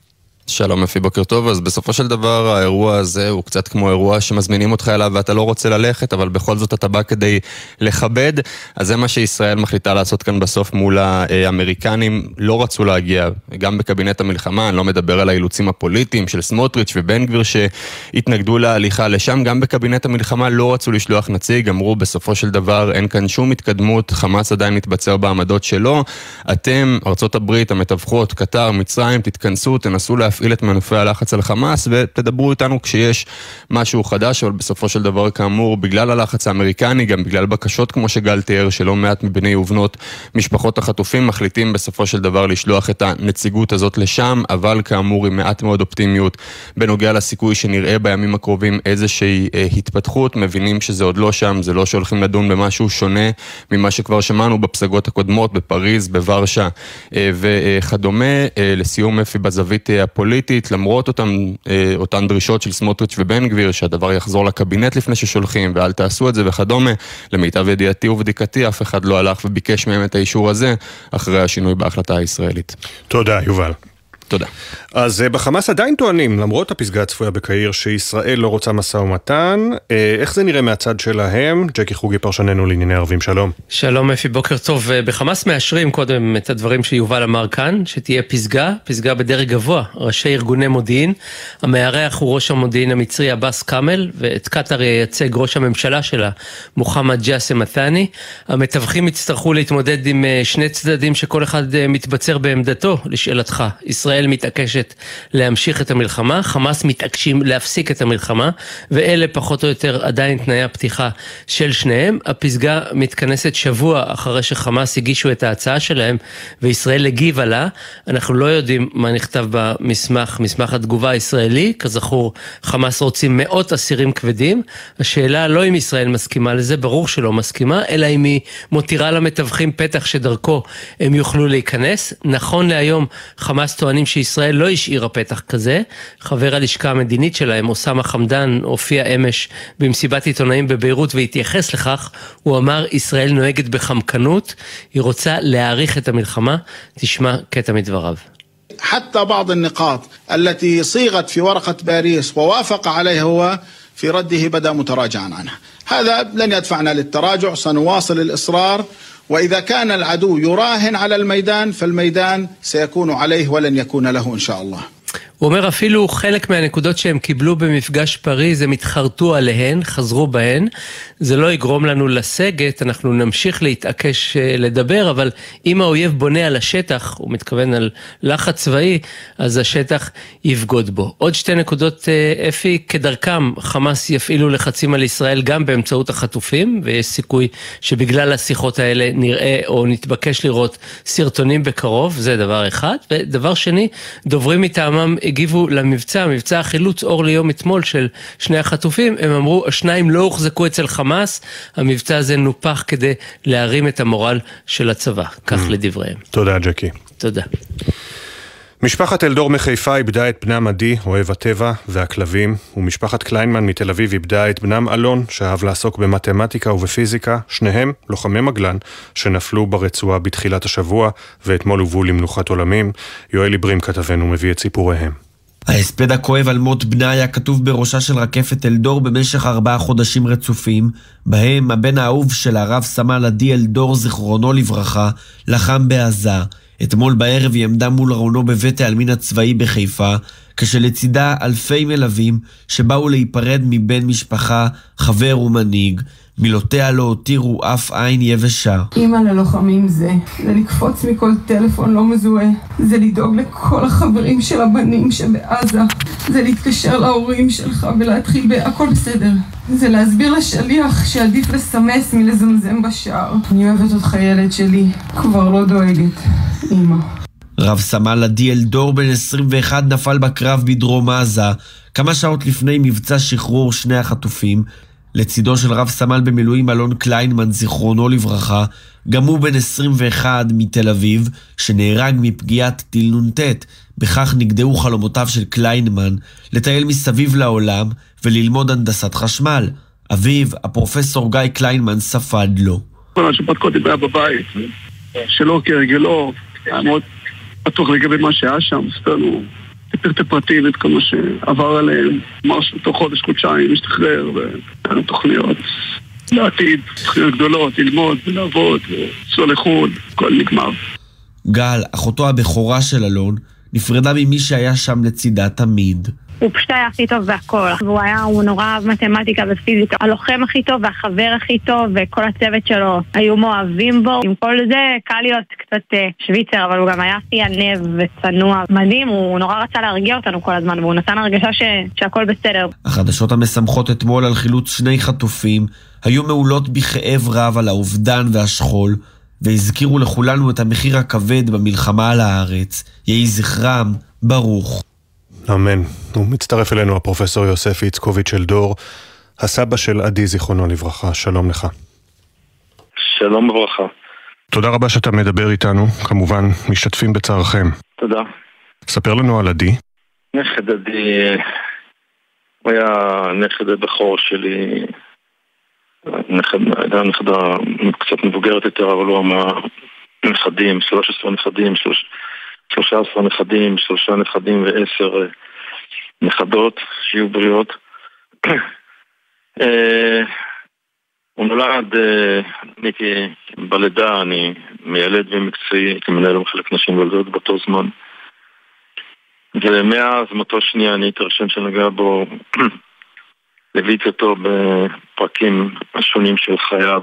שלום אפי, בוקר טוב. אז בסופו של דבר האירוע הזה הוא קצת כמו אירוע שמזמינים אותך אליו ואתה לא רוצה ללכת, אבל בכל זאת אתה בא כדי לכבד. אז זה מה שישראל מחליטה לעשות כאן בסוף מול האמריקנים. לא רצו להגיע, גם בקבינט המלחמה, אני לא מדבר על האילוצים הפוליטיים של סמוטריץ' ובן גביר שהתנגדו להליכה לשם, גם בקבינט המלחמה לא רצו לשלוח נציג, אמרו בסופו של דבר אין כאן שום התקדמות, חמאס עדיין מתבצר בעמדות שלו. אתם, ארצות הברית, המתווכות, קטר, מצרים, תתכנסו, תנסו להפעיל את מנופי הלחץ על חמאס ותדברו איתנו כשיש משהו חדש, אבל בסופו של דבר כאמור, בגלל הלחץ האמריקני, גם בגלל בקשות כמו שגל תיאר, שלא מעט מבני ובנות משפחות החטופים מחליטים בסופו של דבר לשלוח את הנציגות הזאת לשם, אבל כאמור עם מעט מאוד אופטימיות בנוגע לסיכוי שנראה בימים הקרובים איזושהי אה, התפתחות, מבינים שזה עוד לא שם, זה לא שהולכים לדון במשהו שונה ממה שכבר שמענו בפסגות הקודמות, בפריז, בוורשה אה, וכדומה. אה, לסיום אפי בזווית אה, הפוליטית, למרות אותם, אה, אותן דרישות של סמוטריץ' ובן גביר, שהדבר יחזור לקבינט לפני ששולחים, ואל תעשו את זה וכדומה, למיטב ידיעתי ובדיקתי, אף אחד לא הלך וביקש מהם את האישור הזה, אחרי השינוי בהחלטה הישראלית. תודה, יובל. תודה. אז בחמאס עדיין טוענים, למרות הפסגה הצפויה בקהיר, שישראל לא רוצה משא ומתן. איך זה נראה מהצד שלהם? ג'קי חוגי, פרשננו לענייני ערבים, שלום. שלום אפי, בוקר טוב. בחמאס מאשרים קודם את הדברים שיובל אמר כאן, שתהיה פסגה, פסגה בדרג גבוה, ראשי ארגוני מודיעין. המארח הוא ראש המודיעין המצרי אבאס קאמל, ואת קטר ייצג ראש הממשלה שלה, מוחמד ג'אסם מת'אני. המתווכים יצטרכו להתמודד עם שני צדדים שכל אחד מתבצר בעמדתו. לשאלתך, ישראל מתעקשת להמשיך את המלחמה, חמאס מתעקשים להפסיק את המלחמה, ואלה פחות או יותר עדיין תנאי הפתיחה של שניהם. הפסגה מתכנסת שבוע אחרי שחמאס הגישו את ההצעה שלהם, וישראל הגיבה לה. אנחנו לא יודעים מה נכתב במסמך, מסמך התגובה הישראלי. כזכור, חמאס רוצים מאות אסירים כבדים. השאלה לא אם ישראל מסכימה לזה, ברור שלא מסכימה, אלא אם היא מותירה למתווכים פתח שדרכו הם יוכלו להיכנס. נכון להיום, חמאס טוענים שישראל לא השאירה פתח כזה. חבר הלשכה המדינית שלהם, אוסמה חמדן, הופיע אמש במסיבת עיתונאים בביירות והתייחס לכך. הוא אמר, ישראל נוהגת בחמקנות, היא רוצה להאריך את המלחמה. תשמע קטע מדבריו. حتى بعض النقاط التي صيغت في ورقة باريس ووافق عليها هو في رده بدأ متراجعا عنها. هذا لن يدفعنا للتراجع، سنواصل الإصرار، وإذا كان العدو يراهن على الميدان فالميدان سيكون عليه ولن يكون له إن شاء الله. הוא אומר אפילו חלק מהנקודות שהם קיבלו במפגש פריז, הם התחרטו עליהן, חזרו בהן. זה לא יגרום לנו לסגת, אנחנו נמשיך להתעקש לדבר, אבל אם האויב בונה על השטח, הוא מתכוון על לחץ צבאי, אז השטח יבגוד בו. עוד שתי נקודות אפי, כדרכם חמאס יפעילו לחצים על ישראל גם באמצעות החטופים, ויש סיכוי שבגלל השיחות האלה נראה או נתבקש לראות סרטונים בקרוב, זה דבר אחד. ודבר שני, דוברים מטעמם הגיבו למבצע, מבצע החילוץ אור ליום אתמול של שני החטופים. הם אמרו, השניים לא הוחזקו אצל חמאס, המבצע הזה נופח כדי להרים את המורל של הצבא. כך לדבריהם. תודה ג'קי. תודה. משפחת אלדור מחיפה איבדה את בנם עדי, אוהב הטבע והכלבים, ומשפחת קליינמן מתל אביב איבדה את בנם אלון, שאהב לעסוק במתמטיקה ובפיזיקה, שניהם לוחמי מגלן שנפלו ברצועה בתחילת השבוע, ואתמול הובאו למנוחת עולמים. יואל איברים כתבנו מביא את סיפוריהם. ההספד הכואב על מות בנה היה כתוב בראשה של רקפת אלדור במשך ארבעה חודשים רצופים, בהם הבן האהוב של הרב סמל עדי אלדור זיכרונו לברכה לחם בעזה. אתמול בערב היא עמדה מול ארונו בבית העלמין הצבאי בחיפה, כשלצידה אלפי מלווים שבאו להיפרד מבן משפחה, חבר ומנהיג. מילותיה לא הותירו אף עין יבשה. אמא ללוחמים זה, זה לקפוץ מכל טלפון לא מזוהה, זה לדאוג לכל החברים של הבנים שבעזה, זה להתקשר להורים שלך ולהתחיל בהכל בסדר, זה להסביר לשליח שעדיף לסמס מלזמזם בשער. אני אוהבת אותך ילד שלי, כבר לא דואגת, אמא. רב סמל עדי אלדור בן עשרים ואחת נפל בקרב בדרום עזה, כמה שעות לפני מבצע שחרור שני החטופים, לצידו של רב סמל במילואים אלון קליינמן זיכרונו לברכה, גם הוא בן עשרים ואחת מתל אביב, שנהרג מפגיעת טיל נונטט. בכך נגדעו חלומותיו של קליינמן לטייל מסביב לעולם וללמוד הנדסת חשמל. אביו, הפרופסור גיא קליינמן, ספד לו. השבת קודם היה בבית, שלא כרגלו, היה מאוד פתוח לגבי מה שהיה שם, סתנו, פרטי פרטים את כל מה שעבר עליהם, משהו תוך חודש, חודשיים, משתחרר, והיו תוכניות לעתיד, תוכניות גדולות, ללמוד ולעבוד, לנסוע לחו"ל, הכל נגמר. גל, אחותו הבכורה של אלון, נפרדה ממי שהיה שם לצידה תמיד. הוא פשוט היה הכי טוב בהכל, והוא היה, הוא נורא אהב מתמטיקה ופיזיקה, הלוחם הכי טוב והחבר הכי טוב, וכל הצוות שלו היו מאוהבים בו. עם כל זה קל להיות קצת שוויצר, אבל הוא גם היה הכי ענב וצנוע מדהים, הוא נורא רצה להרגיע אותנו כל הזמן, והוא נתן הרגשה ש... שהכל בסדר. החדשות המשמחות אתמול על חילוץ שני חטופים היו מעולות בכאב רב על האובדן והשכול, והזכירו לכולנו את המחיר הכבד במלחמה על הארץ. יהי זכרם ברוך. אמן. הוא מצטרף אלינו הפרופסור יוסף איצקוביץ' של דור, הסבא של עדי זיכרונו לברכה. שלום לך. שלום וברכה. תודה רבה שאתה מדבר איתנו, כמובן משתתפים בצערכם. תודה. ספר לנו על עדי. נכד עדי, הוא היה נכד הבכור שלי, נכד, הייתה נכדה קצת מבוגרת יותר, אבל הוא אמר נכדים, שלוש עשרה נכדים, שלוש... שלושה עשרה נכדים, שלושה נכדים ועשר נכדות שיהיו בריאות. הוא נולד, אני בלידה, אני מיילד ומקצועי, כמנהל מחלק נשים ולדות באותו זמן. ומאז מותו שנייה אני התרשם שנגע בו, לביתי אותו בפרקים השונים של חייו.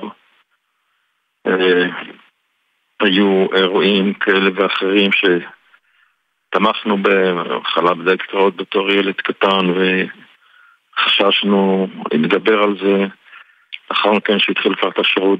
היו אירועים כאלה ואחרים שתמכנו בחלב דקטרות בתור ילד קטן וחששנו לדבר על זה. אחר מכן שהתחיל כבר את השירות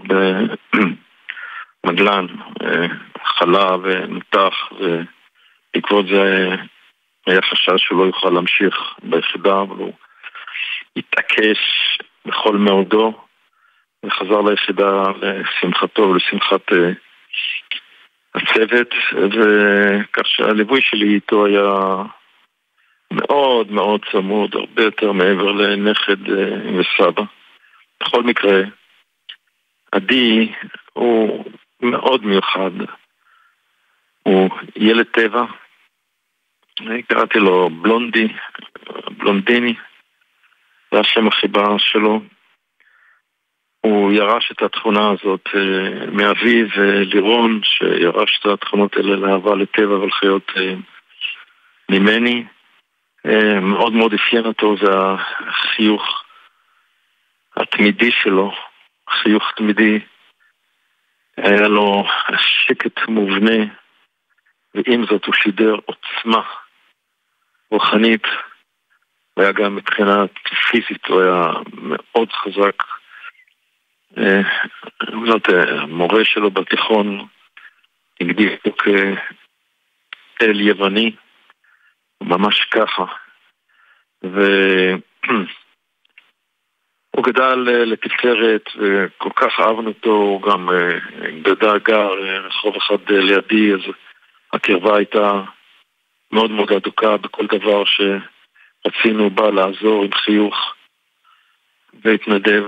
במגלן, חלה ונותח, ובעקבות זה היה חשש שהוא לא יוכל להמשיך ביחידה, אבל הוא התעקש בכל מאודו וחזר ליחידה לשמחתו ולשמחת הצוות, וכך שהליווי שלי איתו היה מאוד מאוד צמוד, הרבה יותר מעבר לנכד וסבא. בכל מקרה, עדי הוא מאוד מיוחד, הוא ילד טבע, אני קראתי לו בלונדי, בלונדיני, זה השם החיבה שלו. הוא ירש את התכונה הזאת מאביו לירון, שירש את התכונות האלה לאהבה לטבע ולחיות ממני. מאוד מאוד אפיין אותו, זה החיוך התמידי שלו, חיוך תמידי. היה לו שקט מובנה, ועם זאת הוא שידר עוצמה רוחנית, והיה גם מבחינה פיזית, הוא היה מאוד חזק. זאת, המורה שלו בתיכון הגדיר אותו כאל יווני, ממש ככה, והוא גדל לתפארת וכל כך אהבנו אותו. הוא גם גדל גר רחוב אחד לידי, אז הקרבה הייתה מאוד מאוד אדוקה. בכל דבר שרצינו בא לעזור עם חיוך והתנדב,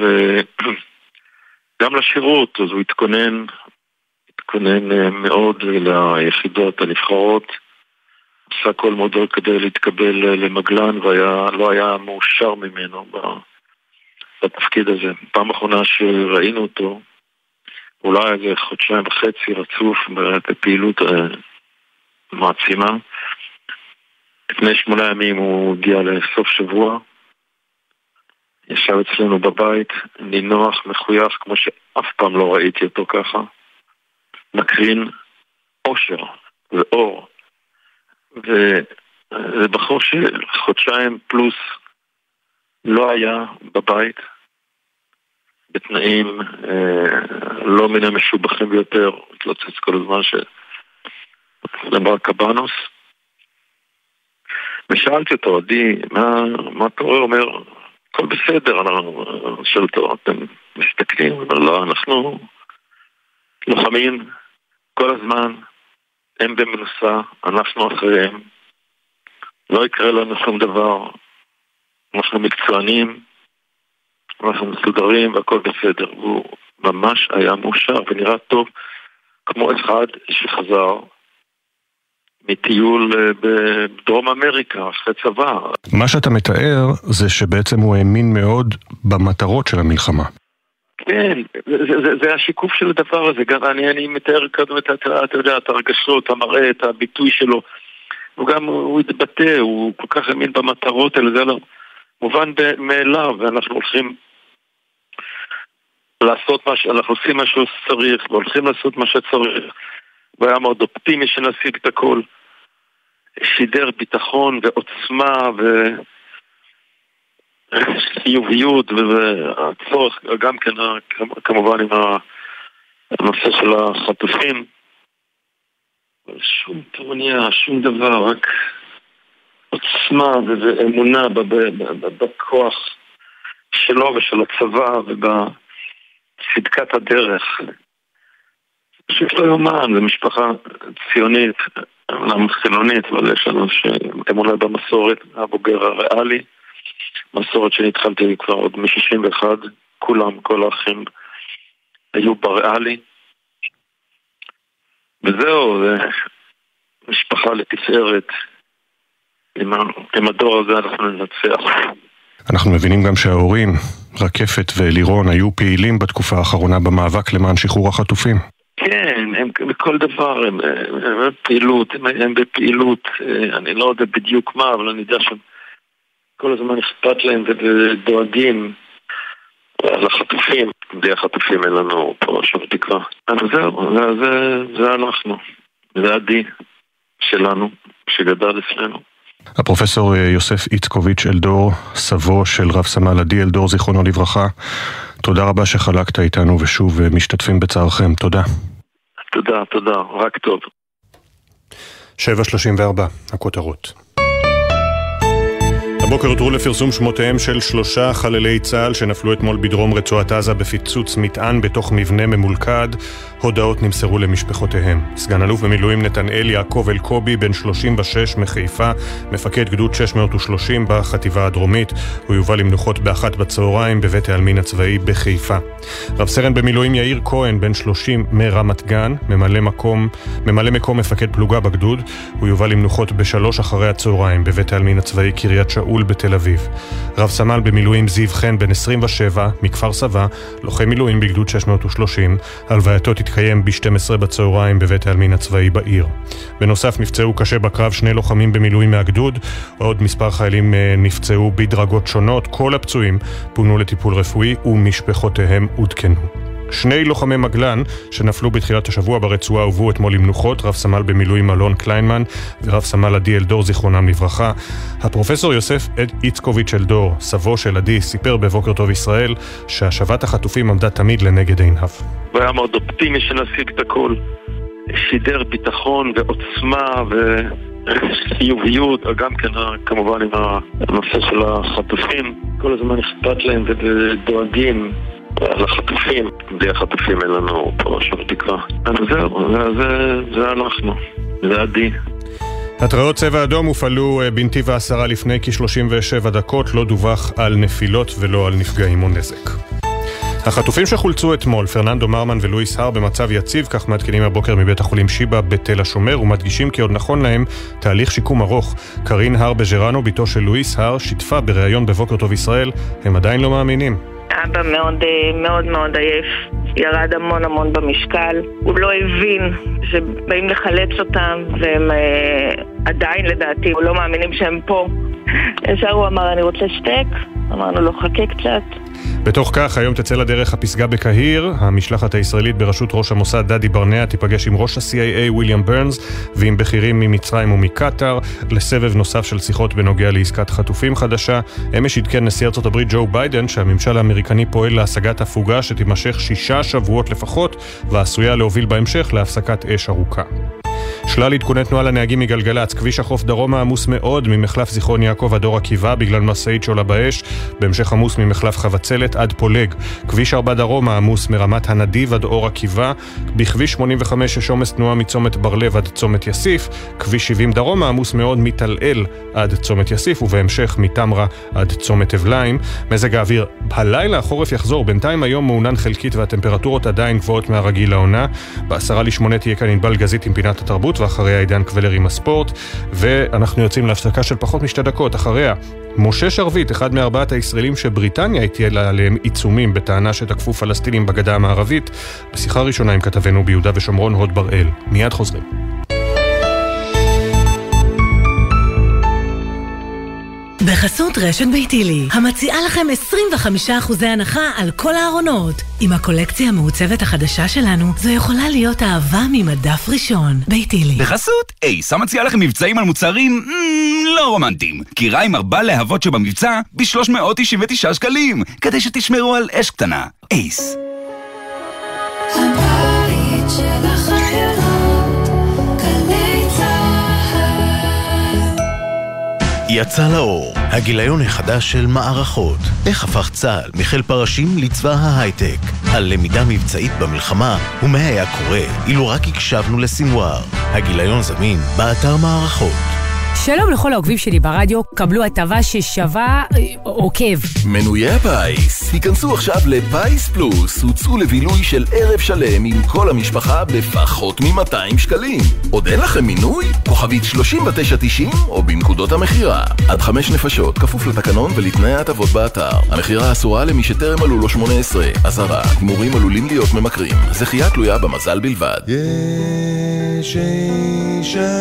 וגם לשירות, אז הוא התכונן, התכונן מאוד ליחידות הנבחרות, עשה כל מודל כדי להתקבל למגלן, ולא היה מאושר ממנו בתפקיד הזה. פעם אחרונה שראינו אותו, אולי איזה חודשיים וחצי רצוף בפעילות מעצימה. לפני שמונה ימים הוא הגיע לסוף שבוע, ישב אצלנו בבית, נינוח, מחויך, כמו שאף פעם לא ראיתי אותו ככה. מקרין אושר ואור. וזה בחור שחודשיים פלוס לא היה בבית, בתנאים אה, לא מן המשובחים ביותר, התלוצץ כל הזמן של לבר קבנוס. ושאלתי אותו, עדי, מה, מה קורה? אומר, הכל בסדר. אנחנו שואל אותו, אתם מסתכלים? הוא אומר, לא, אנחנו לוחמים כל הזמן, הם במנוסה, אנחנו אחריהם, לא יקרה לנו שום דבר, אנחנו מקצוענים, אנחנו מסודרים והכל בסדר. הוא ממש היה מאושר ונראה טוב, כמו אחד שחזר מטיול בדרום אמריקה, אחרי צבא. מה שאתה מתאר זה שבעצם הוא האמין מאוד במטרות של המלחמה. כן, זה, זה, זה השיקוף של הדבר הזה. גם אני, אני מתאר קודם את, אתה יודע, את הרגשות, המראה, את הביטוי שלו. הוא גם, הוא התבטא, הוא כל כך האמין במטרות האלה, זה לא מובן מאליו, ואנחנו הולכים לעשות מה ש... אנחנו עושים מה שצריך, והולכים לעשות מה שצריך. והיה מאוד אופטימי שנשיג את הכל. שידר ביטחון ועוצמה וחיוביות והצורך, גם כן כמובן עם הנושא של החטופים. שום טרוניה, שום דבר, רק עוצמה ואמונה בכוח שלו ושל הצבא ובצדקת הדרך. פשוט לא יומן, זה משפחה ציונית, אמנם חילונית, אבל יש לנו אמונה במסורת, הבוגר הריאלי, מסורת שהתחלתי כבר עוד מ-שישים ואחת, כולם, כל האחים היו בריאלי. וזהו, זה משפחה לתפארת. עם, עם הדור הזה אנחנו ננצח. אנחנו מבינים גם שההורים, רקפת ולירון, היו פעילים בתקופה האחרונה במאבק למען שחרור החטופים. כן, הם בכל דבר, הם, הם, הם בפעילות, הם, הם בפעילות, אני לא יודע בדיוק מה, אבל אני יודע שהם כל הזמן אכפת להם ודואגים לחטופים. בלי החטופים אין לנו פה שום תקווה. אז זהו, זה, זה, זה אנחנו, זה עדי שלנו, שגדל אצלנו. הפרופסור יוסף איצקוביץ' אלדור, סבו של רב סמל עדי אלדור, זיכרונו לברכה, תודה רבה שחלקת איתנו ושוב משתתפים בצערכם. תודה. תודה, תודה, רק טוב. שבע שלושים וארבע, הכותרות. הבוקר הותרו לפרסום שמותיהם של שלושה חללי צה"ל שנפלו אתמול בדרום רצועת עזה בפיצוץ מטען בתוך מבנה ממולכד. הודעות נמסרו למשפחותיהם. סגן אלוף במילואים נתנאל יעקב אלקובי, בן שלושים ושש מחיפה, מפקד גדוד שש מאות ושלושים בחטיבה הדרומית. הוא יובא למנוחות באחת בצהריים בבית העלמין הצבאי בחיפה. רב סרן במילואים יאיר כהן, בן שלושים מרמת גן, ממלא מקום, ממלא מקום מפקד פלוגה בגדוד. הוא יובא למנוחות בשלוש אחרי הצהריים בבית העלמין הצבאי קריית שאול בתל אביב. רב סמל במילואים זיו חן, בן עשרים ושבע מכפר סבא, לוחם מילואים בגדוד שש מאות ושלושים, הלווייתו תתקיים ב-שתים עשרה בצהריים בבית העלמין הצבאי בעיר. בנוסף נפצעו קשה בקרב שני לוחמים במילואים מהגדוד, עוד מספר חיילים נפצעו בדרגות שונות. כל הפצועים פונו לטיפול רפואי ומשפחותיהם עודכנו. שני לוחמי מגלן שנפלו בתחילת השבוע ברצועה הובאו אתמול למנוחות, רב סמל במילואים אלון קליינמן ורב סמל עדי אלדור, זיכרונם לברכה. הפרופסור יוסף איצקוביץ' אלדור, סבו של עדי, סיפר בבוקר טוב ישראל שהשבת החטופים עמדה תמיד לנגד עיניו. הוא היה מאוד אופטימי שנשיג את הכל. שידר ביטחון ועוצמה וחיוביות, גם כן כמובן עם הנושא של החטופים. כל הזמן אכפת להם ודואגים לחטופים. בלי החטופים אין לנו פה שום תקווה. אז זהו, זה, זה, זה אנחנו, זה עדי. התראות צבע אדום הופעלו בנתיב העשרה לפני כ-שלושים ושבע דקות, לא דווח על נפילות ולא על נפגעים או נזק. החטופים שחולצו אתמול, פרננדו מרמן ולואיס הר, במצב יציב, כך מעדכנים הבוקר מבית החולים שיבא בתל השומר, ומדגישים כי עוד נכון להם תהליך שיקום ארוך. קרין הר בג'רנו, ביתו של לואיס הר, שיתפה בריאיון בבוקר טוב ישראל, הם עדיין לא מאמינים. אבא מאוד מאוד מאוד עייף, ירד המון המון במשקל, הוא לא הבין שבאים לחלץ אותם, והם אה, עדיין לדעתי, הוא לא מאמינים שהם פה. ישר הוא אמר, אני רוצה שטק, אמרנו לו, חכה קצת. בתוך כך, היום תצא לדרך הפסגה בקהיר. המשלחת הישראלית בראשות ראש המוסד דדי ברנע תיפגש עם ראש ה-סי איי איי וויליאם ברנס ועם בכירים ממצרים ומקטר לסבב נוסף של שיחות בנוגע לעסקת חטופים חדשה. אמש עדכן נשיא ארצות הברית ג'ו ביידן שהממשל האמריקני פועל להשגת הפוגה שתימשך שישה שבועות לפחות ועשויה להוביל בהמשך להפסקת אש ארוכה. שלל עדכוני תנועה לנהגים מגלגלץ. כביש החוף דרומה עמוס מאוד ממחלף זיכרון יעקב עד אור עקיבא בגלל משאית שעולה באש, בהמשך עמוס ממחלף חבצלת עד פולג. כביש ארבע דרומה עמוס מרמת הנדיב עד אור עקיבא. בכביש שמונים וחמש יש עומס תנועה מצומת ברלב עד צומת יסיף. כביש שבעים דרומה עמוס מאוד מתל-אל עד צומת יסיף, ובהמשך מתמרה עד צומת אבליים. מזג האוויר, הלילה החורף יחזור, בינתיים היום מעונן חלקית והטמפרטורות עדיין גבוהות מהרגיל לעונה. בעשרה לשמונה תהיה כאן ענבל גזית עם פינת התרבות, התרבות, ואחריה עידן קבלר עם הספורט, ואנחנו יוצאים להפסקה של פחות משתי דקות. אחריה משה שרביט, אחד מארבעת הישראלים שבריטניה הטילה עליהם עיצומים בטענה שתקפו פלסטינים בגדה המערבית, בשיחה ראשונה עם כתבנו ביהודה ושומרון הוד בראל. מיד חוזרים. בחסות רשת ביתילי, המציעה לכם עשרים וחמישה אחוזי הנחה על כל הארונות. עם הקולקציה המעוצבת החדשה שלנו, זו יכולה להיות אהבה ממדף ראשון. ביתילי. בחסות אייס, המציעה לכם מבצעים על מוצרים mm, לא רומנטיים. קירה עם ארבע להבות שבמבצע ב-שלוש מאות תשעים ותשעה שקלים, כדי שתשמרו על אש קטנה. אייס. הבית של החיילות, גלי צהל. יצא לאור, הגיליון החדש של מערכות. איך הפך צה"ל מחיל פרשים לצבא ההייטק. על למידה מבצעית במלחמה, ומה היה קורה אילו רק הקשבנו לסינואר. הגיליון זמין באתר מערכות. שלום לכל העוקבים שלי ברדיו, קבלו הטבה ששווה עוקב. מנויי הפיס, היכנסו עכשיו לפייס פלוס, הוצאו לבילוי של ערב שלם עם כל המשפחה בפחות מ-מאתיים שקלים. עוד אין לכם מינוי? כוכבית שלושים ותשע תשעים או בנקודות המחירה. עד חמש נפשות, כפוף לתקנון ולתנאי ההטבות באתר. המחירה אסורה למי שטרם מלאו לו שמונה עשרה. אזהרה, הימורים עלולים להיות ממכרים. זכייה תלויה במזל בלבד. יש אישה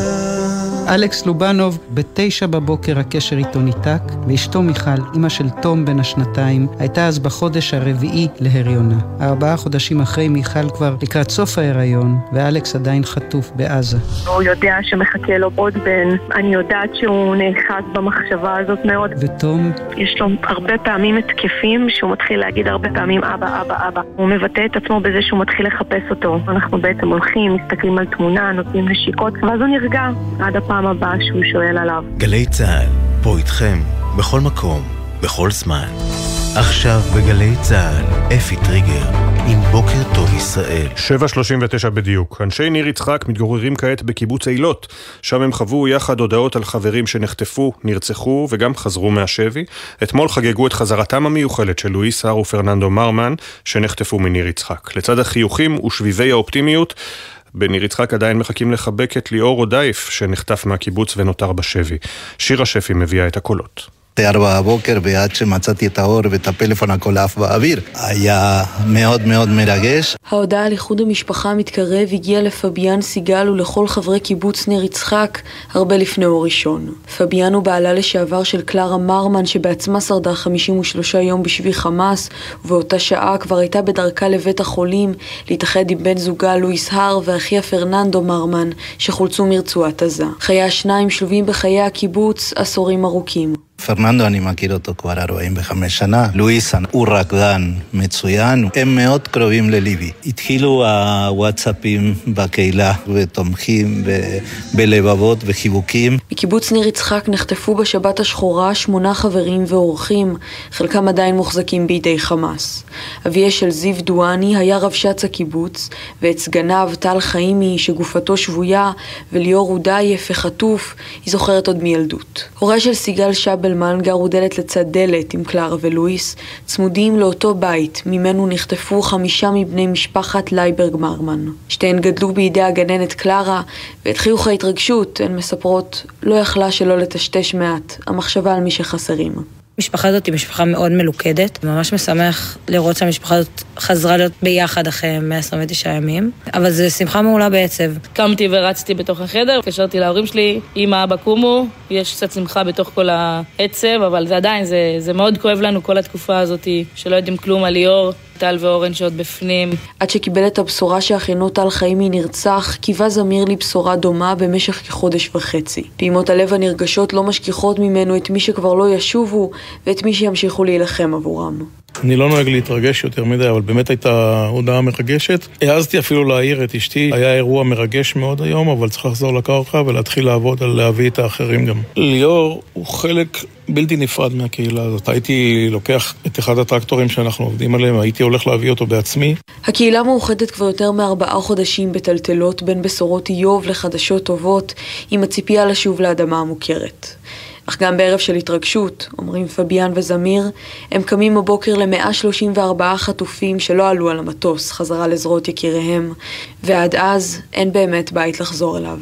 אלכס לובנוב, בתשע בבוקר הקשר איתו ניתק, ואשתו מיכל, אמא של תום בן השנתיים, הייתה אז בחודש הרביעי להריונה. ארבעה חודשים אחרי מיכל כבר לקראת סוף ההיריון, ואלכס עדיין חטוף בעזה. הוא יודע שמחכה לו עוד בן, אני יודעת שהוא נאחז במחשבה הזאת מאוד. ותום? יש לו הרבה פעמים התקפים שהוא מתחיל להגיד הרבה פעמים אבא, אבא, אבא. הוא מבטא את עצמו בזה שהוא מתחיל לחפש אותו. אנחנו בעצם הולכים, מסתכלים על תמונה, נותנים נשיקות, ואז הוא נרגע עד הפעם הבאה שהוא שואל עליו. גלי צהל, פה איתכם, בכל מקום, בכל זמן. עכשיו בגלי צהל, אפי טריגר, עם בוקר טוב ישראל. שבע שלושים ותשע בדיוק. אנשי ניר יצחק מתגוררים כעת בקיבוץ אילות. שם הם חוו יחד הודעות על חברים שנחטפו, נרצחו וגם חזרו מהשבי. אתמול חגגו את חזרתם המיוחלת של לואיס הר ופרננדו מרמן, שנחטפו מניר יצחק. לצד החיוכים ושביבי האופטימיות, בניר יצחק עדיין מחכים לחבק את ליאור עודייף, שנחטף מהקיבוץ ונותר בשבי. שירה שפי מביאה את הקולות. ארבע הבוקר ועד שמצאתי את האור ואת הפלאפון הכל עף באוויר. היה מאוד מאוד מרגש. ההודעה על איחוד המשפחה המתקרב הגיעה לפביאן סיגל ולכל חברי קיבוץ ניר יצחק הרבה לפני אור ראשון. פביאן הוא בעלה לשעבר של קלרה מרמן שבעצמה שרדה חמישים ושלושה יום בשבי חמאס, ובאותה שעה כבר הייתה בדרכה לבית החולים להתאחד עם בן זוגה לואיס הר ואחיה פרננדו מרמן שחולצו מרצועת עזה. חיי השניים שלובים בחיי הקיבוץ עשורים ארוכים. פרננדו אני מכיר אותו כבר ארבעים וחמש שנה, לואיס הוא רקדן מצוין, הם מאוד קרובים לליבי. התחילו הוואטסאפים בקהילה ותומכים ב- בלבבות וחיבוקים. בקיבוץ ניר יצחק נחטפו בשבת השחורה שמונה חברים ואורחים, חלקם עדיין מוחזקים בידי חמאס. אביה של זיו דואני היה רבש"ץ הקיבוץ, ואת סגניו טל חיימי שגופתו שבויה וליאור עודייף וחטוף, היא זוכרת עוד מילדות. הורה של סיגל שבלמן גרו דלת לצד דלת עם קלרה ולואיס, צמודים לאותו בית ממנו נחטפו חמישה מבני משפחת לייברג מרמן. שתיהן גדלו בידי הגננת קלרה, ואת חיוך ההתרגשות הן מספרות לא יכלה שלא לטשטש מעט המחשבה על מי שחסרים. המשפחה הזאת היא משפחה מאוד מלוכדת, ממש משמח לראות שהמשפחה הזאת חזרה להיות ביחד אחרי מאה עשרים ותשעה ימים, אבל זה שמחה מעולה בעצב. קמתי ורצתי בתוך החדר, קשרתי להורים שלי, אמא, אבא קומו, יש קצת שמחה בתוך כל העצב, אבל זה עדיין, זה, זה מאוד כואב לנו כל התקופה הזאת, שלא יודעים כלום על ליאור, טל ואורן שעוד בפנים. עד שקיבל את הבשורה שאחינו טל חיימי נרצח, קיווה זמיר לי בשורה דומה במשך כחודש וחצי. פעימות הלב הנרגשות לא משכיחות ממנו את מי שכבר לא ישובו, ואת מי שימשיכו להילחם עבורם. אני לא נוהג להתרגש יותר מדי, אבל באמת הייתה הודעה מרגשת. העזתי אפילו להעיר את אשתי. היה אירוע מרגש מאוד היום, אבל צריך לחזור לקרקע ולהתחיל לעבוד על להביא את האחרים גם. ליאור הוא חלק בלתי נפרד מהקהילה הזאת. הייתי לוקח את אחד הטרקטורים שאנחנו עובדים עליהם, הייתי הולך להביא אותו בעצמי. הקהילה מאוחדת כבר יותר מארבעה חודשים בטלטלות בין בשורות איוב לחדשות טובות, עם הציפייה לשוב לאדמה המוכרת. אך גם בערב של התרגשות, אומרים פביאן וזמיר, הם קמים בבוקר ל-מאה שלושים וארבעה חטופים שלא עלו על המטוס, חזרה לזרועות יקיריהם, ועד אז אין באמת בית לחזור אליו.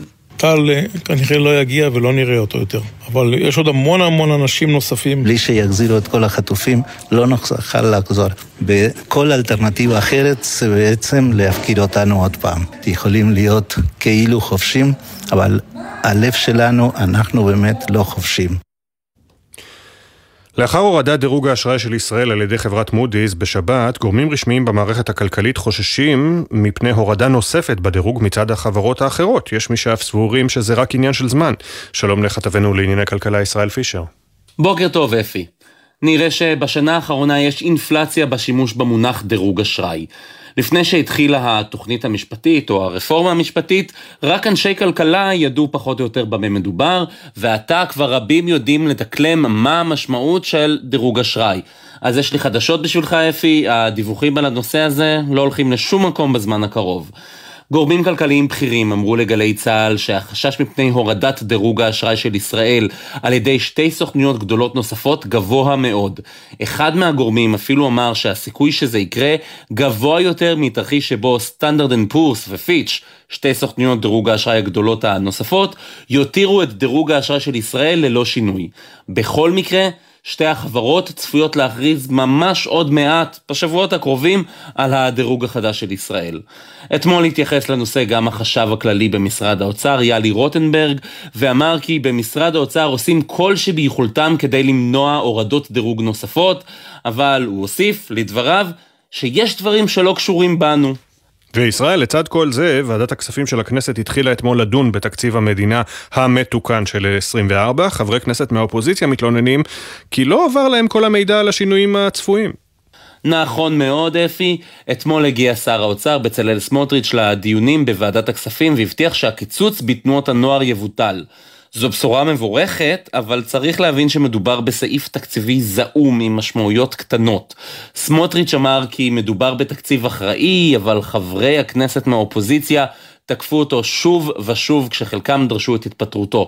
טל כנראה לא יגיע ולא נראה אותו יותר. אבל יש עוד המון המון אנשים נוספים. בלי שיחזירו את כל החטופים, לא נוכל לחזור. וכל אלטרנטיבה אחרת זה בעצם להפקיד אותנו עוד פעם. יכולים להיות כאילו חופשים, אבל הלב שלנו, אנחנו באמת לא חופשים. לאחר הורדת דירוג האשראי של ישראל על ידי חברת מודי'ס בשבת, גורמים רשמיים במערכת הכלכלית חוששים מפני הורדה נוספת בדירוג מצד החברות האחרות. יש מי שאף סבורים שזה רק עניין של זמן. שלום לכתבנו לענייני כלכלה ישראל פישר. בוקר טוב אפי. נראה שבשנה האחרונה יש אינפלציה בשימוש במונח דירוג אשראי. לפני שהתחילה התוכנית המשפטית או הרפורמה המשפטית, רק אנשי כלכלה ידעו פחות או יותר במה מדובר, ועתה כבר רבים יודעים לתקלם מה המשמעות של דירוג אשראי. אז יש לי חדשות בשבילך אפי, הדיווחים על הנושא הזה לא הולכים לשום מקום בזמן הקרוב. גורמים כלכליים בכירים אמרו לגלי צה"ל שהחשש מפני הורדת דירוג האשראי של ישראל על ידי שתי סוכנויות גדולות נוספות גבוה מאוד. אחד מהגורמים אפילו אמר שהסיכוי שזה יקרה גבוה יותר מתרחיש שבו סטנדרט אנד פורס ופיץ', שתי סוכנויות דירוג האשראי הגדולות הנוספות, יותירו את דירוג האשראי של ישראל ללא שינוי. בכל מקרה, שתי החברות צפויות להכריז ממש עוד מעט, בשבועות הקרובים, על הדירוג החדש של ישראל. אתמול התייחס לנושא גם החשב הכללי במשרד האוצר, יאלי רוטנברג, ואמר כי במשרד האוצר עושים כל שביכולתם כדי למנוע הורדות דירוג נוספות, אבל הוא הוסיף לדבריו שיש דברים שלא קשורים בנו. וישראל, לצד כל זה, ועדת הכספים של הכנסת התחילה אתמול לדון בתקציב המדינה המתוקן של עשרים וארבע. חברי כנסת מהאופוזיציה מתלוננים כי לא עבר להם כל המידע על השינויים הצפויים. נכון מאוד אפי, אתמול הגיע שר האוצר בצלאל סמוטריץ' לדיונים בוועדת הכספים והבטיח שהקיצוץ בתנועות הנוער יבוטל. זו בשורה מבורכת, אבל צריך להבין שמדובר בסעיף תקציבי זעום עם משמעויות קטנות. סמוטריץ' אמר כי מדובר בתקציב אחראי, אבל חברי הכנסת מהאופוזיציה תקפו אותו שוב ושוב כשחלקם דרשו את התפטרותו.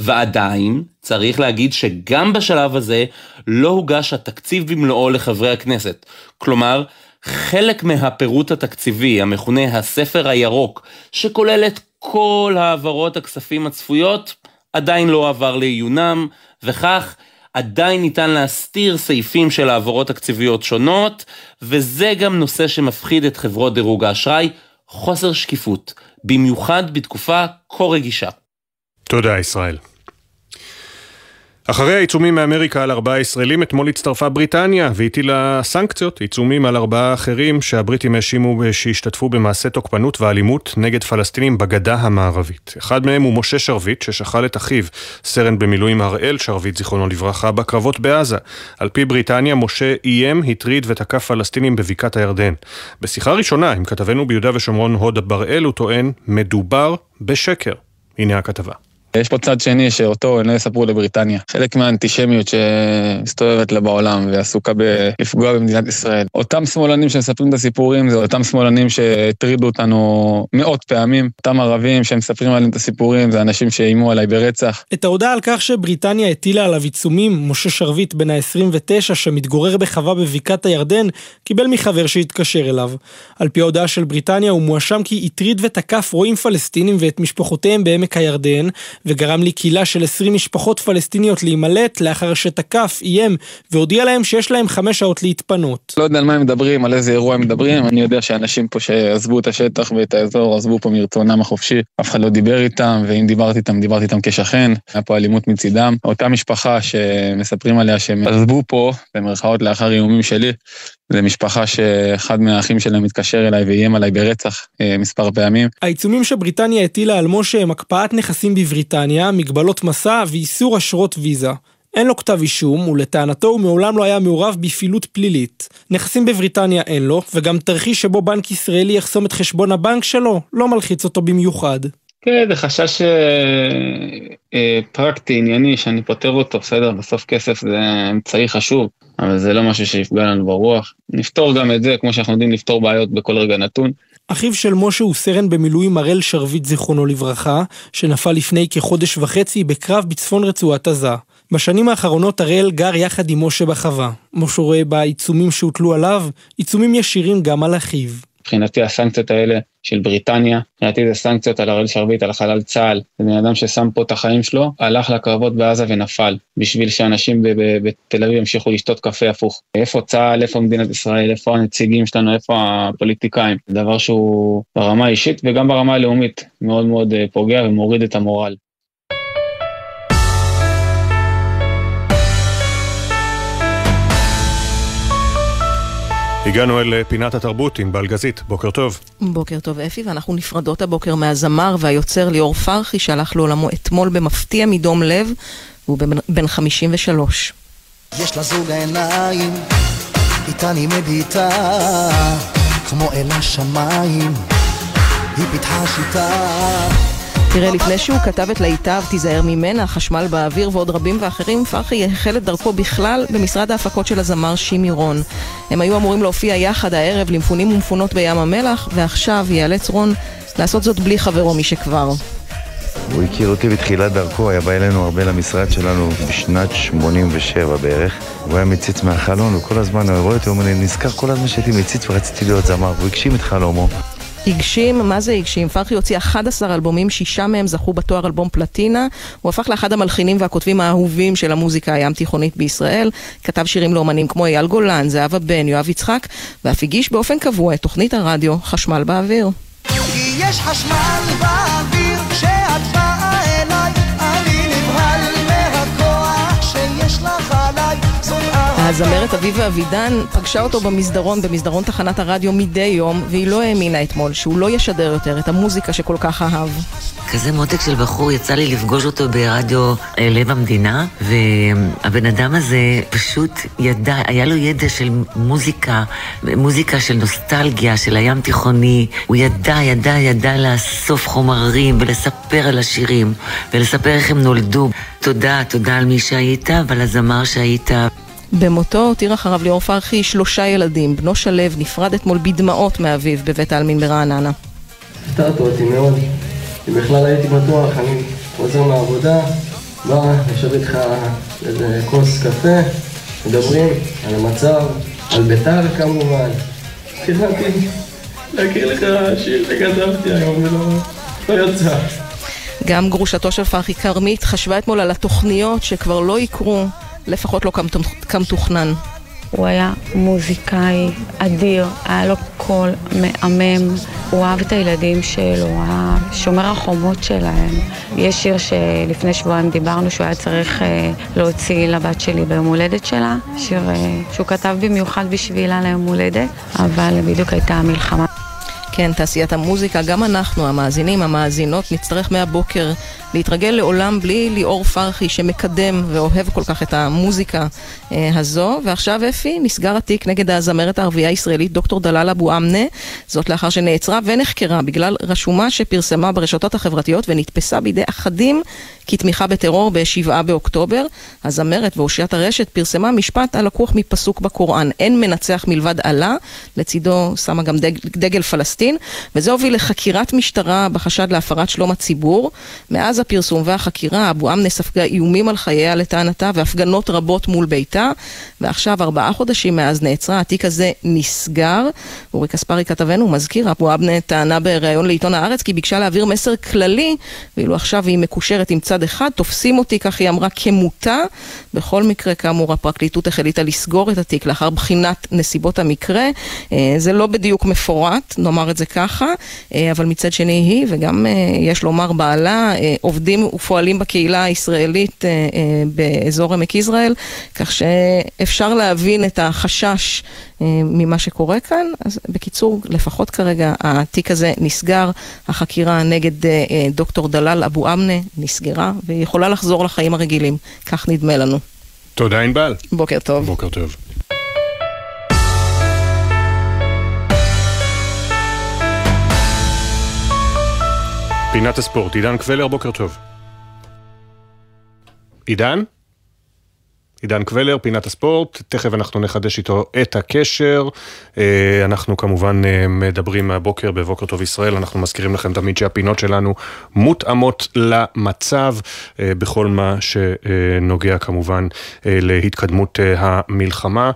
ועדיין צריך להגיד שגם בשלב הזה לא הוגש התקציב במלואו לחברי הכנסת. כלומר, חלק מהפירוט התקציבי המכונה הספר הירוק, שכולל את כל העברות הכספים הצפויות, עדיין לא עבר לעיונם, וכך עדיין ניתן להסתיר סעיפים של העברות תקציביות שונות, וזה גם נושא שמפחיד את חברות דירוג האשראי, חוסר שקיפות, במיוחד בתקופה כה רגישה. תודה ישראל. אחרי העיצומים מאמריקה על ארבעה ישראלים, אתמול הצטרפה בריטניה והטילה סנקציות, עיצומים על ארבעה אחרים שהבריטים האשימו שהשתתפו במעשה תוקפנות ואלימות נגד פלסטינים בגדה המערבית. אחד מהם הוא משה שרביט ששכל את אחיו, סרן במילואים הראל שרביט זיכרונו לברכה, בקרבות בעזה. על פי בריטניה, משה איים, הטריד ותקף פלסטינים בבקעת הירדן. בשיחה ראשונה עם כתבנו ביהודה ושומרון הוד בראל, הוא טוען מדובר בשקר. הנה הכתבה. יש פה צד שני שאותו לא יספרו לבריטניה. חלק מהאנטישמיות שמסתובבת לה בעולם ועסוקה לפגוע במדינת ישראל. אותם שמאלנים שמספרים את הסיפורים, זה אותם שמאלנים שהטרידו אותנו מאות פעמים. אותם ערבים שמספרים עליהם את הסיפורים, זה אנשים שאיימו עליי ברצח. את ההודעה על כך שבריטניה הטילה עליו עיצומים, משה שרביט בן ה-עשרים ותשע שמתגורר בחווה בבקעת הירדן, קיבל מחבר שהתקשר אליו. על פי ההודעה של בריטניה הוא מואשם כי הטריד ותקף רועים פלסטינים ואת משפחותיהם בעמק הירדן, וגרם לי קהילה של עשרים משפחות פלסטיניות להימלט לאחר שתקף, איים, והודיע להם שיש להם חמש שעות להתפנות. לא יודע על מה הם מדברים, על איזה אירוע הם מדברים, אני יודע שאנשים פה שעזבו את השטח ואת האזור, עזבו פה מרצונם החופשי, אף אחד לא דיבר איתם, ואם דיברתי איתם, דיברתי איתם כשכן, היה פה אלימות מצידם. אותה משפחה שמספרים עליה שהם עזבו פה, במרכאות לאחר איומים שלי, זה משפחה שאחד מהאחים שלהם מתקשר אליי ואיים עליי ברצח מספר פעמים. העיצומים שבריטניה הטילה על משה הם הקפאת נכסים בבריטניה, מגבלות מסע ואיסור אשרות ויזה. אין לו כתב אישום, ולטענתו הוא מעולם לא היה מעורב בפעילות פלילית. נכסים בבריטניה אין לו, וגם תרחיש שבו בנק ישראלי יחסום את חשבון הבנק שלו, לא מלחיץ אותו במיוחד. כן, זה חשש אה, פרקטי, ענייני, שאני פותר אותו, בסדר, בסוף כסף זה אמצעי חשוב, אבל זה לא משהו שיפגע לנו ברוח. נפתור גם את זה, כמו שאנחנו יודעים לפתור בעיות בכל רגע נתון. אחיו של משה הוא סרן במילואים הראל שרביט זיכרונו לברכה, שנפל לפני כחודש וחצי בקרב בצפון רצועת עזה. בשנים האחרונות הראל גר יחד עם משה בחווה. משה רואה בעיצומים שהוטלו עליו, עיצומים ישירים גם על אחיו. מבחינתי הסנקציות האלה של בריטניה, מבחינתי זה סנקציות על הראל שרביט, על חלל צה"ל, זה בן אדם ששם פה את החיים שלו, הלך לקרבות בעזה ונפל, בשביל שאנשים בתל אביב ימשיכו לשתות קפה הפוך. איפה צה"ל, איפה מדינת ישראל, איפה הנציגים שלנו, איפה הפוליטיקאים, דבר שהוא ברמה האישית וגם ברמה הלאומית מאוד מאוד פוגע ומוריד את המורל. הגענו אל פינת התרבות עם בלגזית, בוקר טוב. בוקר טוב אפי, ואנחנו נפרדות הבוקר מהזמר והיוצר ליאור פרחי שהלך לעולמו אתמול במפתיע מדום לב, והוא בן חמישים ושלוש. יש לה זוג עיניים, איתה אני מביטה, כמו אל השמיים, היא פיתחה שיטה. תראה, לפני שהוא כתב את להיטב, תיזהר ממנה, חשמל באוויר ועוד רבים ואחרים, פרחי החל את דרכו בכלל במשרד ההפקות של הזמר שימי רון. הם היו אמורים להופיע יחד הערב למפונים ומפונות בים המלח, ועכשיו ייאלץ רון לעשות זאת בלי חברו משכבר. הוא הכיר אותי בתחילת דרכו, היה בא אלינו הרבה למשרד שלנו בשנת שמונים ושבע בערך. הוא היה מציץ מהחלון, וכל הזמן הוא רואה אותי, הוא אומר, נזכר כל הזמן שהייתי מציץ ורציתי להיות זמר, הוא הגשים את חלומו. הגשים, מה זה הגשים? פרחי הוציא אחד עשר אלבומים, שישה מהם זכו בתואר אלבום פלטינה. הוא הפך לאחד המלחינים והכותבים האהובים של המוזיקה הים תיכונית בישראל. כתב שירים לאומנים כמו אייל גולן, זהבה בן, יואב יצחק, ואף הגיש באופן קבוע את תוכנית הרדיו חשמל באוויר. כי יש חשמל באוויר כשאת באה אליי, אני נבהל מהכוח שיש לך עליי. הזמרת אביבה אבידן פגשה אותו במסדרון, במסדרון תחנת הרדיו מדי יום, והיא לא האמינה אתמול שהוא לא ישדר יותר את המוזיקה שכל כך אהב. כזה מותק של בחור, יצא לי לפגוש אותו ברדיו לב המדינה, והבן אדם הזה פשוט ידע, היה לו ידע של מוזיקה, מוזיקה של נוסטלגיה, של הים תיכוני. הוא ידע, ידע, ידע לאסוף חומרים ולספר על השירים, ולספר איך הם נולדו. תודה, תודה על מי שהיית ועל הזמר שהיית. במותו הותיר אחריו ליאור פרחי שלושה ילדים. בנו שלו נפרד אתמול בדמעות מאביו בבית העלמין ברעננה. הפתעת אותי מאוד. אם בכלל הייתי בטוח, אני חוזר מהעבודה, בא, נשב איתך איזה כוס קפה, מדברים על המצב, על ביתר כמובן. התחלתי להכיר לך שיר שכתבתי היום ולא יצא. גם גרושתו של פרחי כרמית חשבה אתמול על התוכניות שכבר לא יקרו, לפחות לא כמתוכנן. הוא היה מוזיקאי אדיר, היה לו קול מהמם, הוא אהב את הילדים שלו, היה שומר החומות שלהם. יש שיר שלפני שבועיים דיברנו שהוא היה צריך להוציא לבת שלי ביום הולדת שלה, שיר שהוא כתב במיוחד בשבילה ליום הולדת, אבל בדיוק הייתה המלחמה. כן, תעשיית המוזיקה, גם אנחנו, המאזינים, המאזינות, נצטרך מהבוקר להתרגל לעולם בלי ליאור פרחי שמקדם ואוהב כל כך את המוזיקה אה, הזו. ועכשיו אפי, נסגר התיק נגד הזמרת הערבייה הישראלית דוקטור דלאל אבו אמנה, זאת לאחר שנעצרה ונחקרה בגלל רשומה שפרסמה ברשתות החברתיות ונתפסה בידי אחדים כתמיכה בטרור בשבעה באוקטובר. הזמרת ואושיית הרשת פרסמה משפט הלקוח מפסוק בקוראן, אין מנצח מלבד אללה, לצידו שמה גם דג, דגל פלסטין, וזה הוביל לחקירת משטרה בחשד להפרת שלום הציבור. מאז הפרסום והחקירה, אבו אמנה ספגה איומים על חייה לטענתה והפגנות רבות מול ביתה, ועכשיו ארבעה חודשים מאז נעצרה, התיק הזה נסגר. אורי קספרי כתבנו מזכיר, אבו אמנה טענה בראיון לעיתון הארץ כי ביקשה להעביר מסר כללי, ואילו עכשיו היא מקושרת עם צד אחד, תופסים אותי, כך היא אמרה, כמותה. בכל מקרה, כאמור, הפרקליטות החליטה לסגור את התיק לאחר בחינת נסיבות המקרה. זה לא בדיוק מפורט, נאמר את זה ככה, אבל מצד שני היא, וגם יש לומר בעלה, עובדים ופועלים בקהילה הישראלית באזור עמק יזרעאל, כך שאפשר להבין את החשש ממה שקורה כאן. אז בקיצור, לפחות כרגע התיק הזה נסגר, החקירה נגד דוקטור דלאל אבו אמנה נסגרה, והיא יכולה לחזור לחיים הרגילים, כך נדמה לנו. תודה ענבל. בוקר טוב. בוקר טוב. פינת הספורט, עידן קבלר, בוקר טוב. עידן? עידן קבלר, פינת הספורט, תכף אנחנו נחדש איתו את הקשר. אנחנו כמובן מדברים מהבוקר בבוקר טוב ישראל, אנחנו מזכירים לכם תמיד שהפינות שלנו מותאמות למצב, בכל מה שנוגע כמובן להתקדמות המלחמה,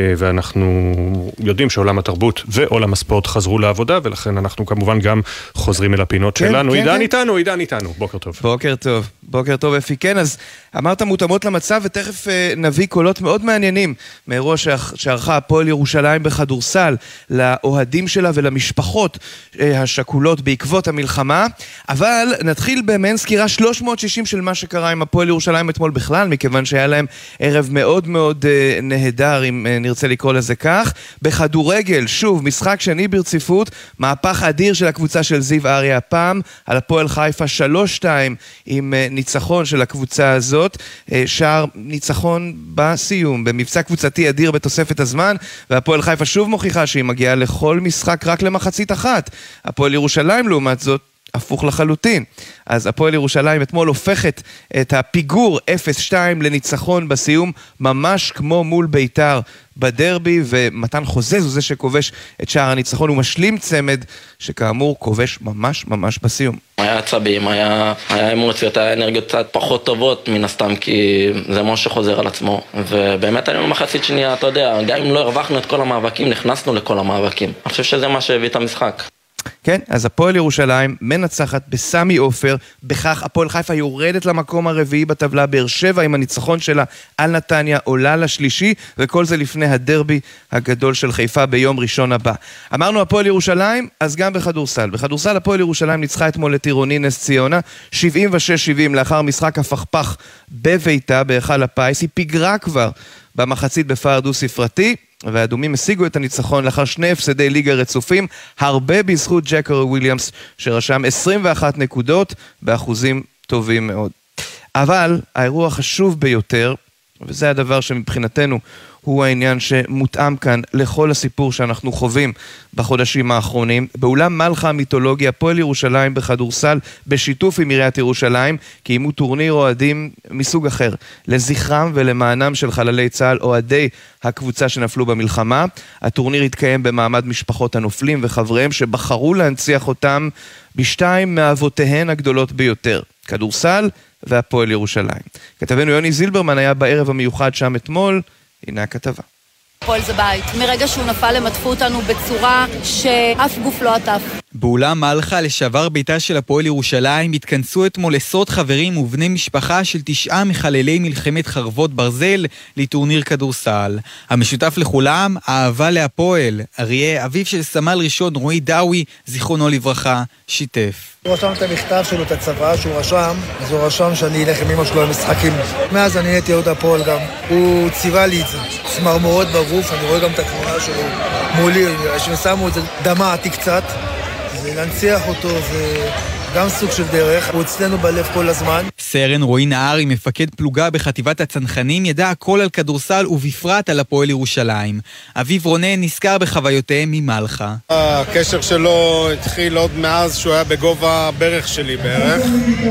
ואנחנו יודעים שעולם התרבות ועולם הספורט חזרו לעבודה, ולכן אנחנו כמובן גם חוזרים אל הפינות כן, שלנו. כן, עידן כן. איתנו, עידן איתנו, בוקר טוב. בוקר טוב, בוקר טוב אפי, כן, אז אמרת מותאמות למצב, ותכף נביא קולות מאוד מעניינים מאירוע שערכה הפועל ירושלים בכדורסל לאוהדים שלה ולמשפחות השכולות בעקבות המלחמה, אבל נתחיל במעין סקירה שלוש מאות ושישים של מה שקרה עם הפועל ירושלים אתמול בכלל, מכיוון שהיה להם ערב מאוד מאוד נהדר, אם נרצה לקרוא לזה כך. בכדורגל, שוב, משחק שני ברציפות, מהפך אדיר של הקבוצה של זיו אריה הפעם, על הפועל חיפה שלוש שתיים עם ניצחון של הקבוצה הזאת, שער ניצחון בסיום, במבצע קבוצתי אדיר בתוספת הזמן, והפועל חיפה שוב מוכיחה שהיא מגיעה לכל משחק רק למחצית אחת. הפועל ירושלים לעומת זאת הפוך לחלוטין. אז הפועל ירושלים אתמול הופכת את הפיגור אפס שתיים לניצחון בסיום, ממש כמו מול ביתר בדרבי, ומתן חוזז הוא זה שכובש את שער הניצחון, הוא משלים צמד שכאמור כובש ממש ממש בסיום. היה עצבים, היה, היה אמוציות, היה אנרגיות קצת פחות טובות מן הסתם, כי זה משהו שחוזר על עצמו, ובאמת היינו מחצית שנייה, אתה יודע, גם אם לא הרווחנו את כל המאבקים, נכנסנו לכל המאבקים. אני חושב שזה מה שהביא את המשחק. כן, אז הפועל ירושלים מנצחת בסמי עופר, בכך הפועל חיפה יורדת למקום הרביעי בטבלה, באר שבע עם הניצחון שלה על נתניה עולה לשלישי, וכל זה לפני הדרבי הגדול של חיפה ביום ראשון הבא. אמרנו הפועל ירושלים, אז גם בכדורסל. בכדורסל הפועל ירושלים ניצחה אתמול את עירוני נס ציונה, שבעים ושש שבעים לאחר משחק הפכפך בביתה בהיכל הפיס, היא פיגרה כבר במחצית בפער דו ספרתי, והאדומים השיגו את הניצחון לאחר שני הפסדי ליגה רצופים, הרבה בזכות ג'קורי וויליאמס שרשם עשרים ואחת נקודות באחוזים טובים מאוד. אבל האירוע החשוב ביותר, וזה הדבר שמבחינתנו הוא העניין שמותאם כאן לכל הסיפור שאנחנו חווים בחודשים האחרונים, באולם מלכה המיתולוגיה הפועל ירושלים בכדורסל בשיתוף עם עיריית ירושלים, קיימו טורניר אוהדים מסוג אחר, לזכרם ולמענם של חללי צה"ל, אוהדי הקבוצה שנפלו במלחמה. הטורניר התקיים במעמד משפחות הנופלים וחבריהם שבחרו להנציח אותם בשתיים מאבותיהן הגדולות ביותר, כדורסל והפועל ירושלים. כתבנו יוני זילברמן היה בערב המיוחד שם אתמול, הנה הכתבה. הפועל זה בית. מרגע שהוא נפל הם עטפו אותנו בצורה שאף גוף לא עטף. באולם מלכה לשעבר ביתה של הפועל ירושלים התכנסו אתמול עשרות חברים ובני משפחה של תשעה מחללי מלחמת חרבות ברזל לטורניר כדורסל. המשותף לכולם, אהבה להפועל. אריה, אביו של סמל ראשון רועי דאווי, זיכרונו לברכה, שיתף. הוא רשם את המכתב שלו, את הצבא שהוא רשם, אז הוא רשם שאני אלך עם אמא שלו למשחקים. מאז אני הייתי עוד הפועל גם. הוא ציווה לי את זה. צמרמורות בגוף, אני רואה גם את התמונה שלו מולי, ששמו את זה, דמעתי קצת. זה להנציח אותו, זה גם סוג של דרך, הוא אצלנו בלב כל הזמן. סרן רועי נהרי, מפקד פלוגה בחטיבת הצנחנים, ידע הכל על כדורסל ובפרט על הפועל ירושלים. אביב רונן נזכר בחוויותיהם ממלכה. הקשר שלו התחיל עוד מאז שהוא היה בגובה הברך שלי בערך.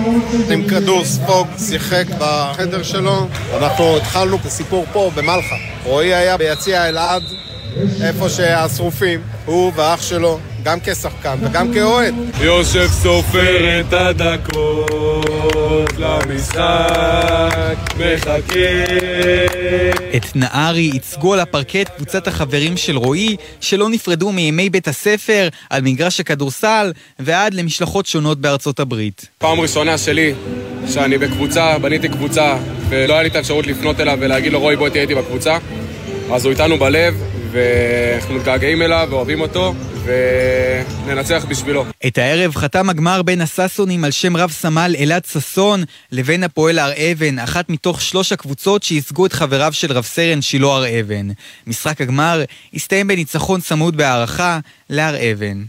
עם כדור ספוג, שיחק בחדר שלו. אנחנו התחלנו את הסיפור פה במלכה. רועי היה ביציע אלעד, איפה שהשרופים, הוא ואח שלו, גם כשחקן וגם כאוהד. יושב סופר את הדקות למשחק, מחכה. את נהרי ייצגו על הפרקט קבוצת החברים של רועי, שלא נפרדו מימי בית הספר, על מגרש הכדורסל, ועד למשלחות שונות בארצות הברית. פעם ראשונה שלי, שאני בקבוצה, בניתי קבוצה, ולא היה לי את האפשרות לפנות אליו ולהגיד לו, רועי בוא תהיה איתי בקבוצה. אז הוא איתנו בלב, ואנחנו מתגעגעים אליו ואוהבים אותו, וננצח בשבילו. את הערב חתם הגמר בין הססונים על שם רב סמל אלעד ססון לבין הפועל הר אבן, אחת מתוך שלוש הקבוצות שייצגו את חבריו של רב סרן שילה הר אבן. משחק הגמר הסתיים בניצחון צמוד בהערכה להר אבן.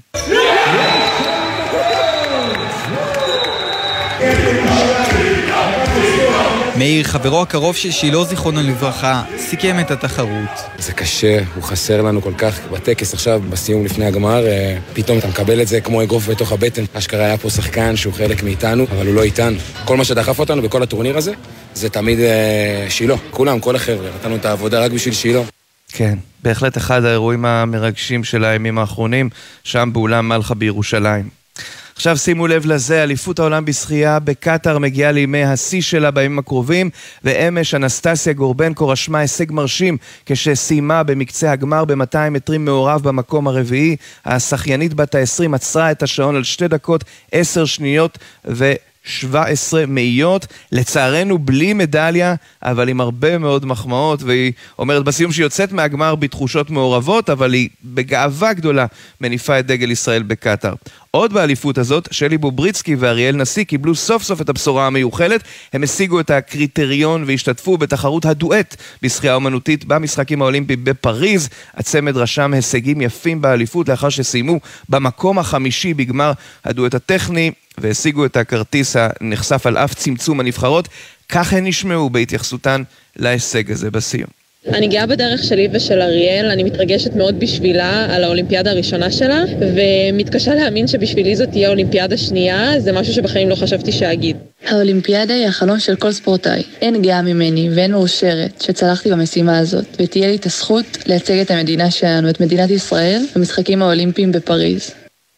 מאיר, חברו הקרוב של שילה זיכרונו לברכה, סיכם את התחרות. זה קשה, הוא חסר לנו כל כך. בטקס עכשיו, בסיום לפני הגמר, פתאום אתה מקבל את זה כמו אגרוף בתוך הבטן. אשכרה היה פה שחקן שהוא חלק מאיתנו, אבל הוא לא איתנו. כל מה שדחף אותנו בכל הטורניר הזה, זה תמיד שילה. כולם, כל החבר'ה, נתנו את העבודה רק בשביל שילה. כן, בהחלט אחד האירועים המרגשים של הימים האחרונים, שם באולם מלכה בירושלים. עכשיו שימו לב לזה, אליפות העולם בשחייה בקטר מגיעה לימי השיא שלה בימים הקרובים, ואמש אנסטסיה גורבנקו רשמה הישג מרשים כשסיימה במקצה הגמר ב-מאתיים מטרים מעורב במקום הרביעי. השחיינית בת ה-עשרים עצרה את השעון על שתי דקות, עשר שניות ו... שבע עשרה מאיות, לצערנו בלי מדליה, אבל עם הרבה מאוד מחמאות, והיא אומרת בסיום שהיא יוצאת מהגמר בתחושות מעורבות, אבל היא בגאווה גדולה מניפה את דגל ישראל בקטר. עוד באליפות הזאת, שלי בובריצקי ואריאל נשיא קיבלו סוף סוף את הבשורה המיוחלת, הם השיגו את הקריטריון והשתתפו בתחרות הדואט בשחייה אומנותית במשחקים האולימפיים בפריז. הצמד רשם הישגים יפים באליפות לאחר שסיימו במקום החמישי בגמר הדואט הטכני, והשיגו את הכרטיס הנחשף על אף צמצום הנבחרות. כך הן נשמעו בהתייחסותן להישג הזה בסיום. אני גאה בדרך שלי ושל אריאל, אני מתרגשת מאוד בשבילה על האולימפיאדה הראשונה שלה, ומתקשה להאמין שבשבילי זאת תהיה האולימפיאדה שנייה, זה משהו שבחיים לא חשבתי שאגיד. האולימפיאדה היא החלום של כל ספורטאי. אין גאה ממני ואין מאושרת שצלחתי במשימה הזאת, ותהיה לי את הזכות לייצג את המדינה שלנו, את מדינת ישראל, במשחקים האולימפיים בפריז.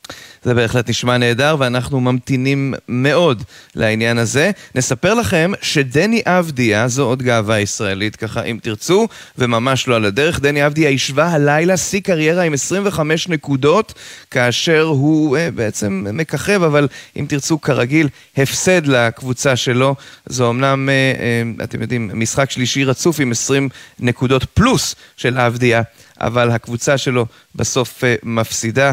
זה בהחלט נשמע נהדר, ואנחנו ממתינים מאוד לעניין הזה. נספר לכם שדני אבדיה, זו עוד גאווה ישראלית, ככה אם תרצו, וממש לא על הדרך. דני אבדיה ישבה הלילה שיא קריירה עם עשרים וחמש נקודות, כאשר הוא אה, בעצם מככב, אבל אם תרצו כרגיל, הפסד לקבוצה שלו. זו אמנם, אה, אה, אתם יודעים, משחק שלישי רצוף עם עשרים נקודות פלוס של אבדיה, אבל הקבוצה שלו בסוף מפסידה,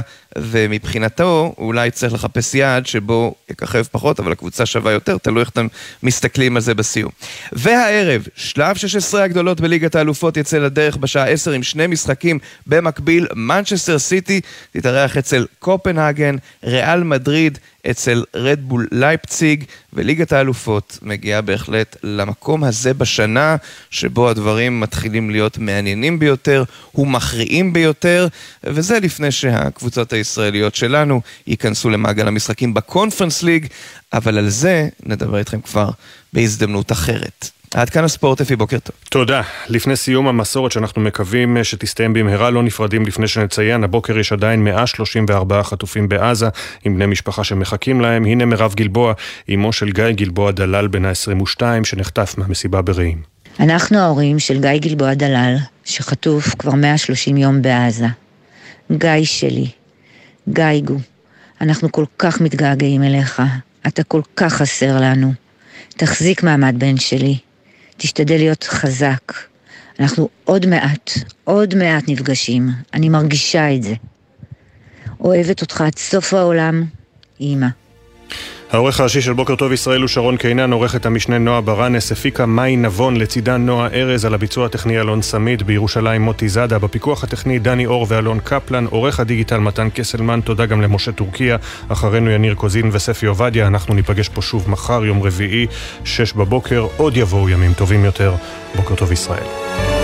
ומבחינתו אולי צריך לחפש יעד שבו יככב פחות, אבל הקבוצה שווה יותר, תלוי איך אתם מסתכלים על זה בסיום. והערב, שלב שש עשרה הגדולות בליגת האלופות יצא לדרך בשעה עשר עם שני משחקים במקביל. מנצ'סטר סיטי תתארח אצל קופנהגן, ריאל מדריד אצל רדבול לייפציג, וליגת האלופות מגיעה בהחלט למקום הזה בשנה שבו הדברים מתחילים להיות מעניינים ביותר, ומכריעים ביותר, וזה לפני שהקבוצות הישראליות שלנו ייכנסו למעגל המשחקים בקונפרנס ליג, אבל על זה נדבר איתכם כבר בהזדמנות אחרת. עד כאן הספורט, אפי, בוקר טוב. תודה. לפני סיום המסורת שאנחנו מקווים שתסתיים במהרה, לא נפרדים לפני שנציין, הבוקר יש עדיין מאה שלושים וארבעה חטופים בעזה, עם בני משפחה שמחכים להם. הנה מירב גלבוע, אמו של גיא גלבוע דלל בן ה-עשרים ושתיים, שנחטף מהמסיבה ברעים. אנחנו ההורים של גיא גלבוע דלל, שחטוף כבר מאה ושלושים יום בעזה. גיא שלי, גייגו, אנחנו כל כך מתגעגעים אליך, אתה כל כך חסר לנו. תחזיק מעמד בן שלי, תשתדל להיות חזק. אנחנו עוד מעט, עוד מעט נפגשים, אני מרגישה את זה. אוהבת אותך עד סוף העולם, אמא. העורך הראשי של בוקר טוב ישראל הוא שרון קינן, עורכת המשנה נועה ברנס, הפיקה מאי נבון, לצידן נועה ארז, על הביצוע הטכני אלון סמית, בירושלים מוטי זאדה, בפיקוח הטכני דני אור ואלון קפלן, עורך הדיגיטל מתן קסלמן, תודה גם למשה טורקיה, אחרינו יניר קוזין וספי עובדיה. אנחנו ניפגש פה שוב מחר, יום רביעי, שש בבוקר, עוד יבואו ימים טובים יותר. בוקר טוב ישראל.